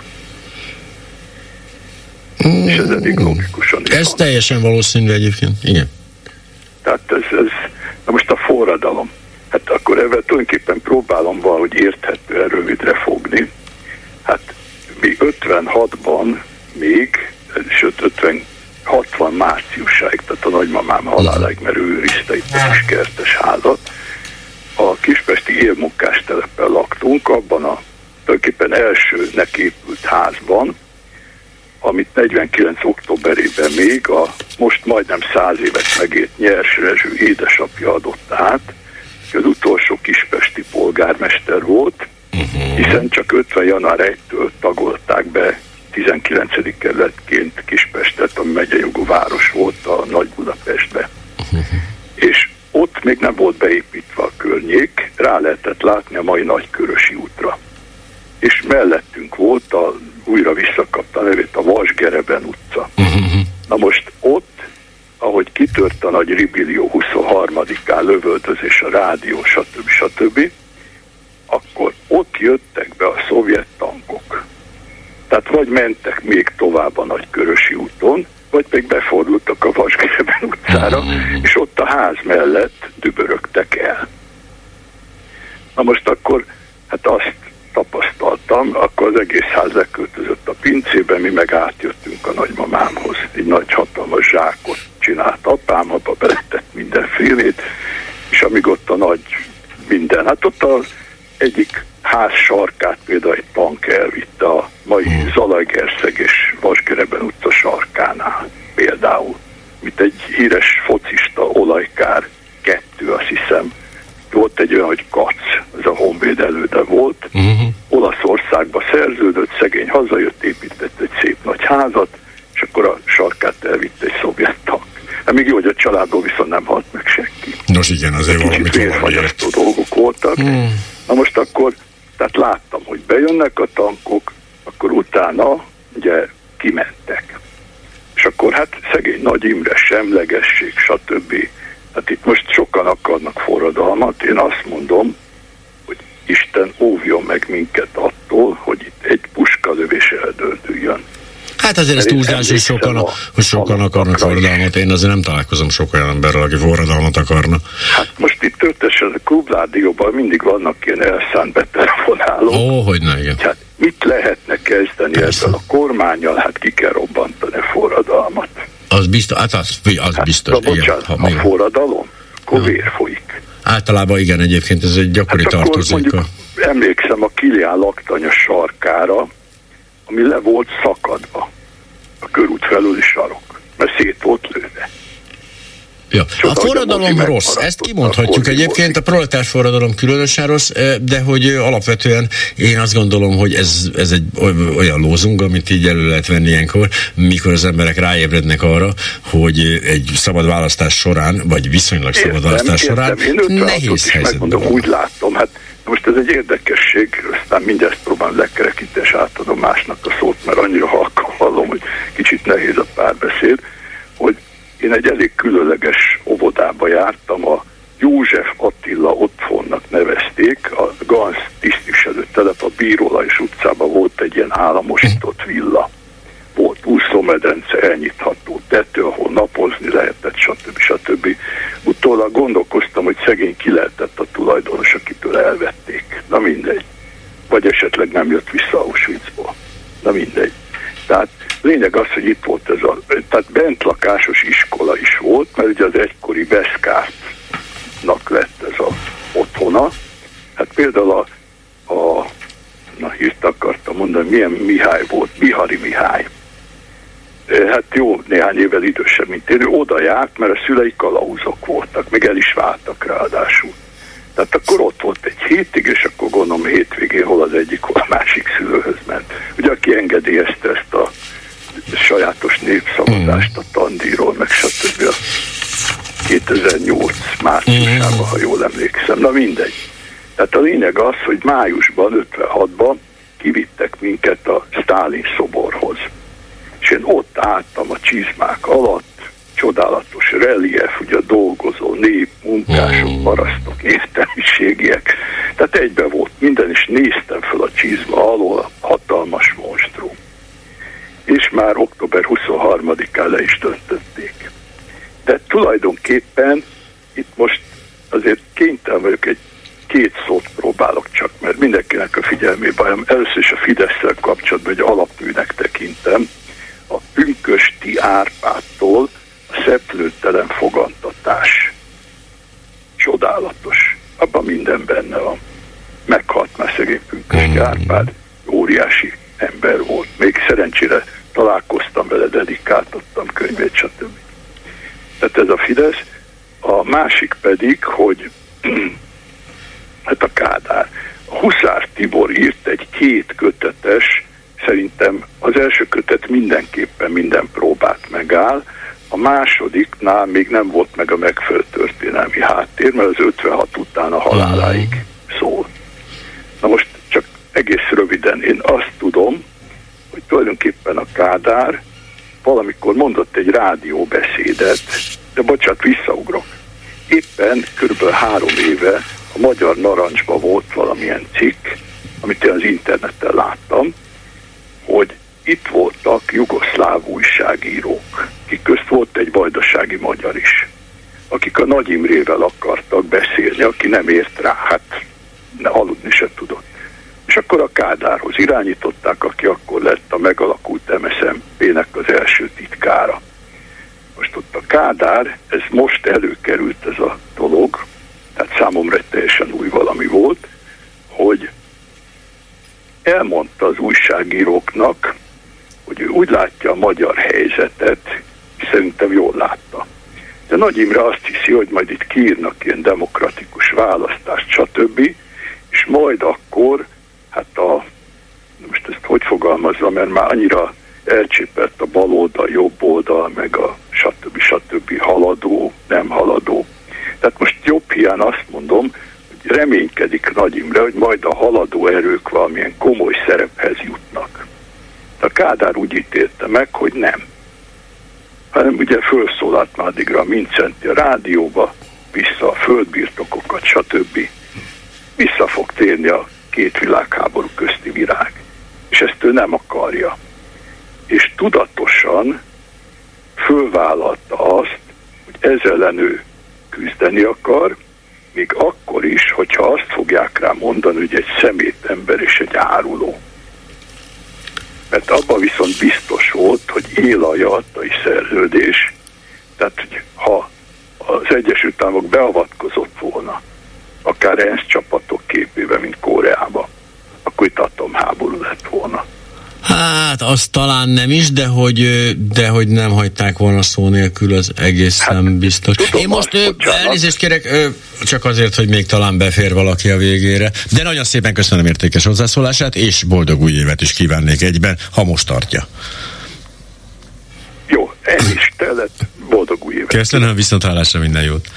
[SPEAKER 11] Mm. És ez eddig logikusan is
[SPEAKER 2] Ez van. Teljesen valószínű egyébként, igen.
[SPEAKER 11] Tehát ez, ez, na most a forradalom. Hát akkor ebben tulajdonképpen próbálom valahogy érthetően rövidre fogni. Hát mi ötvenhatban még, sőt ötven hatvan márciusáig, tehát a nagymamám haláláig, mert ő őrizte itt a kis kertes házat. A kispesti élmunkástelepen laktunk, abban a tulajdonképpen elsőnek épült házban, amit negyvenkilenc októberében még a most majdnem száz évet megélt Nyers Rezső édesapja adott át, az utolsó kispesti polgármester volt, hiszen csak ötven január elsejétől tagolták be tizenkilencedik kerületként Kispestet, ami megyejogú város volt a Nagy Budapestbe. És ott még nem volt beépítve a környék, rá lehetett látni a mai Nagykörösi útra. És mellettünk volt, a, újra visszakapta a nevét, a Vasgereben utca. Na most ott, ahogy kitört a nagy ribillió huszonharmadikán, lövöldözés, a rádió, stb. stb., akkor ott jöttek be a szovjet tankok. Tehát vagy mentek még tovább a Nagykörösi úton, vagy még befordultak a Vasgereben utcára, és ott a ház mellett dübörögtek el. Na most akkor, hát azt tapasztaltam, akkor az egész ház leköltözött a pincébe, mi meg átjöttünk a nagymamámhoz. Egy nagy hatalmas zsákot csinált apám, abba beletett mindenfélét, és amíg ott a nagy minden, hát ott az egyik ház sarkát például egy tank elvitte a mai Zalaegerszeg és Vasgereben utca sarkánál például, mint egy híres focista, Olajkár kettő, azt hiszem. Volt egy olyan, hogy Kac, ez a Honvéd előde volt, uh-huh. Olaszországba szerződött, szegény hazajött, épített egy szép nagy házat, és akkor a sarkát elvitte egy szovjet tank. Hát még jó, hogy a családból viszont nem halt meg senki.
[SPEAKER 2] Nos igen, azért valamit
[SPEAKER 11] vérfagyasztó dolgok voltak. Hmm. Na most akkor, tehát láttam, hogy bejönnek a tankok, akkor utána ugye kimentek. És akkor hát szegény Nagy Imre, semlegesség, stb. Hát itt most sokan akarnak forradalmat, én azt mondom, hogy Isten óvjon meg minket attól, hogy itt egy puskalövés eldördüljön.
[SPEAKER 2] Hát azért ez túlzás, hogy sokan, a, hogy sokan akarnak forradalmat. Én azért nem találkozom sok olyan emberrel, aki forradalmat akarna.
[SPEAKER 11] Hát most itt történetesen a Klubrádióban mindig vannak ilyen elszánt betelefonálók.
[SPEAKER 2] Ó, hogy ne, igen.
[SPEAKER 11] Hát mit lehetne kezdeni Persze. ezzel a kormánnyal? Hát ki kell robbantani a forradalmat.
[SPEAKER 2] Az biztos, hát az, az
[SPEAKER 11] hát,
[SPEAKER 2] biztos.
[SPEAKER 11] Igen, bocsánat, ha a forradalom, akkor vér folyik.
[SPEAKER 2] Általában igen, egyébként ez egy gyakori hát tartozék. A...
[SPEAKER 11] Emlékszem a Kilián laktanya sarkára, ami le volt szakadva. A körút felüli sarok, mert szét volt lőve.
[SPEAKER 2] Ja. A forradalom rossz, ezt kimondhatjuk egyébként, a proletár forradalom különösen rossz, de hogy alapvetően én azt gondolom, hogy ez, ez egy olyan lózung, amit így elő lehet venni ilyenkor, mikor az emberek ráébrednek arra, hogy egy szabad választás során, vagy viszonylag szabad értem, választás értem. során
[SPEAKER 11] én
[SPEAKER 2] nehéz helyzetben
[SPEAKER 11] van. Úgy látom, hát most ez egy érdekesség, aztán mindjárt próbálom lekerekíteni, és átadom másnak a szót, mert annyira halkan hallom, hogy kicsit nehéz a párbeszéd, hogy én egy elég különleges óvodába jártam, a József Attila otthonnak nevezték, a Ganz tisztviselő telep, a Bírólajos utcában volt egy ilyen államosított villa. Volt úszómedence, elnyitható tető, ahol napozni lehetett, stb. stb. Utólag gondolkoztam, hogy szegény ki lehetett a tulajdonos, akitől elvették. Na mindegy. Vagy esetleg nem jött vissza Auschwitzból. Na mindegy. Tehát lényeg az, hogy itt volt ez a, tehát bentlakásos iskola is volt, mert ugye az egykori Beszkártnak lett ez a otthona. Hát például a, a na hírt akartam mondani, milyen Mihály volt, Bihari Mihály. Hát jó, néhány évvel idősebb, mint én, ő oda járt, mert a szülei kalauzok voltak, meg el is váltak ráadásul. Tehát akkor ott volt egy hétig, és akkor gondolom hétvégén hol az egyik, hol a másik szülőhöz ment. Ugye aki engedélyezte ezt a sajátos népszavazást a tandíról, meg stb. A kétezer-nyolc márciusában, ha jól emlékszem. Na mindegy. Tehát a lényeg az, hogy májusban, ötvenhatban kivittek minket a Sztálin szoborhoz. És én ott álltam a csizmák alatt, csodálatos relief, ugye dolgozó nép, munkások, parasztok, értelmiségiek. Tehát egybe volt minden, és néztem fel a csizma alól, a hatalmas monstrum. És már október huszonharmadikán le is döntötték. De tulajdonképpen itt most azért kénytelen vagyok, egy két szót próbálok csak, mert mindenkinek a figyelmében, először is a Fidesz-szel kapcsolatban, hogy alapműnek tekintem, a Pünkösdi Árpádtól a szeplőtelen fogantatás. Csodálatos. Abban minden benne van. Meghalt már szegény Pünkösdi Árpád. Óriási ember volt. Még szerencsére találkoztam vele, dedikáltattam könyvét, stb. Tehát ez a Fidesz. A másik pedig, hogy hát a Kádár. A Huszár Tibor írt egy két kötetes, szerintem az első kötet mindenképpen minden próbát megáll, a másodiknál még nem volt meg a megfelelő történelmi háttér, mert az ötvenhat után a haláláig szól. Na most csak egész röviden én azt tudom, hogy tulajdonképpen a Kádár valamikor mondott egy rádióbeszédet, de bocsánat, visszaugrok. Éppen körülbelül három éve a Magyar Narancsban volt valamilyen cikk, amit én az interneten láttam, hogy itt voltak jugoszláv újságírók, akik közt volt egy vajdasági magyar is, akik a Nagy Imrével akartak beszélni, aki nem ért rá, hát ne aludni se tudott. És És akkor a Kádárhoz irányították, aki akkor lett a megalakult em es zé pé-nek az első titkára. Most ott a Kádár, ez most előkerült ez a dolog, tehát számomra egy teljesen új valami volt, hogy elmondta az újságíróknak, hogy ő úgy látja a magyar helyzetet, és szerintem jól látta. De Nagy Imre azt hiszi, hogy majd itt kiírnak ilyen demokratikus választást, stb. És majd akkor, hát a, most ezt hogy fogalmazza, mert már annyira elcsépelt a bal oldal, jobb oldal, meg a stb. stb. Haladó, nem haladó. Tehát most jobb hiány azt mondom, hogy reménykedik Nagy Imre, hogy majd a haladó erők valamilyen komoly szerephez jutnak. De a Kádár úgy ítélte meg, hogy nem. Hanem ugye felszólalt már addigra a Mincenti a rádióba, vissza a földbirtokokat, stb. Vissza fog térni a két világháború közti virág. És ezt ő nem akarja. És tudatosan fölvállalta azt, hogy ezzel ellen ő küzdeni akar, még akkor is, hogyha azt fogják rá mondani, hogy egy szemétember és egy áruló. Mert abban viszont biztos volt, hogy él a jaltai szerződés, tehát hogy ha az Egyesült Államok beavatkozott volna, akár ENSZ csapatok képébe, mint Koreába, akkor itt atomháború lett volna.
[SPEAKER 2] Hát, az talán nem is, de hogy, de hogy nem hagyták volna szó nélkül, az egészen hát, biztos. Tudom, én most ő, elnézést kérek, ő, csak azért, hogy még talán befér valaki a végére, de nagyon szépen köszönöm értékes hozzászólását, és boldog új évet is kívánnék egyben, ha most tartja.
[SPEAKER 11] Jó, ennyi is tellett, boldog új évet.
[SPEAKER 2] Köszönöm, viszonthallásra, minden jót.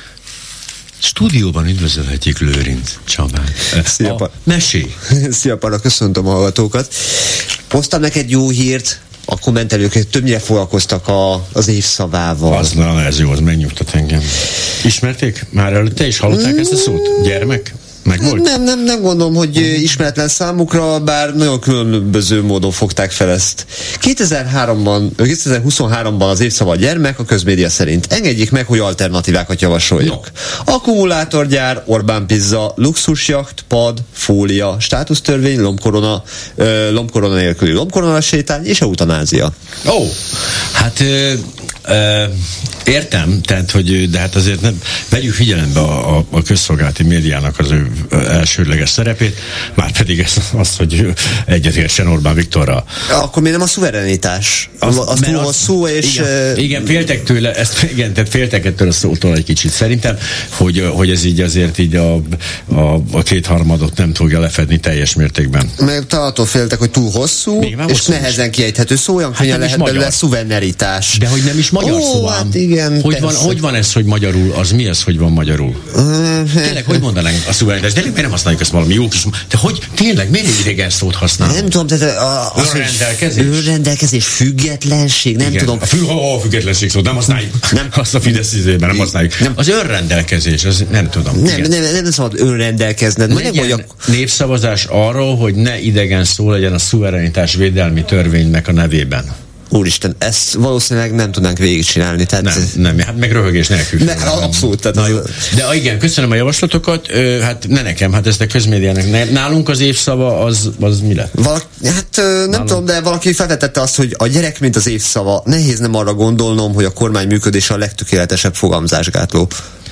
[SPEAKER 2] Stúdióban üdvözölhetjük Lőrinc Csabát.
[SPEAKER 12] Szia,
[SPEAKER 2] a... Mesélj!
[SPEAKER 12] Szia, Para, köszöntöm a hallgatókat. Hoztam neked jó hírt, a kommentelők többnyire foglalkoztak a, az évszavával.
[SPEAKER 2] Az, na, ez jó, az megnyugtat engem. Ismerték? Már előtte is hallották mm. ezt a szót? Gyermek? Megvolt?
[SPEAKER 12] Nem, nem, nem gondolom, hogy ismeretlen számukra, bár nagyon különböző módon fogták fel ezt. kétezer-háromban, kétezer-huszonháromban az évszava gyermek, a közmédia szerint. Engedjék meg, hogy alternatívákat javasoljak. No. Akkumulátorgyár, Orbán pizza, luxusjacht, pad, fólia, státusztörvény, lombkorona, ö, lombkorona nélküli lombkorona sétány és eutanázia.
[SPEAKER 2] Ó, oh, hát ö, ö, értem, tehát, hogy, de hát azért nem, vegyük figyelembe a, a, a közszolgálati médiának az ő elsődleges szerepét, már pedig ez az, hogy egyetértsen Orbán Viktorral.
[SPEAKER 12] Akkor miért nem a szuverenitás? Az, az túl hosszú, és...
[SPEAKER 2] Igen, igen, féltek tőle, ezt, igen, tehát féltek ettől a szótól egy kicsit szerintem, hogy, hogy ez így azért így a, a, a kétharmadot nem tudja lefedni teljes mértékben.
[SPEAKER 12] Mert attól féltek, hogy túl hosszú, és hosszú nehezen is kiejthető szó, olyan könnyen hát lehet belőle szuverenitás.
[SPEAKER 2] De hogy nem is magyar
[SPEAKER 12] Ó,
[SPEAKER 2] szó.
[SPEAKER 12] Hát igen,
[SPEAKER 2] hogy, van, hogy van ez, hogy magyarul, az mi ez, hogy van magyarul? Tényleg, hogy mondanánk a szuverenitás? De miért nem használjuk ezt valami jó kis... De hogy tényleg, miért egy idegen szót használunk?
[SPEAKER 12] Nem tudom, de a, az,
[SPEAKER 2] önrendelkezés?
[SPEAKER 12] Önrendelkezés, függetlenség, nem
[SPEAKER 2] igen.
[SPEAKER 12] tudom.
[SPEAKER 2] A, fü- a függetlenség szót nem használjuk. Nem. Azt a Fidesz izében nem használjuk. Nem. Az önrendelkezés, az nem tudom.
[SPEAKER 12] Nem, nem, nem, nem szabad önrendelkezned.
[SPEAKER 2] Legyen nem népszavazás arról, hogy ne idegen szó legyen a szuverenitás védelmi törvénynek a nevében.
[SPEAKER 12] Úristen, ezt valószínűleg nem tudnánk végigcsinálni. Tehát
[SPEAKER 2] nem, nem, hát meg röhögés nélkül.
[SPEAKER 12] Ne, abszolút. Tehát
[SPEAKER 2] na, jó. De igen, köszönöm a javaslatokat, ö, hát ne nekem, hát ezt a közmédiának. Nálunk az évszava, az, az mi lett?
[SPEAKER 12] Valaki, hát nem Nálunk. tudom, de valaki felvetette azt, hogy a gyerek, mint az évszava. Nehéz nem arra gondolnom, hogy a kormány működése a legtökéletesebb fogamzásgátló.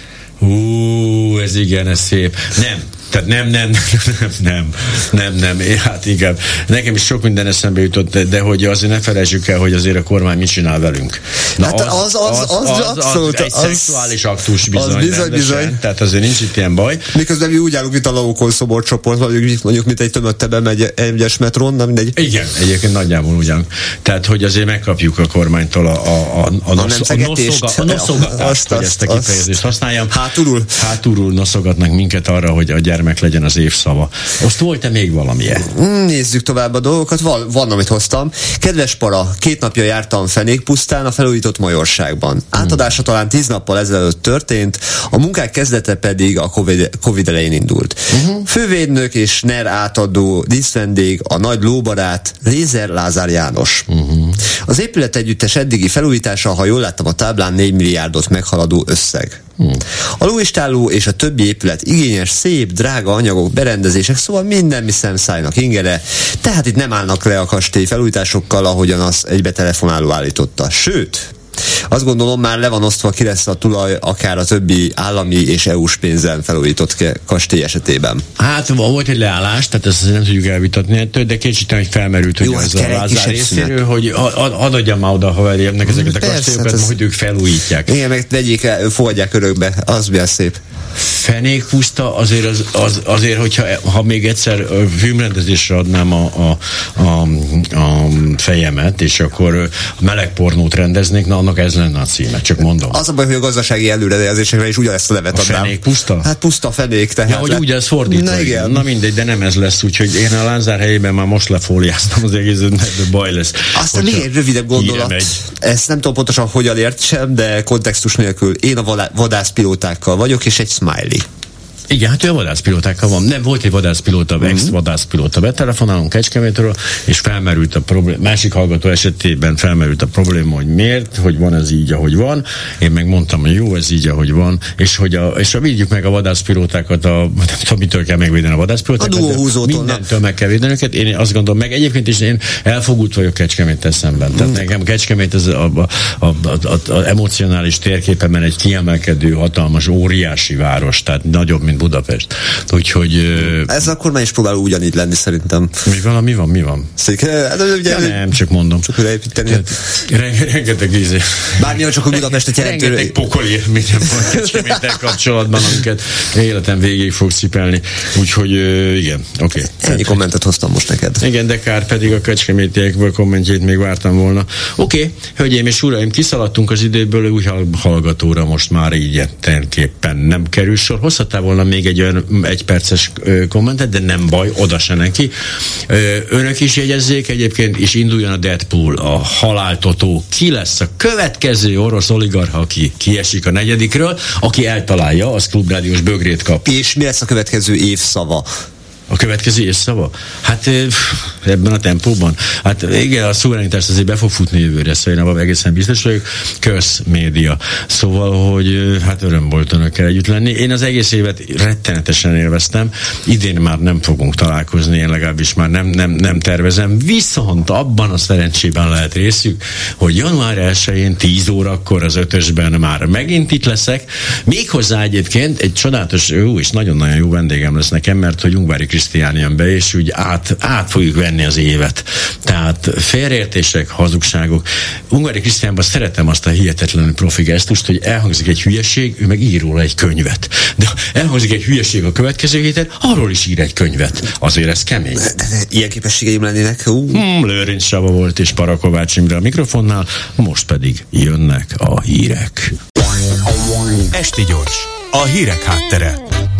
[SPEAKER 2] Hú, ez igen, ez szép. Nem. Tehát nem, nem, nem, nem, nem, nem, hát igen. Nekem is sok minden eszembe jutott, de, de hogy azért ne felejtsük el, hogy azért a kormány mit csinál velünk.
[SPEAKER 12] Na hát az, az, az, az, az, az abszolút.
[SPEAKER 2] Egy
[SPEAKER 12] az,
[SPEAKER 2] szexuális aktus bizony.
[SPEAKER 12] Az bizony, bizony.
[SPEAKER 2] Tehát azért nincs itt ilyen baj.
[SPEAKER 12] Miközben mi úgy állunk, mint a Laókon szoborcsoport, mondjuk, mondjuk mint egy tömöttebe megy egyes metron, nem mindegy.
[SPEAKER 2] Igen, egyébként nagyjából ugyan. Tehát, hogy azért megkapjuk a kormánytól a, a, a, a, nosz, a, noszoga, a noszogatást, hogy ezt a kifejezést használjam.
[SPEAKER 12] Hátulul.
[SPEAKER 2] Hátulul noszogatnak minket arra, hogy a gyermek legyen az évszava. Most volt-e még valamilyen?
[SPEAKER 12] Nézzük tovább a dolgokat. Van, van, amit hoztam. Kedves Para, két napja jártam Fenékpusztán a felújított Majorságban. Átadása talán tíz nappal ezelőtt történt, a munkák kezdete pedig a Covid, COVID elején indult. Uh-huh. Fővédnök és NER átadó díszvendég a nagy lóbarát Lézer Lázár János. Uh-huh. Az épület együttes eddigi felújítása, ha jól láttam a táblán, négy milliárdot meghaladó összeg. Hmm. A lóistálló és a többi épület igényes, szép, drága anyagok, berendezések, szóval minden, mi szemszájnak ingere, tehát itt nem állnak le a kastély felújításokkal, ahogyan az egy betelefonáló állította. Sőt, azt gondolom, már le van osztva, ki lesz a tulaj akár a többi állami és é u-s pénzen felújított kastély esetében.
[SPEAKER 2] Hát volt egy leállás, tehát ezt nem tudjuk elvitatni, de kicsit hogy felmerült, hogy ez a Lázár részéről, hogy ad adjam már oda a haverjémnek ezeket a kastélyokat, hát majd ők felújítják.
[SPEAKER 12] Igen, meg vegyék el, fogadják örökbe, az milyen szép.
[SPEAKER 2] Fenékpuszta, azért, az, az, azért hogyha ha még egyszer filmrendezésre adnám a, a, a, a fejemet, és akkor meleg pornót rendeznék, na annak ez lenne a címe, csak mondom.
[SPEAKER 12] Az a baj, hogy a gazdasági előrejelzésekre is ugyanezt a nevet adnám.
[SPEAKER 2] A fenékpuszta?
[SPEAKER 12] Hát puszta fenék, tehát.
[SPEAKER 2] Ja, hogy úgy ez fordítva. Na, igen. Na mindegy, de nem ez lesz, úgyhogy én a Lázár helyében már most lefóliáztam az egészet, de baj lesz.
[SPEAKER 12] Aztán még egy rövidebb gondolat. Ezt nem tudom pontosan hogyan értsem, de kontextus nélkül. Én a vadászpilótákkal vagyok, és egy smiley.
[SPEAKER 2] Igen, hát ő a vadászpilótákkal van. Nem, volt egy vadászpilóta, mm-hmm. ex-vadászpilóta. Betelefonálunk Kecskemétről, és felmerült a probléma. Másik hallgató esetében felmerült a probléma, hogy miért, hogy van ez így, ahogy van. Én meg mondtam, hogy jó, ez így, ahogy van, és hogy a, és a védjük meg a vadászpilótákat, a, nem tudom, mitől kell megvédeni a vadászpilótákat.
[SPEAKER 12] A
[SPEAKER 2] mindentől meg kell védeni őket. Én azt gondolom, meg egyébként is én elfogult vagyok Kecskeméttel szemben. Tehát mm. nekem Kecskemét ez a, a, a, a, a, a emocionális térképen egy kiemelkedő, hatalmas, óriási város, tehát nagyobb, mint Budapest. Úgyhogy...
[SPEAKER 12] Ez a kormány is próbál ugyanígy lenni, szerintem.
[SPEAKER 2] Mi van, mi van, mi van?
[SPEAKER 12] Szék, hát, ugye,
[SPEAKER 2] ja, nem, csak mondom.
[SPEAKER 12] Csak újra építeni.
[SPEAKER 2] Rengeteg ízé.
[SPEAKER 12] Bármilyen csak a Budapestet jelentő.
[SPEAKER 2] Rengeteg pokol élményem van Kecskeméttel kapcsolatban, amiket életem végéig fog cipelni. Úgyhogy igen, oké. Okay.
[SPEAKER 12] Ennyi kommentet hoztam most neked.
[SPEAKER 2] Igen, de kár pedig a kecskemétiekből kommentjét még vártam volna. Oké, okay, hölgyeim és uraim, kiszaladtunk az időből, úgy hallgatóra most már így tulajdonképpen nem kerül sor. Hozhatál volna még egy olyan egyperces kommentet, de nem baj, oda se neki. Önök is jegyezzék egyébként, és induljon a Deadpool, a haláltotó. Ki lesz a következő orosz oligarcha, aki kiesik a negyedikről, aki eltalálja, az klubrádiós bögrét kap.
[SPEAKER 12] És mi lesz a következő évszava?
[SPEAKER 2] A következő évszava? Hát ebben a tempóban. Hát igen, a szuverenitást azért be fog futni jövőre, szóval én abban egészen biztos vagyok. Kösz média. Szóval, hogy hát öröm volt önökkel együtt lenni. Én az egész évet rettenetesen élveztem. Idén már nem fogunk találkozni, én legalábbis már nem, nem, nem tervezem. Viszont abban a szerencsében lehet részük, hogy január elsején tíz órakor az ötösben már megint itt leszek. Méghozzá egyébként egy csodálatos, jó és nagyon-nagyon jó vendégem lesz nekem, mert hogy Ungvári Krisztián jön be, és úgy át, át fogjuk venni az évet. Tehát félreértések, hazugságok. Ungvári Krisztiánban szeretem azt a hihetetlenül profi gesztust, hogy elhangzik egy hülyeség, ő meg ír róla egy könyvet. De elhangzik egy hülyeség a következő héten, arról is ír egy könyvet. Azért ez kemény.
[SPEAKER 12] De, de, de ilyen képességeim lennének? Uh.
[SPEAKER 2] Hmm, Lőrinc Sava volt és Parakovács Imre a mikrofonnál, most pedig jönnek a hírek.
[SPEAKER 13] Esti gyors, a hírek háttere.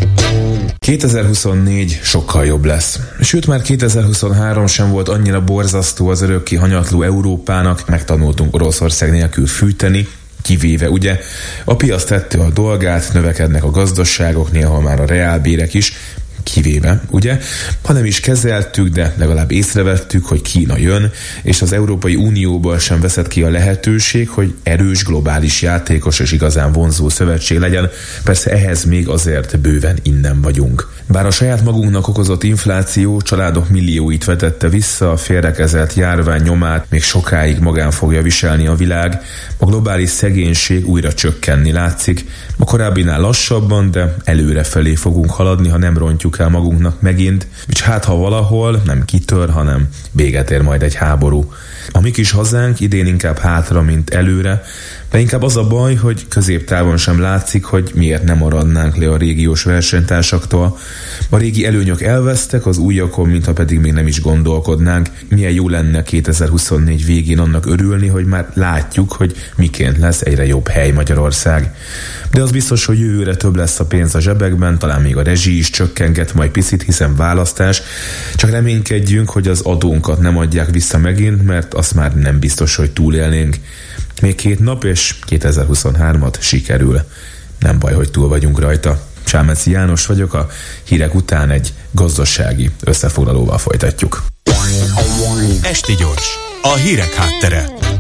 [SPEAKER 14] kétezer-huszonnégy sokkal jobb lesz. Sőt, már kétezer-huszonhárom sem volt annyira borzasztó az örökké hanyatló Európának, megtanultunk Oroszország nélkül fűteni, kivéve ugye a piac tette a dolgát, növekednek a gazdaságok, néha már a reálbérek is, kivéve, ugye? Ha nem is kezeltük, de legalább észrevettük, hogy Kína jön, és az Európai Unióból sem veszett ki a lehetőség, hogy erős globális játékos és igazán vonzó szövetség legyen, persze ehhez még azért bőven innen vagyunk. Bár a saját magunknak okozott infláció családok millióit vetette vissza, a félrekezelt járvány nyomát még sokáig magán fogja viselni a világ, a globális szegénység újra csökkenni látszik, a korábbinál lassabban, de előrefelé fogunk haladni, ha nem rontjuk el magunknak megint, és hát ha valahol nem kitör, hanem véget ér majd egy háború. A mi kis hazánk idén inkább hátra, mint előre, de inkább az a baj, hogy középtávon sem látszik, hogy miért nem maradnánk le a régiós versenytársaktól. A régi előnyök elvesztek, az újakon, mintha pedig még nem is gondolkodnánk. Milyen jó lenne kétezer-huszonnégy végén annak örülni, hogy már látjuk, hogy miként lesz egyre jobb hely Magyarország. De az biztos, hogy jövőre több lesz a pénz a zsebekben, talán még a rezsi is csökkenget majd picit, hiszen választás. Csak reménykedjünk, hogy az adónkat nem adják vissza megint, mert azt már nem biztos, hogy túlélnénk. Még két nap, és kétezer-huszonhármat sikerül. Nem baj, hogy túl vagyunk rajta. Csámeci János vagyok, a hírek után egy gazdasági összefoglalóval folytatjuk.
[SPEAKER 13] Esti gyors, a hírek háttere.